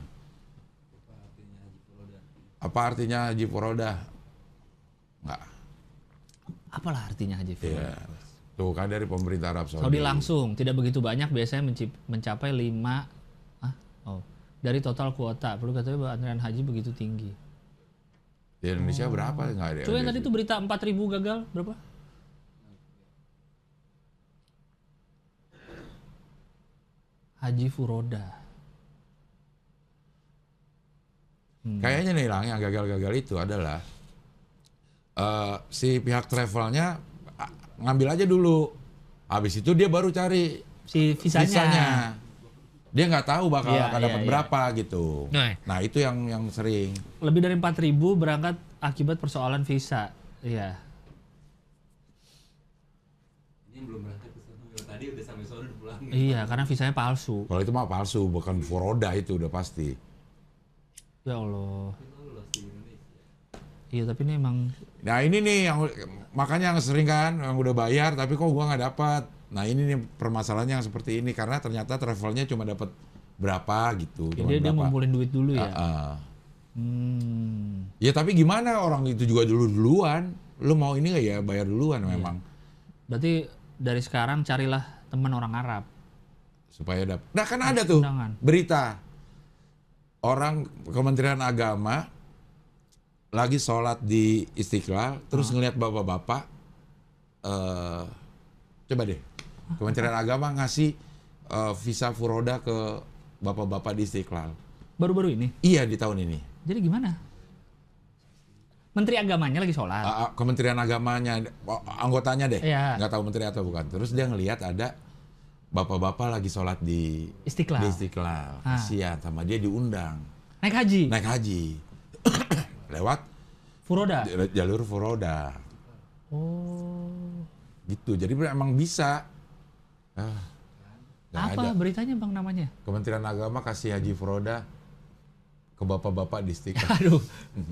apa artinya haji Furoda? Nggak. Apalah artinya Haji Furoda? Iya. Tuh kan dari pemerintah Arab Saudi. Saudi langsung, tidak begitu banyak, biasanya mencip, mencapai lima ah, oh, dari total kuota. Perlu ketahui bahwa antrian haji begitu tinggi. Di Indonesia oh. berapa? Nggak ada. Coba yang tadi tuh berita empat ribu gagal, berapa? Haji Furoda. Hmm. Kayaknya nih Lang, yang gagal-gagal itu adalah uh, si pihak travelnya ngambil aja dulu, habis itu dia baru cari si visanya. visanya. Dia nggak tahu bakal ya, akan ya, dapat ya. berapa gitu. Nah, nah itu yang yang sering. Lebih dari empat ribu berangkat akibat persoalan visa. Iya. Ini belum berangkat ke sana. Tadi udah sampai sore udah pulang. Iya, karena visanya palsu. Kalau itu mah palsu, bukan Furoda itu udah pasti. Ya Allah. Iya, tapi ini emang. Nah ini nih yang makanya yang sering kan yang udah bayar tapi kok gua nggak dapat. Nah ini nih permasalahannya yang seperti ini karena ternyata travelnya cuma dapat berapa gitu. Ya, dia, dia ngumpulin duit dulu ya. Uh, uh. Hmm. Ya tapi gimana orang itu juga dulu duluan. Lu mau ini nggak ya bayar duluan iya. memang. Berarti dari sekarang carilah teman orang Arab supaya dapat. Nah kan ada tuh undangan. Berita orang Kementerian Agama lagi sholat di Istiqlal, terus ngelihat bapak-bapak, uh, coba deh, Kementerian Agama ngasih uh, visa Furoda ke bapak-bapak di Istiqlal. Baru-baru ini? Iya, di tahun ini. Jadi gimana? Menteri Agamanya lagi sholat? Uh, uh, Kementerian Agamanya, anggotanya deh, ya. Nggak tahu menteri atau bukan. Terus dia ngelihat ada bapak-bapak lagi sholat di Istiqlal, di Istiqlal. Ah. Kasian, sama dia diundang. Naik haji? Naik haji. Lewat Furoda, jalur Furoda. Oh, gitu. Jadi emang bisa. Ah, apa ada. Beritanya bang namanya? Kementerian Agama kasih haji Furoda ke bapak-bapak di Istiqlal. Aduh.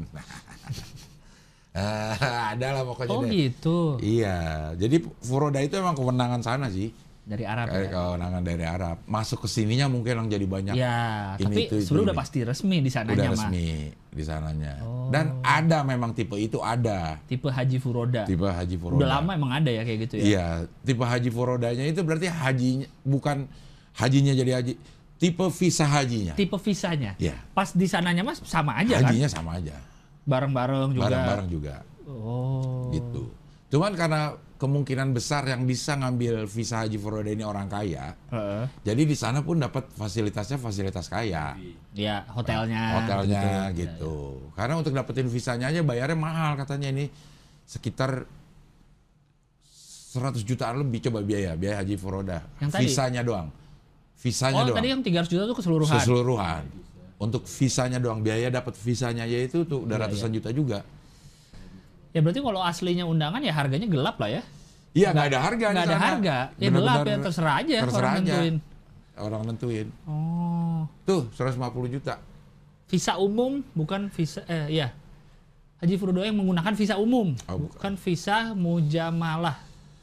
ah, ada lah pokoknya. Oh deh. gitu. Iya. Jadi Furoda itu emang kewenangan sana sih. Dari Arab. Kayak ya? Kewenangan dari Arab. Masuk ke sininya mungkin yang jadi banyak. Ya, ini, tapi sebelum udah pasti resmi di sananya. Udah resmi mah. di sananya. Oh. Dan ada memang tipe itu ada. Tipe haji Furoda. Tipe haji Furoda. Udah lama emang ada ya kayak gitu ya. Iya, tipe haji Furodanya itu berarti hajinya bukan hajinya jadi haji, tipe visa hajinya. Tipe visanya. Iya. Pas di sananya mas sama aja hajinya kan? Hajinya sama aja. Bareng-bareng juga. Bareng-bareng juga. Oh. Gitu. Cuman karena kemungkinan besar yang bisa ngambil visa haji Furoda ini orang kaya, uh-uh. jadi di sana pun dapat fasilitasnya fasilitas kaya. Ya, hotelnya. Hotelnya gitu. gitu. Ya, ya. Karena untuk dapetin visanya aja bayarnya mahal katanya ini sekitar seratus jutaan lebih coba biaya biaya haji Furoda. Yang tadi? Visanya doang. Visanya oh, doang. Tadi yang tiga ratus juta itu keseluruhan. Keseluruhan. Untuk visanya doang biaya dapat visanya aja itu tuh udah ya, ratusan ya. juta juga. Ya berarti kalau aslinya undangan ya harganya gelap lah ya? Iya nggak ada harga. Nggak ada harga. Ya gelap ya terserah aja terserah orang aja. nentuin. Orang nentuin. Oh. Tuh seratus lima puluh juta. Visa umum bukan visa eh ya. Haji Furoda yang menggunakan visa umum, oh, bukan. bukan visa mujamalah.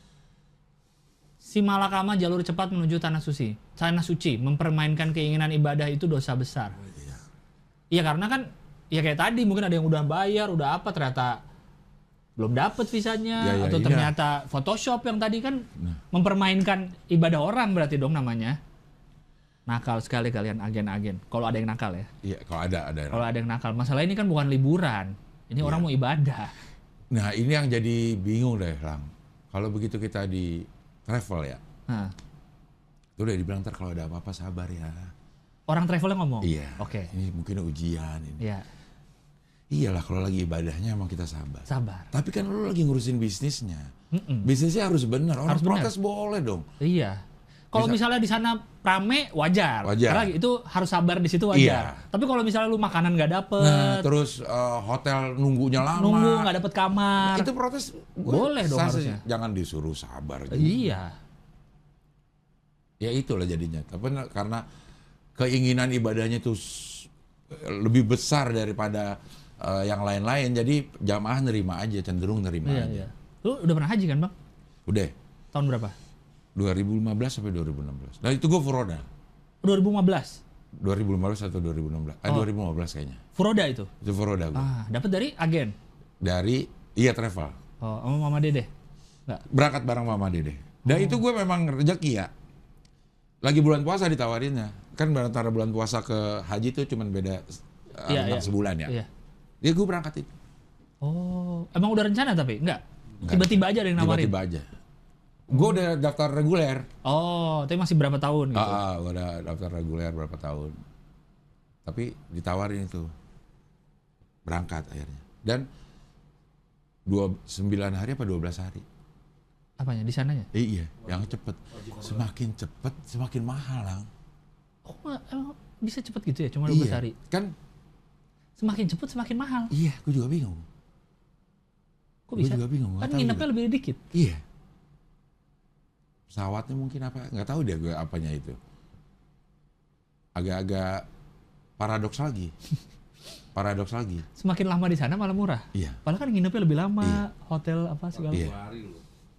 Si Malakama jalur cepat menuju tanah suci. Tanah suci mempermainkan keinginan ibadah itu dosa besar. Iya. Iya karena kan ya kayak tadi mungkin ada yang udah bayar, udah apa ternyata belum dapat visanya ya, ya, atau iya. ternyata Photoshop yang tadi kan nah. mempermainkan ibadah orang berarti dong namanya. Nakal sekali kalian agen-agen. Kalau ada yang nakal ya. Iya, kalau ada ada. Kalau ada yang nakal. Masalah ini kan bukan liburan. Ini ya. orang mau ibadah. Nah, ini yang jadi bingung deh, Lang. Kalau begitu kita di travel ya. Nah. Itu udah dibilang ntar kalau ada apa-apa sabar ya. Orang travelnya ngomong? Iya. Oke. Okay. Ini mungkin ujian ini. Iya. Iyalah kalau lagi ibadahnya emang kita sabar. Sabar. Tapi kan lu lagi ngurusin bisnisnya. Mm-mm. Bisnisnya harus benar. Orang harus protes bener. Boleh dong. Iya. Kalau misalnya di sana rame wajar. Wajar. Karena itu harus sabar di situ wajar. Iya. Tapi kalau misalnya lu makanan nggak dapet, nah, terus uh, hotel nunggunya lama, nunggu nggak dapet kamar, nah, itu protes. Boleh dong harusnya. Jangan disuruh sabar. Juga. Iya. Ya itulah jadinya. Tapi karena keinginan ibadahnya itu lebih besar daripada Uh, yang lain-lain, jadi jamaah nerima aja, cenderung nerima iya, aja. Iya. Lu udah pernah haji kan bang? Udah. Tahun berapa? dua ribu lima belas sampai dua ribu enam belas. Nah itu gue Furoda. dua ribu lima belas? dua ribu lima belas atau dua ribu enam belas? Eh oh. dua ribu lima belas kayaknya. Furoda itu? Itu Furoda gue. Ah, dapat dari agen? Dari, iya travel. Oh, sama Mama Dede? Nggak? Berangkat bareng Mama Dede. Dan itu gue memang rezeki ya. Lagi bulan puasa ditawarinnya. Kan antara bulan puasa ke haji itu cuma beda uh, Iya, rentang iya. sebulan ya. Iya. Dia gue berangkat itu. Oh, emang udah rencana tapi enggak? Enggak. Tiba-tiba aja ada yang nawarin. Tiba-tiba aja. Gue udah daftar reguler. Oh, tapi masih berapa tahun gitu? Ah, ah, gue udah daftar reguler berapa tahun. Tapi ditawarin itu. Berangkat akhirnya. Dan dua puluh sembilan hari apa dua belas hari? Apanya di sananya? Eh, iya, yang cepet. Semakin cepet, semakin mahal lang. Oh, emang bisa cepet gitu ya? Cuma dua belas Iya, hari. kan? Semakin cepet semakin mahal. Iya, gue juga bingung. Kok Gue bisa? juga bingung. Kan nggak tahu nginepnya juga. lebih dikit. Iya. Pesawatnya mungkin apa? Nggak tahu deh gue apanya itu. Agak-agak paradoks lagi. Paradoks lagi. Semakin lama di sana malah murah. Iya. Padahal kan nginepnya lebih lama, Iya. hotel apa segala. Iya. Hari loh.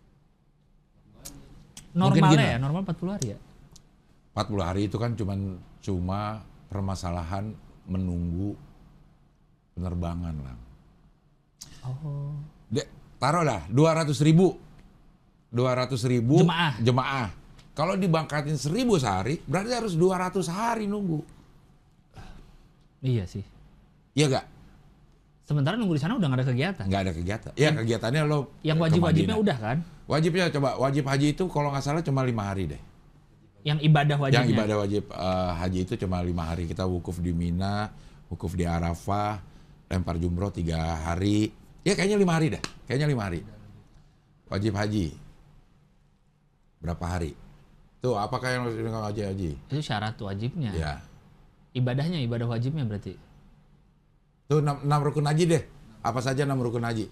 Normalnya gini. ya, normal empat puluh hari ya. empat puluh hari itu kan cuman cuma permasalahan menunggu penerbangan lah. Oh. Dek, taruh lah dua ratus ribu. dua ratus ribu Jemaah. jemaah. Kalau dibangkatin seribu sehari, berarti harus dua ratus hari nunggu. Iya sih. Iya gak? Sementara nunggu di sana udah nggak ada kegiatan. Nggak ada kegiatan. Ya kegiatannya lo Yang ke wajib-wajibnya Madinah. udah kan? Wajibnya coba, wajib haji itu kalau nggak salah cuma lima hari deh. Yang ibadah wajibnya. Yang ibadah wajib eh, haji itu cuma lima hari. Kita wukuf di Mina, wukuf di Arafah, lempar jumroh tiga hari. Ya kayaknya lima hari dah. Kayaknya lima hari. Wajib haji. Berapa hari? Tuh, apakah yang harus dengan wajib haji? Itu syarat wajibnya. Ya. Ibadahnya, ibadah wajibnya berarti. Tuh enam, enam rukun haji deh. Apa saja enam rukun haji?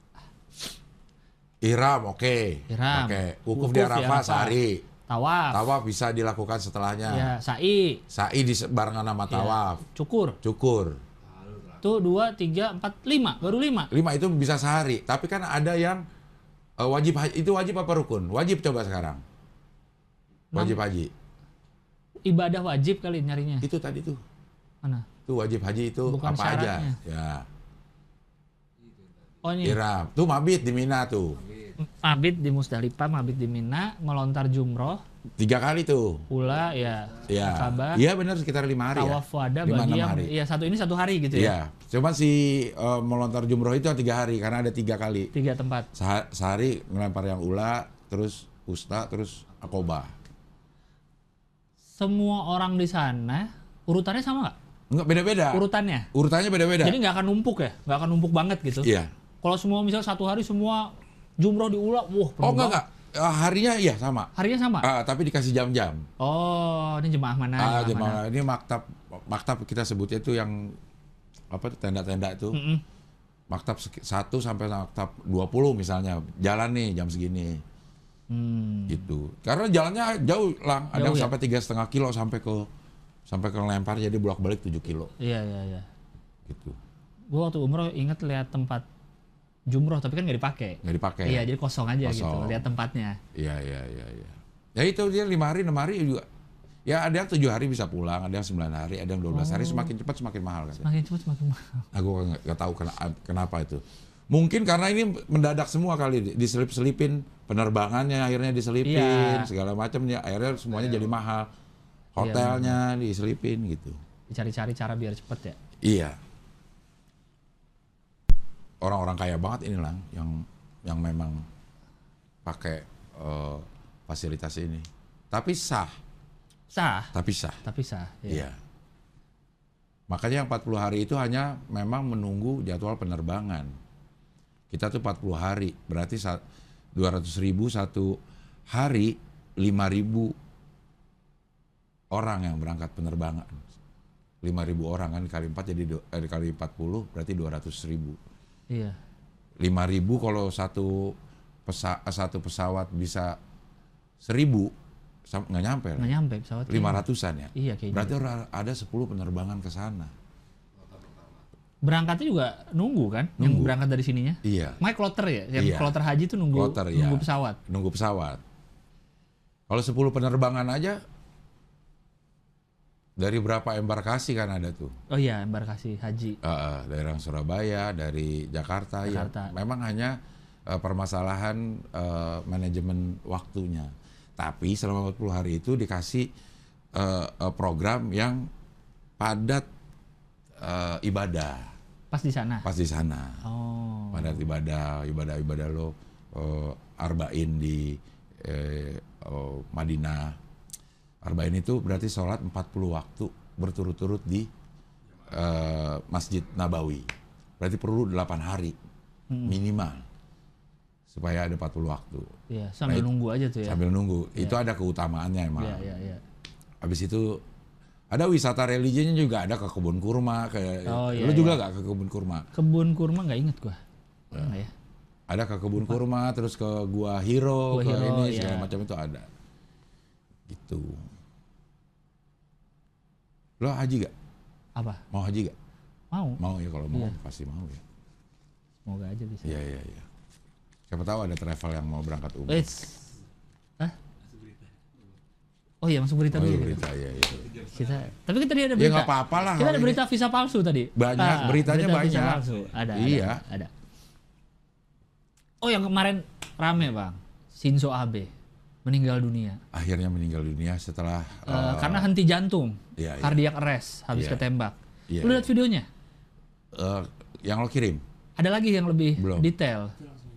Ihram, oke. Ihram. Oke. Wukuf Wukuf di di Arafah Arafah. sehari. Tawaf. Tawaf bisa dilakukan setelahnya. Ya, sa'i. Sa'i di barengan sama Ya. tawaf. Cukur. Cukur. Tuh dua, tiga, empat, lima. Baru lima. Lima itu bisa sehari. Tapi kan ada yang eh, wajib haji. Itu wajib apa rukun? Wajib coba sekarang. Wajib haji. Ibadah wajib kali nyarinya. Itu tadi tuh. Mana? Tuh wajib haji itu Bukan apa syaratnya. aja? Ya. Oh ini. Ihram. Tuh mabit di Mina tuh. Mabit di Musdalifah, mabit di Mina, melontar jumroh, Tiga kali tuh. ula ya, Ya. Akabah, Iya benar sekitar lima hari tawaf ya. wada Lima, bagi enam yang hari. ya satu ini satu hari gitu ya. Iya. Cuma si eh, melontar jumroh itu tiga hari karena ada tiga kali. Tiga tempat. Seha- sehari ngelempar yang ula, terus usta, terus akobah. Semua orang di sana urutannya sama nggak? Enggak, beda-beda. Urutannya. Urutannya beda-beda. Jadi nggak akan numpuk ya, nggak akan numpuk banget gitu. Iya. Kalau semua misal satu hari semua jumroh diulang, wah. penuh Oh enggak banget. enggak. Eh, harinya iya sama. Harinya sama. Ah, tapi dikasih jam-jam. Oh, ini jemaah mana? Ah, jemaah jemaah. mana? Ini maktab maktab kita sebutnya itu yang apa tuh tenda-tenda itu. Mm-mm. Maktab sek- satu sampai maktab dua puluh misalnya. Jalan nih jam segini. Hmm. Gitu. Karena jalannya jauh lang. Ada Jauh yang ya? sampai tiga setengah kilo sampai ke sampai ke lempar jadi bolak-balik tujuh kilo Iya iya iya. gitu. Gue waktu umroh inget lihat tempat jumroh tapi kan nggak dipakai. Nggak dipakai. Iya jadi kosong aja gitu. Kosong. Lihat tempatnya. Iya iya iya iya. Ya itu dia lima hari enam hari juga. Ya ada yang tujuh hari bisa pulang, ada yang sembilan hari, ada yang dua belas hari. Oh. Semakin cepat semakin mahal kan. Makin cepat semakin mahal. Aku nggak nggak tahu kena- kenapa itu. Mungkin karena ini mendadak semua kali diselip-selipin penerbangannya akhirnya diselipin Iya. segala macam ya akhirnya semuanya jadi mahal. Hotelnya diselipin gitu. Dicari-cari cara biar cepet ya. Iya. Orang-orang kaya banget ini lang yang yang memang pakai eh, fasilitas ini. Tapi sah, Sah. tapi sah. Tapi sah. Iya. Makanya yang empat puluh hari itu hanya memang menunggu jadwal penerbangan. Kita tuh empat puluh hari, berarti dua ratus ribu satu hari, lima ribu orang yang berangkat penerbangan. lima ribu orang kan dikali empat jadi do- eh, dikali empat puluh berarti dua ratus ribu. Iya. lima ribu kalau satu pesa, satu pesawat bisa seribu sam- nggak nyampe lah. Nggak nyampe pesawat. lima ratusan ya. Iya kayaknya. Berarti orang- ada sepuluh penerbangan ke sana. Berangkatnya juga nunggu kan? Yang Nunggu. berangkat dari sininya. Iya, Makanya kloter ya. Yang Iya. kloter haji tuh nunggu Kloter, iya. nunggu pesawat. nunggu pesawat. Kalau sepuluh penerbangan aja dari berapa embarkasi kan ada tuh. Oh iya, embarkasi haji. Uh, dari orang Surabaya, dari Jakarta, Jakarta. ya memang hanya uh, permasalahan uh, manajemen waktunya. Tapi selama empat puluh hari itu dikasih uh, uh, program yang padat uh, ibadah. Pas di sana. Pas di sana. Oh. Padat ibadah, ibadah-ibadah lo uh, arba'in di uh, uh, Madinah. Arba'in itu berarti sholat empat puluh waktu berturut-turut di uh, Masjid Nabawi. Berarti perlu delapan hari hmm. minimal supaya ada empat puluh waktu. Iya, sambil nah, nunggu aja tuh ya. Sambil nunggu. Ya. Itu ada keutamaannya emang. Iya, iya, iya. Habis itu ada wisata religinya juga, ada ke kebun kurma, ke oh, iya, lu juga iya. nggak ke kebun kurma? Kebun kurma nggak inget gua. Ya. Enggak ya. Ada ke kebun kurma, terus ke Gua Hiro, Gua ke Hiro, ini iya. segala macam itu ada. Gitu. Lo haji gak? Apa? Mau haji gak? Mau. Mau ya, kalau mau Iya. pasti mau ya. Semoga aja bisa. Iya iya iya. Siapa tahu ada travel yang mau berangkat umroh. Wait. Hah? Oh iya, masuk berita Oh dulu. iya ya. berita ya. Iya. Kita, tapi kita tadi ada Ya berita. nggak apa-apa lah. Kita ada kalau berita visa palsu tadi. Banyak, Ah, beritanya berita Visa banyak. palsu. Ada, Iya. ada, ada. Oh, yang kemarin rame, Bang. Shinzo Abe meninggal dunia. ini akhirnya meninggal dunia setelah Eh, eh, karena henti jantung. iya, iya. Cardiac arrest habis Iya. ketembak. Iya, Lu iya. lihat videonya? eh, yang lo kirim. Ada lagi yang lebih Belum. detail.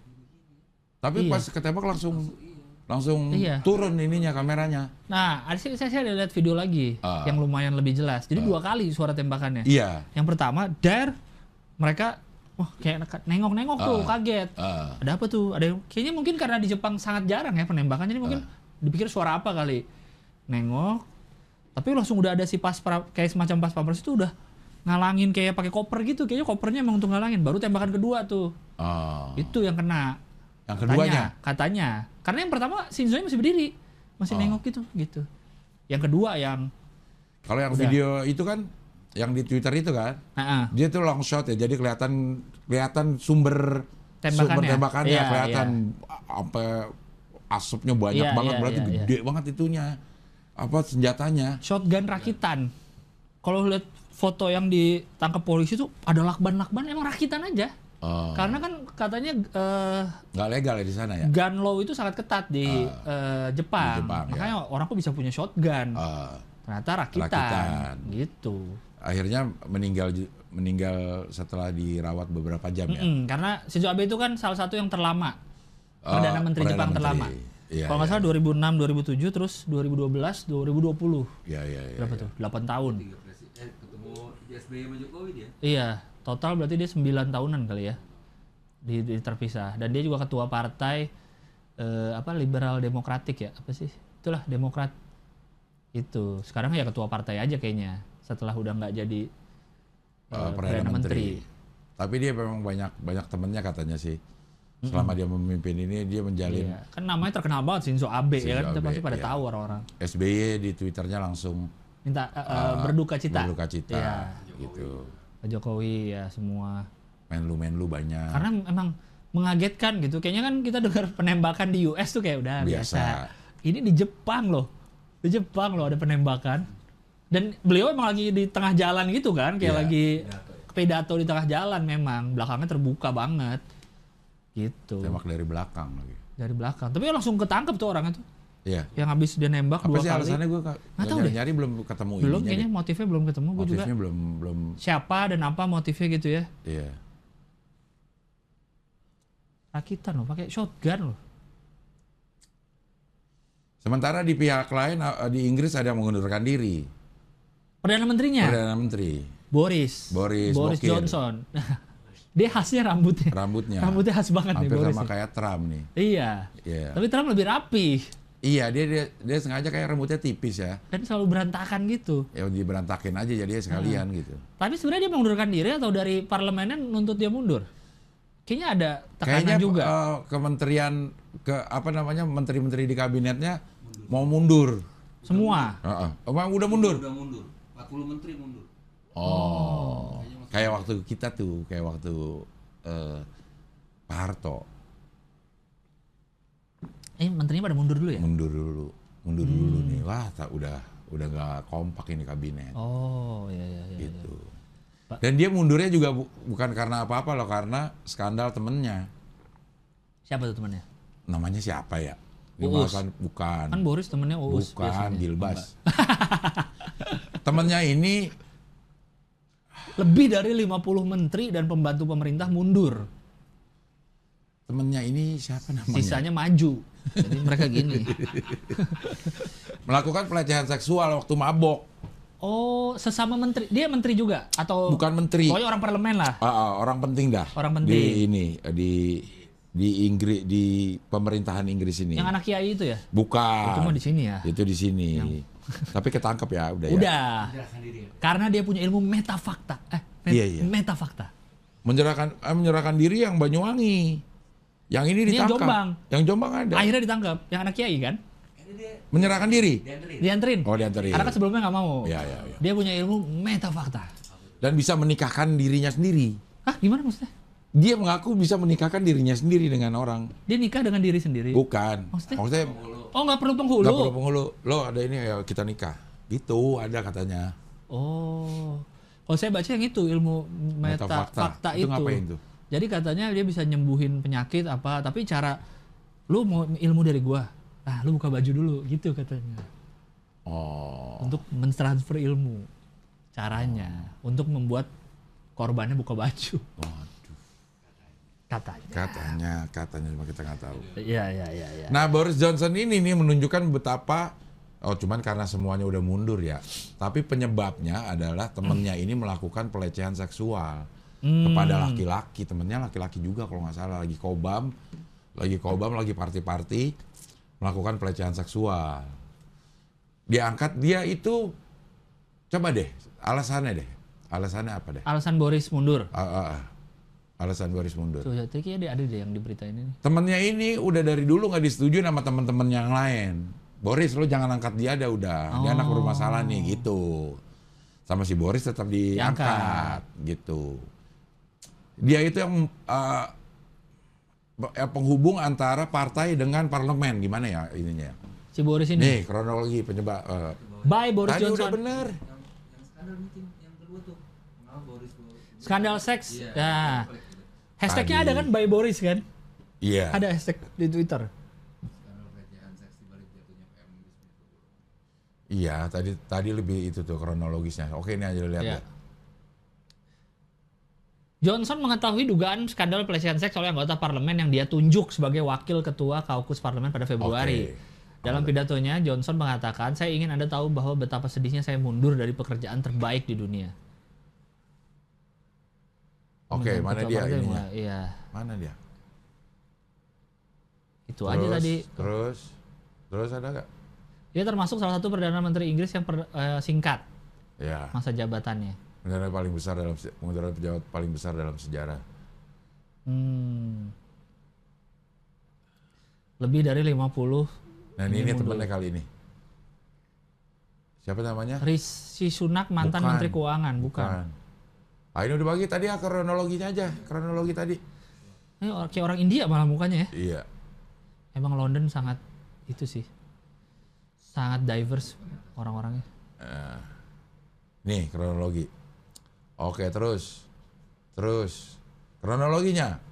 Tapi Iya. pas ketembak langsung langsung Iya. turun ininya kameranya. Nah, ada sih saya, saya ada lihat video lagi Ah. yang lumayan lebih jelas. Jadi dua kali suara tembakannya. Iya. Yang pertama, dar, mereka wah kayak nengok-nengok tuh, Ah. kaget. Ah. Ada apa tuh? Ada yang kayaknya mungkin karena di Jepang sangat jarang ya penembakan, jadi mungkin dipikir suara apa kali. Nengok, tapi langsung udah ada si pas pra- kayak semacam pas pampres itu udah ngalangin kayak pakai koper gitu. Kayaknya kopernya emang untuk ngalangin. Baru tembakan kedua tuh. Ah. Itu yang kena. Yang keduanya. Katanya, katanya. Karena yang pertama Shinzo masih berdiri, masih Oh. nengok gitu, gitu. Yang kedua yang Kalau yang Udah. video itu kan yang di Twitter itu kan, ah, ah, dia tuh long shot ya. Jadi kelihatan kelihatan sumber Tembakannya. sumber tembakannya Iya, kelihatan sampai asapnya banyak Iya, banget iya, berarti iya, gede banget itunya. Apa senjatanya? shotgun rakitan. Kalau lihat foto yang ditangkap polisi tuh ada lakban-lakban emang rakitan aja. Oh, Karena kan katanya eh, nggak legal ya di sana ya? gun law itu sangat ketat di eh, Jepang. Di Jepang, Makanya orang kok bisa punya shotgun. Ah, Ternyata rakitan. rakitan. Gitu. akhirnya meninggal ju- meninggal setelah dirawat beberapa jam ya. Mm-mm, karena Shinzo Abe itu kan salah satu yang terlama. Oh, Perdana Menteri Perdana Jepang Menteri. terlama. Iya, Kalau nggak iya. salah dua ribu enam, dua ribu tujuh, terus dua ribu dua belas, dua ribu dua puluh. Iya iya iya. Berapa iya. tuh? delapan tahun. Tiga presiden eh, ketemu di S B Y sama Jokowi dia. Iya, total berarti dia sembilan tahunan kali ya. Di, di terpisah. Dan dia juga ketua partai eh, apa liberal demokratik ya? Apa sih? Itulah Demokrat. Itu. Sekarang ya ketua partai aja kayaknya. Setelah udah nggak jadi Eh, eh, Perdana Menteri. Tapi dia memang banyak banyak temennya katanya sih. Selama dia memimpin ini dia menjalin Iya. Kan namanya terkenal banget Shinzo Abe ya kan. Shinzo Kita pasti Abe, pada iya. tahu orang-orang. S B Y di Twitternya langsung Minta eh, eh, eh, berduka cita. berduka cita Iya. gitu. Pak Jokowi ya semua. Menlu-menlu banyak. Karena emang mengagetkan gitu. Kayaknya kan kita dengar penembakan di U S tuh kayak udah biasa. Biasa. Ini di Jepang loh. Di Jepang loh ada penembakan. Dan beliau emang lagi di tengah jalan gitu kan. Kayak Iya. lagi pidato di tengah jalan memang. Belakangnya terbuka banget. Gitu. Tembak dari belakang lagi. Dari belakang. Tapi langsung ketangkep tuh orangnya tuh. Iya. Yang habis dia nembak Apa dua sih kali. alasannya gue Nggak tahu deh. nyari belum ketemu Belum ininya kayaknya deh. motifnya belum ketemu. Gue juga Motifnya belum belum siapa dan apa motifnya gitu ya. iya. Rakitan loh. Pakai shotgun loh. Sementara di pihak lain eh, di Inggris ada yang mengundurkan diri. Perdana Menterinya. Perdana Menteri. Boris. Boris Boris Bokir. Johnson. Dia khasnya rambutnya. Rambutnya. Rambutnya khas banget nih Hampir Boris. sama nih. kayak Trump nih. Iya. Iya. Tapi Trump lebih rapi Iya, dia, dia dia sengaja kayak rambutnya tipis ya. dan selalu berantakan gitu. Ya diberantakin aja jadinya sekalian Ah. gitu. Tapi sebenarnya dia mengundurkan diri atau dari parlemennya nuntut dia mundur? Kayaknya ada tekanan Kayaknya juga. eh, kementerian ke apa namanya menteri-menteri di kabinetnya mau mundur. Semua. Heeh. Emang udah mundur? Udah mundur. empat puluh menteri mundur. Oh. Kayak waktu kita tuh, kayak waktu eh, Pak Harto Eh, menterinya pada mundur dulu ya? mundur dulu, mundur dulu nih. Wah, tak udah udah nggak kompak ini kabinet. Oh, iya iya iya. gitu. Pak- Dan dia mundurnya juga bu- bukan karena apa-apa loh, karena skandal temennya. Siapa tuh temannya? Namanya siapa ya? Uus. Kan, bukan. Kan Boris temennya Uus. Bukan, biasanya. Gilbas. Temennya ini Lebih dari lima puluh menteri dan pembantu pemerintah mundur. temennya ini siapa namanya? Sisanya maju. Jadi mereka gini. Melakukan pelecehan seksual waktu mabok. Oh, sesama menteri. Dia menteri juga atau Bukan menteri. Pokoknya orang parlemen lah. Ah, ah, orang penting dah. Orang penting. Di ini di di Inggris di pemerintahan Inggris ini. Yang anak kiai itu ya? Bukan. Itu mah di sini ya. Itu di sini. Tapi ketangkep ya udah, ya. Udah. Jelaskan diri ya. Karena dia punya ilmu metafakta. Eh, met- Iya, iya. metafakta. Menyerahkan eh, menyerahkan diri yang Banyuwangi. Yang ini Ini yang ditangkap. Jombang. Yang Jombang ada. Akhirnya ditangkap. Yang anak kiai kan? Ini dia Menyerahkan diri. diandelin. Dianterin. Oh, dianterin. Karena kan sebelumnya nggak mau. Iya, iya, iya. Dia punya ilmu metafakta. Dan bisa menikahkan dirinya sendiri. Hah, gimana maksudnya? Dia mengaku bisa menikahkan dirinya sendiri dengan orang. Dia nikah dengan diri sendiri. Bukan. Maksudnya? Maksudnya Oh, nggak perlu penghulu. nggak perlu penghulu. Lo ada ini ya kita nikah. Gitu ada katanya. Oh. Kalau saya baca yang itu ilmu Metafakta. metafakta Itu itu. ngapain tuh? Jadi katanya dia bisa nyembuhin penyakit apa, tapi cara lu mau ilmu dari gua. Ah, lu buka baju dulu gitu katanya. Oh. Untuk mentransfer ilmu. Caranya untuk membuat korbannya buka baju. Waduh. Katanya. Katanya, katanya cuma kita nggak tahu. Iya, iya, iya, iya. Nah, Boris Johnson ini nih menunjukkan betapa oh cuman karena semuanya udah mundur ya. Tapi penyebabnya adalah temennya ini melakukan pelecehan seksual Hmm. kepada laki-laki. Temennya laki-laki juga kalau nggak salah lagi kobam, lagi kobam, lagi party-party melakukan pelecehan seksual. Diangkat dia itu coba deh alasannya deh. Alasannya apa deh? Alasan Boris mundur. Ah, ah, ah. Alasan Boris mundur. Tuh, jadi kayaknya ada deh yang diberitain ini. Temennya ini udah dari dulu nggak disetujui sama teman-teman yang lain. Boris, lu jangan angkat dia ada udah. Dia anak Oh. bermasalah nih gitu. Sama si Boris tetap diangkat gitu. Dia itu yang uh, penghubung antara partai dengan parlemen. Gimana ya ininya? Si Boris ini. Nih kronologi penyebab. Uh, Bye Boris tadi udah Johnson. bener. Yang, yang skandal meeting yang kedua tuh. Kenapa Boris Boris? Skandal seks. Iya. Ya. Hashtagnya Tadi. ada kan Bye Boris kan? Iya. Ada hashtag di Twitter. Skandal pelecehan seks di balik jatuhnya P M Gus. Iya. Tadi tadi lebih itu tuh kronologisnya. Oke ini aja lihat Iya. ya. Johnson mengetahui dugaan skandal pelecehan seks oleh anggota parlemen yang dia tunjuk sebagai wakil ketua kaukus parlemen pada Februari. Oke. Dalam pidatonya, Johnson mengatakan, saya ingin Anda tahu bahwa betapa sedihnya saya mundur dari pekerjaan terbaik di dunia. Oke, Menjadi mana ketua dia partai ininya? mulai- Iya, Mana dia? itu aja tadi. Terus, terus ada nggak? Dia termasuk salah satu Perdana Menteri Inggris yang per- eh, singkat Ya, masa jabatannya. penjara paling besar dalam se- penjara pejabat paling besar dalam sejarah. Hmm. Lebih dari lima puluh. Nah ini, ini mundur. temennya kali ini. Siapa namanya? Rishi Sunak mantan Bukan. Menteri Keuangan, bukan. Ah ini udah bagi tadi ya kronologinya aja, kronologi tadi. Ini or- kayak orang India malah mukanya ya. Iya. Emang London sangat itu sih. Sangat diverse orang-orangnya. Eh, nih kronologi. Oke terus, terus kronologinya.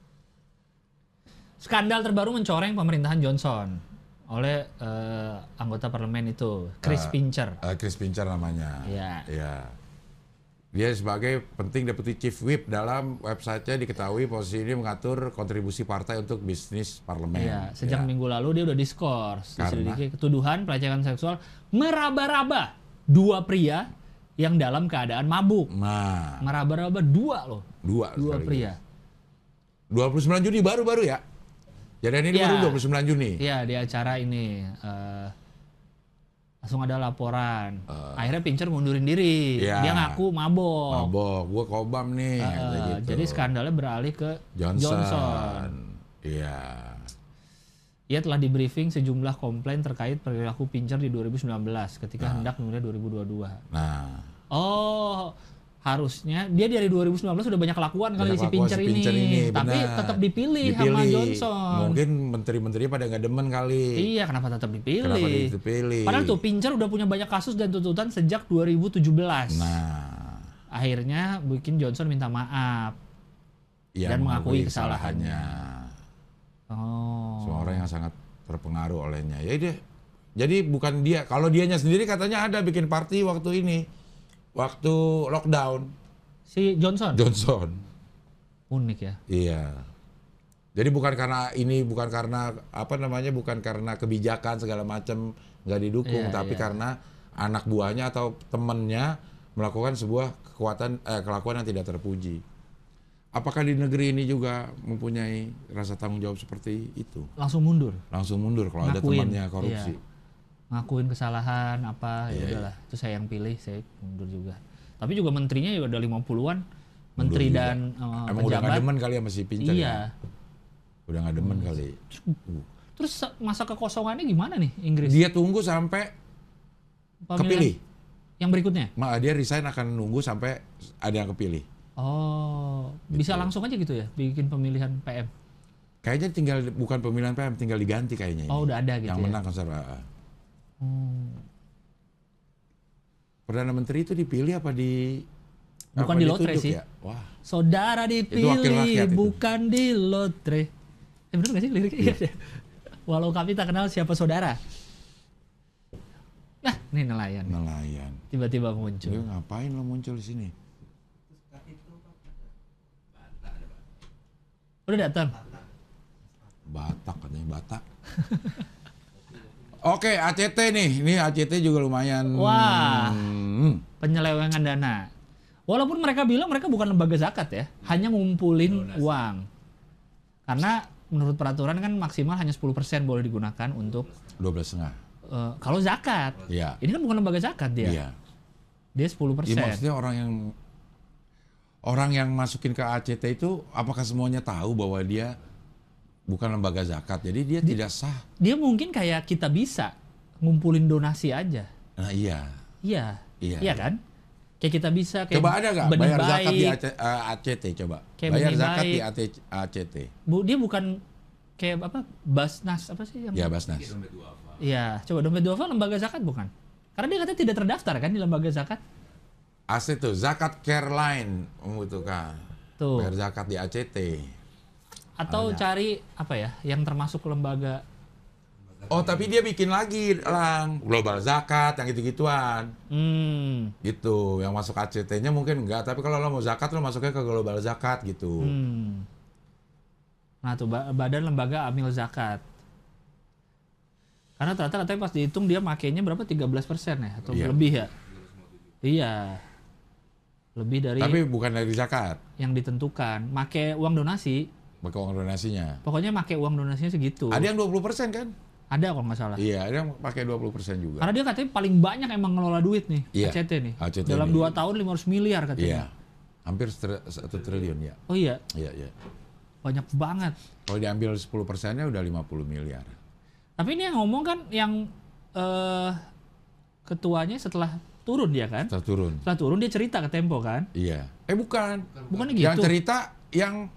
Skandal terbaru mencoreng pemerintahan Johnson oleh eh, anggota parlemen itu, Chris Ah. Pincher. Eh, Chris Pincher namanya. Iya. Iya. Dia sebagai penting deputy chief whip dalam websitenya diketahui posisi ini mengatur kontribusi partai untuk bisnis parlemen. Iya, sejak Ya. minggu lalu dia udah diskors, Karena? diselidiki tuduhan pelecehan seksual meraba-raba dua pria yang dalam keadaan mabuk. Nah, Meraba-raba dua loh, dua. dua sekali. pria. dua puluh sembilan Juni baru-baru ya? Jadi ini Iya. baru dua puluh sembilan Juni. Iya, di acara ini eh, langsung ada laporan. Akhirnya Pincher mundurin diri. Iya. Dia ngaku mabok. Mabok, gua kobam nih. Eh, kata gitu. Jadi skandalnya beralih ke Johnson. Johnson. Iya. Ia telah di briefing sejumlah komplain terkait perilaku Pincher di dua ribu sembilan belas ketika hendak memulai dua ribu dua puluh dua. Nah, Oh, harusnya dia dari dua ribu sembilan belas sudah banyak kelakuan kali banyak si kelakuan Pincher si ini, Pincher ini, tapi benar. tetap dipilih, sama Johnson. Mungkin menteri-menterinya pada nggak demen kali. Iya, kenapa tetap dipilih? Kenapa dipilih? Padahal tuh Pincher udah punya banyak kasus dan tuntutan sejak dua ribu tujuh belas. Nah, Akhirnya bikin Johnson minta maaf ya, dan mengakui kesalahannya. Oh. Semua orang yang sangat terpengaruh olehnya. Ya dia, jadi bukan dia. Kalau dianya sendiri katanya ada bikin party waktu ini, waktu lockdown. Si Johnson. Johnson. Unik ya. Iya. Jadi bukan karena ini, bukan karena apa namanya, bukan karena kebijakan segala macam nggak didukung, Iya, tapi iya. karena anak buahnya atau temannya melakukan sebuah kekuatan eh, kelakuan yang tidak terpuji. Apakah di negeri ini juga mempunyai rasa tanggung jawab seperti itu? Langsung mundur. Langsung mundur kalau ada Ngakuin, temannya korupsi. iya. Ngakuin kesalahan apa, ya Iya, udahlah. Itu saya yang pilih, saya mundur juga. Tapi juga menterinya juga udah lima puluhan. Mundur Menteri juga. dan uh, Emang udah nggak pejabat. demen kali ya, masih pintar Iya. ya? Udah nggak demen kali. Terus masa kekosongannya gimana nih Inggris? Dia tunggu sampai Pemilihan kepilih. Yang berikutnya? Ma, dia resign akan nunggu sampai ada yang kepilih. Oh, bisa langsung aja gitu ya bikin pemilihan P M? Kayaknya tinggal bukan pemilihan P M, tinggal diganti kayaknya. Oh, ini. udah ada gitu Yang ya? menang konservatif. Hmm. Perdana Menteri itu dipilih apa di Bukan apa di lotre ditunjuk sih. ya? Wah, Saudara wakil dipilih rakyat itu. bukan di lotre. Eh bener gak sih liriknya? Iya. Walau kami tak kenal siapa saudara. Nah, ini nelayan. nelayan. Tiba-tiba muncul. Dia ngapain lo muncul di sini? Udah datang. Batak katanya, Batak. Oke, A C T nih. Ini A C T juga lumayan. Wah. Hmm. Penyelewengan dana. Walaupun mereka bilang mereka bukan lembaga zakat ya, hanya ngumpulin uang. Karena menurut peraturan kan maksimal hanya sepuluh persen boleh digunakan untuk dua belas setengah. uh, kalau zakat. Iya. Ini kan bukan lembaga zakat dia. Iya. Dia sepuluh Ya, persen. maksudnya orang yang orang yang masukin ke A C T itu apakah semuanya tahu bahwa dia bukan lembaga zakat, jadi dia tidak sah. Dia mungkin kayak kita bisa ngumpulin donasi aja. Nah iya, Iya. Iya, Iya iya. kan? Kayak kita bisa kayak coba ada nggak benih bayar zakat di baik. A C, eh, A C T coba? Kayak Bayar benih zakat di baik. A T A C T. Bu, dia bukan kayak apa? Basnas apa sih yang? Ya Basnas. Iya, coba dompet duafa lembaga zakat bukan? Karena dia katanya tidak terdaftar kan di lembaga zakat. A C T tuh zakat care line membutuhkan. Tuh. Bayar zakat di A C T. Atau Ada. cari apa ya yang termasuk lembaga. Oh tapi dia bikin lagi lang global zakat yang gitu-gituan. Hmm. Gitu, yang masuk A C T-nya mungkin enggak, tapi kalau lo mau zakat lo masuknya ke global zakat gitu. Hmm. Nah tuh ba- badan lembaga amil zakat. Karena ternyata katanya pas dihitung dia makainya berapa tiga belas persen ya atau Iya. lebih ya? Iya. Lebih dari Tapi bukan dari zakat, yang ditentukan. Make uang donasi, pakai uang donasinya. pokoknya make uang donasinya segitu. Ada yang dua puluh persen kan? Ada kalau nggak salah. Iya, ada yang pakai dua puluh persen juga. Karena dia katanya paling banyak emang ngelola duit nih, Iya, A C T nih. A C T Dalam nih. dua tahun lima ratus miliar Iya, katanya. hampir seter- satu triliun ya. Oh iya, Iya, iya. banyak banget. Kalau diambil sepuluh persennya udah lima puluh miliar. Tapi ini yang ngomong kan yang eh, ketuanya setelah turun dia kan? Setelah turun. Setelah turun dia cerita ke Tempo kan? Iya. Eh bukan. Bukannya Yang gitu. cerita yang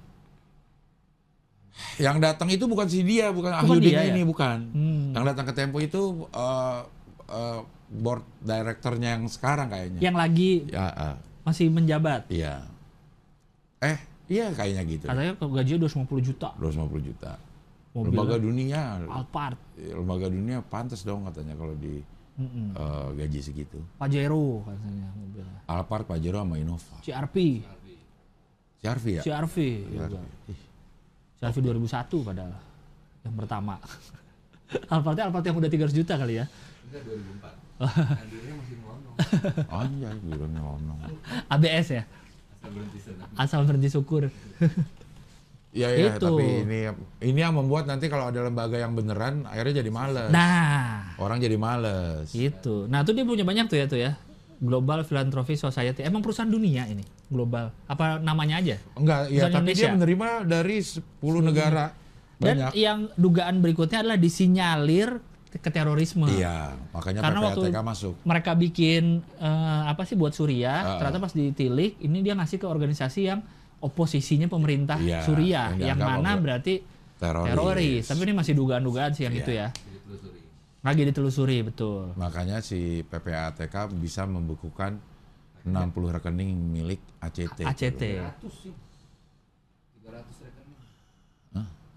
yang datang itu bukan si dia, bukan Bukan Ahyudin dia, ya? ini, bukan. Hmm. Yang datang ke Tempo itu eh, eh, board directornya yang sekarang kayaknya. Yang lagi Ya, ah, masih menjabat. iya. Eh, iya kayaknya gitu. Katanya gajinya dua ratus lima puluh juta. dua ratus lima puluh juta. Mobilnya Lembaga dunia, Alphard. lembaga dunia pantas dong katanya kalau di Mm-mm. eh, gaji segitu. Pajero katanya mobilnya. Alphard, Pajero sama Innova. C R V. C R V ya? C R V juga. Ih, C R V dua ribu satu padahal. Yang pertama. Alphardnya Alphard yang udah tiga ratus juta kali ya. Enggak dua ribu empat. Hadirnya masih melonong. anjay, bilang ngomong. A B S ya. Asal berhenti senang. Asal berhenti syukur. Iya, iya, Itu. tapi ini ini yang membuat nanti kalau ada lembaga yang beneran akhirnya jadi males. Nah, Orang jadi males. itu. Nah, tuh dia punya banyak tuh ya tuh ya. Global Philanthropy Society. Emang perusahaan dunia ini, global. Apa namanya aja? Enggak, Perusahaan ya tapi Indonesia. dia menerima dari sepuluh negara. Dan Banyak. yang dugaan berikutnya adalah disinyalir ke terorisme. Iya, makanya Karena P P A T K waktu masuk. mereka bikin eh, apa sih buat Suriah, Uh-uh. ternyata pas ditilik ini dia ngasih ke organisasi yang oposisinya pemerintah Iya, Suriah, yang yang, dianggap mana obra- berarti Teroris. teroris. Tapi ini masih dugaan-dugaan sih yang Iya. itu ya. Ditelusuri. Lagi ditelusuri betul. Makanya si P P A T K bisa membukukan enam puluh rekening milik A C T. A C T. tiga ratus sih. tiga ratus rekening. Hah?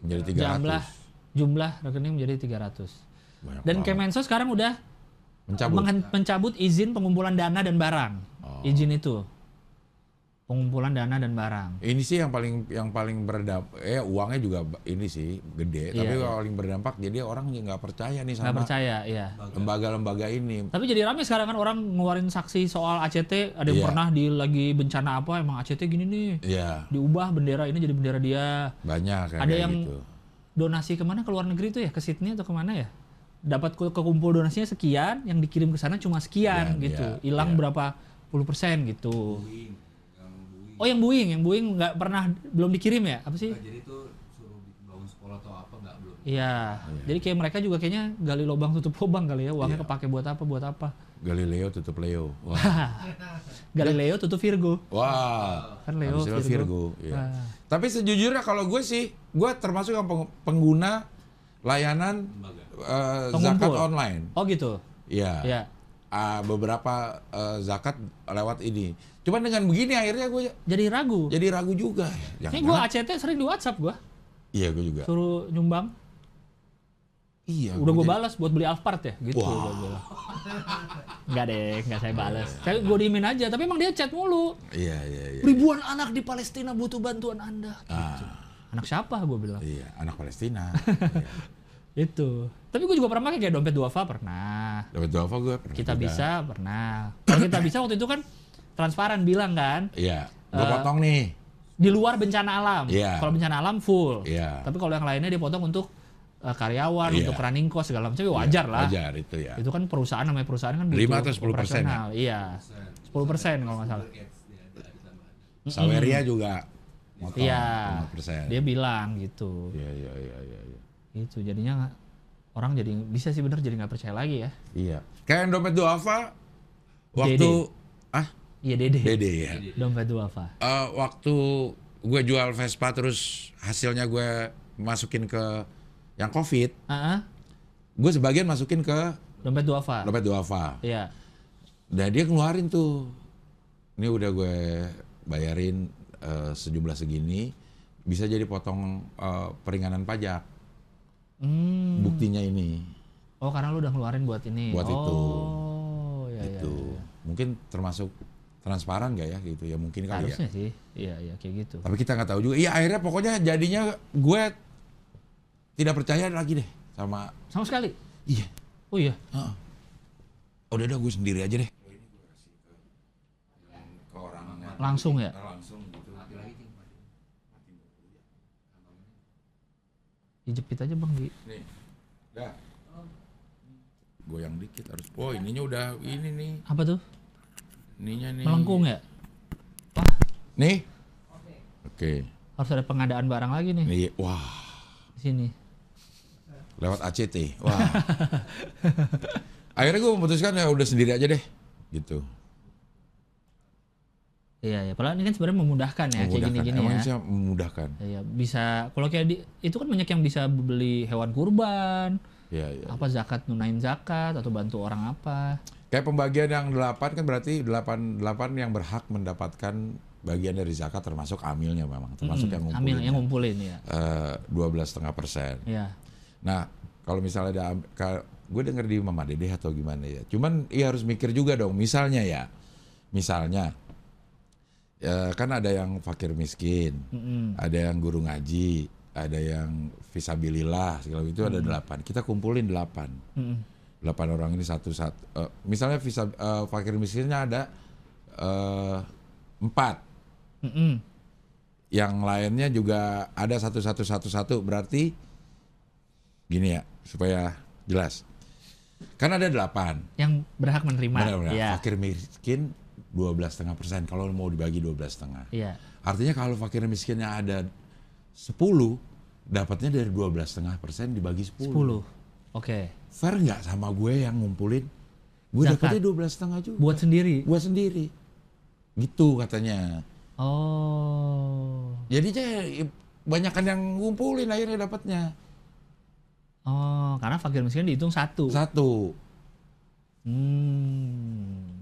menjadi tiga ratus. Jumlah jumlah rekening menjadi tiga ratus. Banyak Dan banget. Kemensos sekarang udah Mencabut. menghen- mencabut izin pengumpulan dana dan barang. Oh. Izin itu. Pengumpulan dana dan barang. Ini sih yang paling yang paling berdampak, eh uangnya juga ba- ini sih gede, Iya, tapi iya. yang paling berdampak jadi orang nggak percaya nih Nggak sama percaya, iya. lembaga-lembaga ini. Tapi jadi ramai sekarang kan orang ngeluarin saksi soal A C T. Ada yang Iya. pernah di lagi bencana apa, emang A C T gini nih. Iya, Diubah bendera ini jadi bendera dia. banyak Ada yang kayak yang gitu. donasi kemana, ke luar negeri tuh ya, ke Sydney atau kemana ya? Dapat ke- kekumpul donasinya sekian, yang dikirim ke sana cuma sekian Sekian, gitu. iya, Hilang iya. berapa puluh persen gitu. Boeing, yang Boeing. Oh yang Boeing, yang Boeing nggak pernah, belum dikirim ya? Apa sih? Nah, jadi itu suruh bangun sekolah atau apa nggak belum. Iya. Jadi kayak mereka juga kayaknya gali lubang tutup lubang kali ya, uangnya Iya. kepake buat apa, buat apa. Galileo tutup Leo. Wah, Galileo tutup Virgo. wah. Kan Leo Habis itu Virgo. Virgo. Iya. Ah. Tapi sejujurnya kalau gue sih, gue termasuk yang peng- pengguna layanan Lembaga. eh, Pengumpul. zakat online. Oh gitu. Iya. Ya. Ah, beberapa eh, zakat lewat ini. Cuman dengan begini akhirnya gue Jadi ragu. jadi ragu juga. Ini Jangan- gue A C T sering di WhatsApp gue, Iya, gue juga. suruh nyumbang. Iya. Udah gue jadi- balas buat beli Alphard ya, gitu. Wah. Gua bilang. Enggak deh, enggak saya balas. Saya gue diemin aja, tapi emang dia chat mulu. Iya, iya, iya. Ribuan anak di Palestina butuh bantuan Anda. Gitu. Ah, Anak siapa gue bilang. iya, anak Palestina. Iya. Itu. Tapi gue juga pernah pakai kayak dompet duafa pernah. Dapat apa gue? Pernah Kita juga. bisa pernah. Kalau kita bisa waktu itu kan transparan bilang kan, Iya. Gue Eh, potong nih. di luar bencana alam. Iya. Kalau bencana alam full. Iya. Tapi kalau yang lainnya dia potong untuk eh, karyawan, Iya. untuk running cost segala macam, ya wajar lah. Wajar itu ya. Itu kan perusahaan, namanya perusahaan kan butuh lima atau sepuluh persen ya? operasional. Iya. sepuluh persen kalau nggak salah. Saweria juga motong Iya. lima persen. Dia bilang gitu. Iya, iya, iya, iya. iya. Itu jadinya nggak- orang jadi bisa sih bener jadi nggak percaya lagi ya. Iya. Kayak yang dompet duafa waktu ah Iya Dede. Dede ya. Dompet duafa. Eh, waktu gue jual Vespa terus hasilnya gue masukin ke yang COVID, Ah, gue sebagian masukin ke dompet duafa. dompet duafa. Iya. Dan dia keluarin tuh, ini udah gue bayarin eh, sejumlah segini, bisa jadi potong eh, peringanan pajak. Hmm. Buktinya ini, Oh karena lu udah ngeluarin buat ini. Buat oh, itu. Iya, iya, itu iya. mungkin termasuk transparan gak ya gitu ya mungkin kali ya. Harusnya sih. Iya iya kayak gitu. Tapi kita nggak tahu juga. Iya akhirnya pokoknya jadinya gue tidak percaya lagi deh sama. Sama sekali. Iya. Oh iya. Heeh. Udah udah gue sendiri aja deh. Ke orang Langsung ya. langsung gitu. Dijepit aja bang di. Nih, dah. Goyang dikit harus. Oh ininya udah ini nih. Apa tuh? Ininya nih. Melengkung ya? Wah Nih. Oke. harus ada pengadaan barang lagi nih Nih, wah. di sini. Lewat A C T. Wah. Akhirnya gue memutuskan ya udah sendiri aja deh. Gitu. Iya ya. Padahal ini kan sebenarnya memudahkan ya kayak Memudahkan. gini-gini Emang ya. bisa memudahkan. Iya bisa. Kalau kayak di, itu kan banyak yang bisa beli hewan kurban, Iya, iya. apa zakat nunain zakat atau bantu orang apa. Kayak pembagian yang delapan kan berarti delapan delapan yang berhak mendapatkan bagian dari zakat termasuk amilnya memang termasuk Mm-mm, yang ngumpulin. amil yang ngumpulin ya. dua belas setengah persen. Iya. Nah kalau misalnya ada am- ka- gue denger di Mama Dede atau gimana ya. Cuman iya harus mikir juga dong. Misalnya ya, misalnya ya, kan ada yang fakir miskin, Mm-mm. ada yang guru ngaji, ada yang fisabilillah segala itu ada delapan. Kita kumpulin delapan. Mm-mm. Delapan orang ini satu-satu. Eh, misalnya visa eh, fakir miskinnya ada eh, empat. Mm-mm. Yang lainnya juga ada satu-satu-satu-satu. Berarti gini ya supaya jelas. Kan ada delapan. Yang berhak menerima. Benar-benar. Iya. Fakir miskin dua belas setengah persen. Kalau mau dibagi dua belas setengah. Iya. Artinya kalau fakir miskinnya ada sepuluh, dapatnya dari dua belas setengah persen dibagi sepuluh. sepuluh. Oke. Fair nggak sama gue yang ngumpulin? Gue Zakat. dapatnya dua belas setengah juga. Buat sendiri. Gue sendiri. Gitu katanya. Oh. Jadinya banyakan yang ngumpulin akhirnya dapatnya. Oh, karena fakir miskin dihitung satu. Satu. Hmm.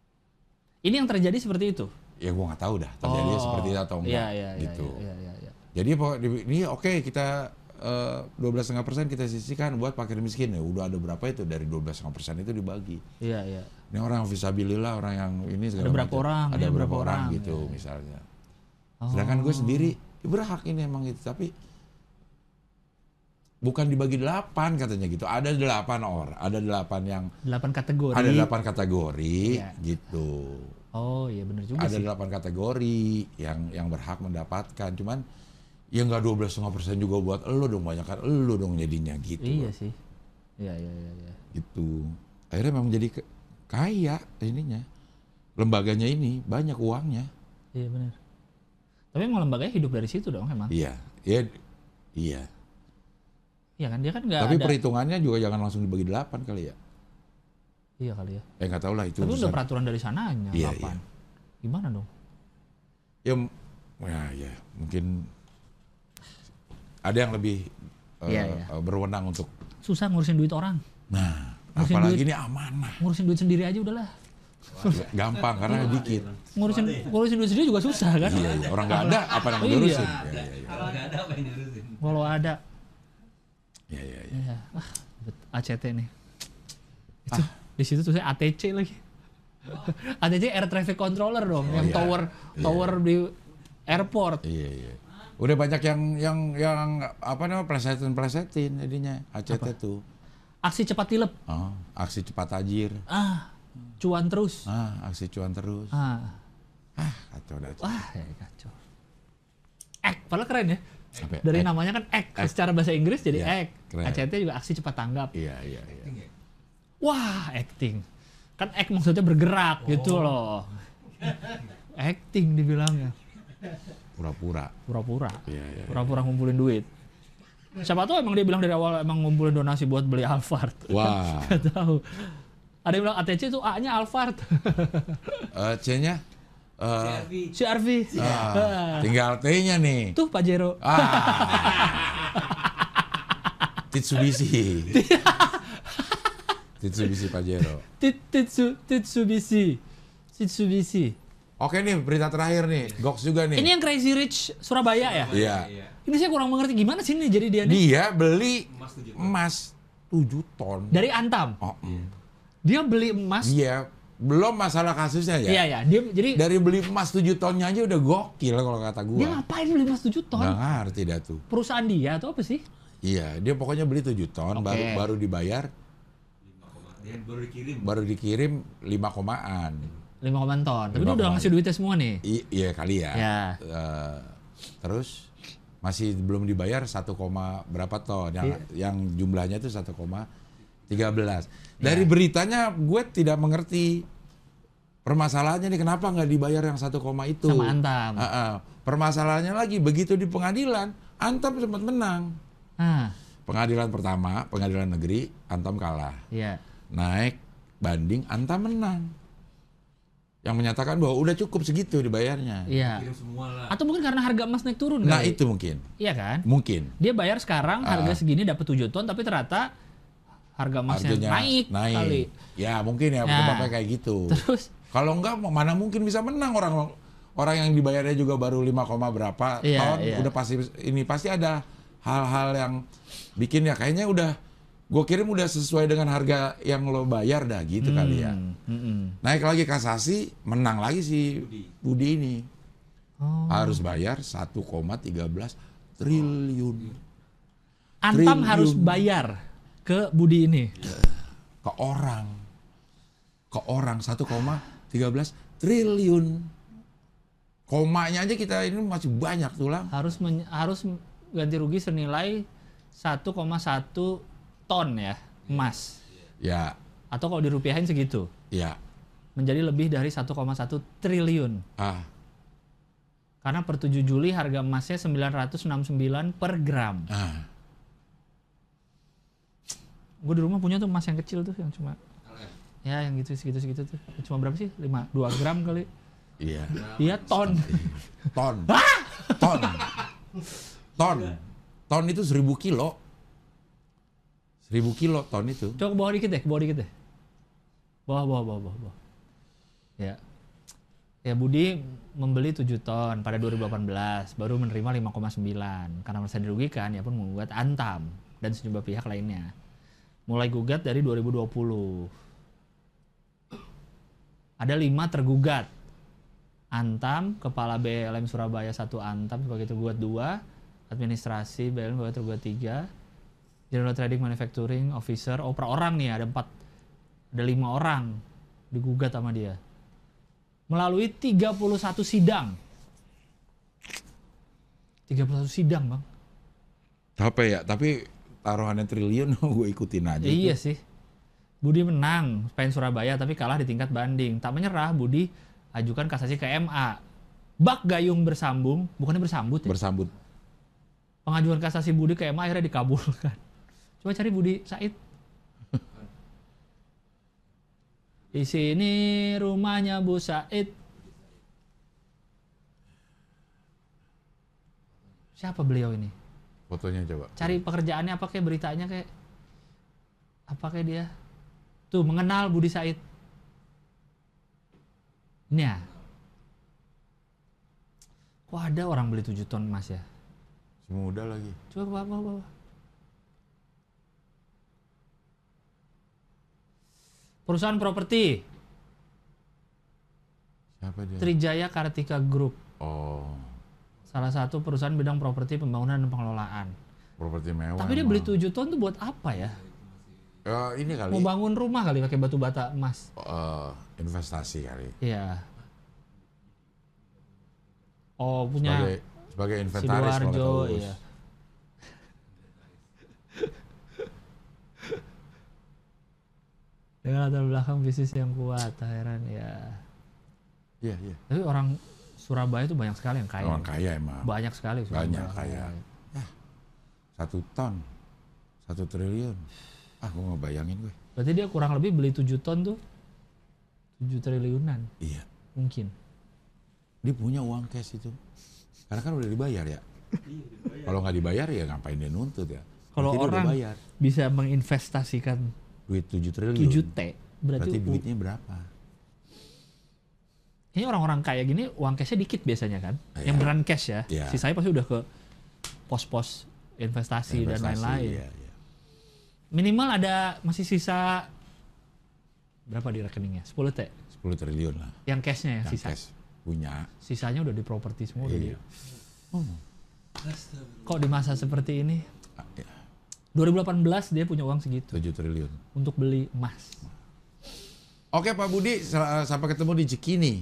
Ini yang terjadi seperti itu. Ya gue nggak tahu dah terjadi Oh, seperti itu atau enggak. Iya, iya, iya, gitu. Iya, iya, iya. Jadi po- di- ini oke kita eh, dua belas koma lima persen kita sisihkan buat fakir miskin. Ya udah ada berapa itu dari dua belas koma lima persen itu dibagi. Iya, iya. Ini orang visabilillah, orang yang ini segala Ada berapa macam. orang, Ada ya, berapa berapa orang, orang, gitu ya. misalnya. Oh. Sedangkan gue sendiri ya berhak ini emang gitu, tapi bukan dibagi delapan katanya gitu. Ada delapan orang, ada delapan yang delapan kategori. ada delapan kategori Iya. gitu. Oh, iya benar juga Ada sih. delapan kategori yang yang berhak mendapatkan. Cuman ya nggak dua belas koma lima persen juga buat elo dong, banyak kan elo dong jadinya gitu. Iya sih. Iya, iya, iya, iya. Gitu. Akhirnya memang jadi ke- kaya ininya. Lembaganya ini banyak uangnya. Iya benar. Tapi emang lembaganya hidup dari situ dong emang. Iya. Iya. Iya. Iya kan dia kan nggak Tapi ada. perhitungannya juga jangan langsung dibagi delapan kali ya. Iya kali ya. Eh nggak tahu lah itu. Tapi udah urusan. peraturan dari sananya Iya, delapan. Gimana dong? Ya, m- ya, ya, mungkin ada yang lebih eh, Iya, iya. eh, berwenang untuk. Susah ngurusin duit orang. Nah, Ngurusin apalagi duit. ini amanah. Ngurusin duit sendiri aja udahlah. Gampang karena dikit. Ngurusin ngurusin duit sendiri juga susah kan? Iya, iya. Orang nggak ada apa yang Iya. diurusin. Iya, iya, iya. Kalau nggak ada apa yang diurusin? Kalau ada. Iya, iya, iya. Iya. Ah, A C T nih. Itu di situ tuh saya A T C lagi. A T C Air Traffic Controller dong, Oh, yang iya. tower Iya. tower di airport. Iya, iya. Udah banyak yang yang yang apa namanya plesetin-plesetin jadinya A C T tuh. Aksi cepat tilep. Oh, aksi cepat tajir. Ah, cuan terus. Ah, aksi cuan terus. Ah, Ah, kacau dah. wah, ya, kacau. Ek, padahal keren ya. Apa ya? Dari Ek. namanya kan ek, secara bahasa Inggris jadi Iya, ek. keren. A C T juga aksi cepat tanggap. Iya, iya, iya. Wah, acting. Kan ek maksudnya bergerak gitu loh. Acting dibilangnya. Pura-pura. Pura-pura. Iya, iya. Pura-pura ngumpulin duit. Siapa tahu emang dia bilang dari awal emang ngumpulin donasi buat beli Alphard. Wah. Gak tahu. Ada yang bilang A T C itu A-nya Alphard. Eh, C-nya eh, Si Arfi. ah, tinggal T-nya nih. Tuh Pajero. Ah. Titsubishi. Titsubishi Pajero. Tit Titsu Titsubishi. Titsubishi. Oke nih berita terakhir nih, Goks juga nih. Ini yang Crazy Rich Surabaya ya? Iya. Ini saya kurang mengerti gimana sih nih jadi dia nih. Dia beli Emas tujuh ton. emas tujuh ton. Dari Antam. Oh, Dia beli emas. dia belum masalah kasusnya ya. Iya ya. Dia jadi Dari beli emas tujuh tonnya aja udah gokil kalau kata gua. dia ngapain beli emas tujuh ton? Nggak ngerti dah tuh. Perusahaan dia atau apa sih? Iya, dia pokoknya beli tujuh ton Oke. baru baru dibayar, lima koma dia baru dikirim. baru dikirim lima komaan. lima koma ton. Tapi lima dia udah koma. ngasih duitnya semua nih. I- iya kali ya. Ya. Eh, terus masih belum dibayar satu, berapa ton yang Iya. yang jumlahnya itu satu koma tiga belas. Dari beritanya gue tidak mengerti permasalahannya nih kenapa nggak dibayar yang satu koma itu. Sama Antam. Ah, ah. Permasalahannya lagi begitu di pengadilan Antam sempat menang. Ah, Pengadilan pertama, pengadilan negeri Antam kalah. iya. Naik banding Antam menang. Yang menyatakan bahwa udah cukup segitu dibayarnya. Iya. Kirim semua lah. Atau mungkin karena harga emas naik turun Nah kali? itu mungkin, Iya kan? mungkin. Dia bayar sekarang Ah. harga segini dapat tujuh ton tapi ternyata harga emasnya Harganya naik, kali. Ya mungkin ya, Ya. penyebabnya kayak gitu. Terus Kalau enggak, mana mungkin bisa menang orang orang yang dibayarnya juga baru lima, berapa Iya, ton, iya. udah pasti ini pasti ada hal-hal yang bikin ya kayaknya udah gue kirim udah sesuai dengan harga yang lo bayar dah gitu kali ya. Hmm, hmm, hmm. Naik lagi kasasi, menang lagi si Budi ini. Oh. Harus bayar satu koma tiga belas triliun Antam Triliun. harus bayar ke Budi ini. ke orang. Ke orang satu koma tiga belas triliun. Komanya aja kita ini masih banyak tulang. Harus men- harus ganti rugi senilai satu koma satu ton ya emas. Ya, Atau kalau dirupiahin segitu. ya. Menjadi lebih dari satu koma satu triliun. Ah, Karena per tujuh Juli harga emasnya sembilan ratus enam puluh sembilan per gram. ah. Gue di rumah punya tuh emas yang kecil tuh yang cuma ya yang gitu segitu segitu tuh. Cuma berapa sih? lima dua gram kali. Iya. Iya ton. Ton. Ton. Ton. Ton itu seribu kilo. Seribu kilo ton itu. Coba ke bawah dikit deh, ke bawah dikit deh. Bawah, bawah, bawah, bawah, bawah. Ya. Ya Budi membeli tujuh ton pada dua ribu delapan belas, baru menerima lima koma sembilan. Karena merasa dirugikan, ya pun menggugat Antam dan sejumlah pihak lainnya. Mulai gugat dari dua ribu dua puluh. Ada lima tergugat. Antam, Kepala B L M Surabaya satu Antam sebagai tergugat dua, Administrasi B L M sebagai tergugat tiga, General Trading Manufacturing Officer, oh per orang nih ada empat, ada lima orang digugat sama dia. Melalui tiga puluh satu sidang. tiga puluh satu sidang, Bang. Apa ya? Tapi taruhannya triliun gue ikutin aja. Ya, iya tuh. sih. Budi menang P N Surabaya tapi kalah di tingkat banding. Tak menyerah, Budi ajukan kasasi ke M A. Bak gayung bersambung, bukannya bersambut ya? Bersambut. Pengajuan kasasi Budi ke M A akhirnya dikabulkan. Coba cari Budi Said. Di sini rumahnya Bu Said. Siapa beliau ini? Fotonya coba. Cari pekerjaannya apa kayak beritanya kayak apa kayak dia? Tuh mengenal Budi Said. Ini ya. Kok ada orang beli tujuh ton emas ya? Si muda lagi. Coba bawa bawa. Perusahaan properti Siapa dia? Trijaya Kartika Group. Oh, Salah satu perusahaan bidang properti pembangunan dan pengelolaan. properti mewah. Tapi dia emang. beli tujuh ton tuh buat apa ya? Eh, ini kali. Mau bangun rumah kali pakai batu bata emas. eh, investasi kali. Iya. Oh, punya Sebagai sebagai inventaris kalau Sidoarjo, kata Uus. iya. Dengan latar belakang bisnis yang kuat, tak heran ya. Iya, iya. Tapi orang Surabaya itu banyak sekali yang kaya. Orang kaya emang. Banyak sekali Surabaya. Banyak kaya. Ya, satu ton, satu triliun. Ah, gue nggak bayangin gue. Berarti dia kurang lebih beli tujuh ton tuh tujuh triliunan Iya. mungkin. Dia punya uang cash itu. Karena kan udah dibayar ya. Kalau nggak dibayar ya ngapain dia nuntut ya. Kalau Berarti dia udah orang bayar. bisa menginvestasikan Duit tujuh triliun. tujuh T, berarti, Berarti u- duitnya berapa? Kayaknya orang-orang kaya gini uang cashnya dikit biasanya kan. Iya. Yang beneran cash ya. Iya. Sisanya pasti udah ke pos-pos investasi, dan Investasi, lain-lain. iya, iya. Minimal ada masih sisa berapa di rekeningnya? sepuluh T. sepuluh triliun lah. Yang cashnya ya, Yang sisa. cash punya. Sisanya udah di properti semua udah Iya. di. Kok di masa seperti ini? Ah, ya, dua ribu delapan belas dia punya uang segitu tujuh triliun. untuk beli emas. Oke Pak Budi, sa- sampai ketemu di Cikini.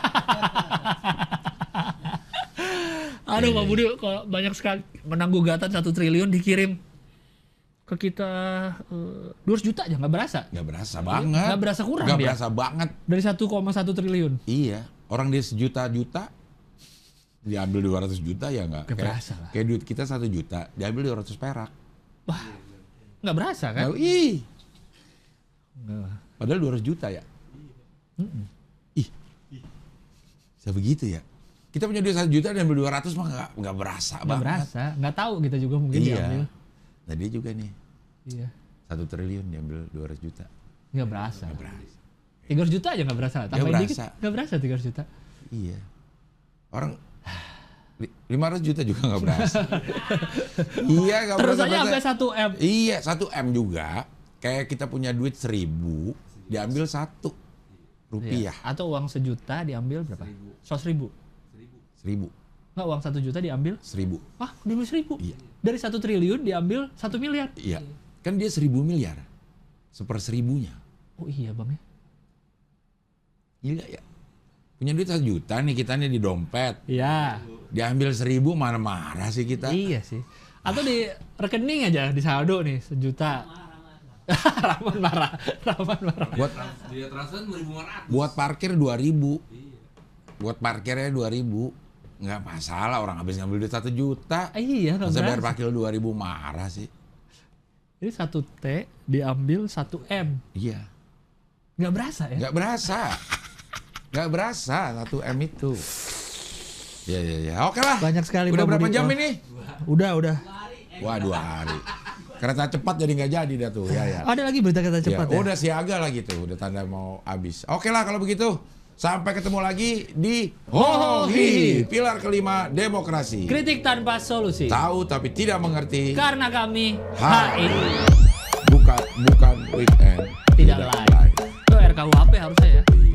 Aduh Pak Budi, kok banyak sekali menang gugatan satu triliun dikirim ke kita eh, dua ratus juta aja nggak berasa. Nggak berasa banget. Nggak berasa kurang Nggak dia. berasa banget. Dari satu koma satu triliun. Iya, orang dia sejuta-juta diambil dua ratus juta ya nggak? Nggak Kayak- berasa lah. Kayak duit kita satu juta, diambil dua ratus perak. Wah, nggak berasa kan? Nah, ih, Nggak. padahal dua ratus juta ya. Ih, bisa begitu ya? Kita punya duit satu juta diambil dua ratus mah nggak nggak berasa Nggak banget. berasa, nggak tahu kita juga mungkin Iya. diambil. Nah dia juga nih Iya, satu triliun diambil dua ratus juta. nggak berasa. Nggak berasa. tiga ratus juta aja nggak berasa. Tambahin Nggak dikit, berasa. nggak berasa tiga ratus juta. Iya. Orang li- lima ratus juta juga nggak berasa. Iya nggak Terus berasa. aja sampai satu M. Iya satu M juga. Kayak kita punya duit seribu, diambil satu rupiah. Iya. Atau uang sejuta diambil berapa? Seratus ribu. Seribu, Nggak, uang satu juta diambil. seribu. Wah, diambil seribu. Iya. Dari satu triliun diambil satu miliar. Iya. Kan dia seribu miliar, seper seribunya. Oh iya bang ya. Gila ya. Punya duit satu juta nih kita nih di dompet, Iya. diambil seribu marah-marah sih kita. Iya sih. Atau di rekening aja di saldo nih sejuta. Rahman marah. Rahman marah. Buat Dia transfer dua ribu lima ratus. buat parkir dua ribu. Buat parkirnya dua ribu. Nggak masalah orang habis ngambil duit satu juta. Ah, iya nggak Masa bayar berasa. parkir dua ribu marah sih. Jadi satu T diambil satu M. Iya. Nggak berasa ya? Nggak berasa. Nggak berasa satu M itu. Ya ya ya. Oke lah. Banyak sekali. Udah Pak berapa Budi. jam Oh, ini? Udah udah. Wah dua hari. Kereta cepat jadi nggak jadi dah tuh. Ya ya. Ada lagi berita kata cepat Ya, ya? udah siaga lagi tuh. Udah tanda mau habis. Oke lah kalau begitu. Sampai ketemu lagi di Hohi, pilar kelima demokrasi. Kritik tanpa solusi. Tahu tapi tidak mengerti. Karena kami H I. Bukan bukan weekend. Tidak live. Itu R K U H P harusnya ya.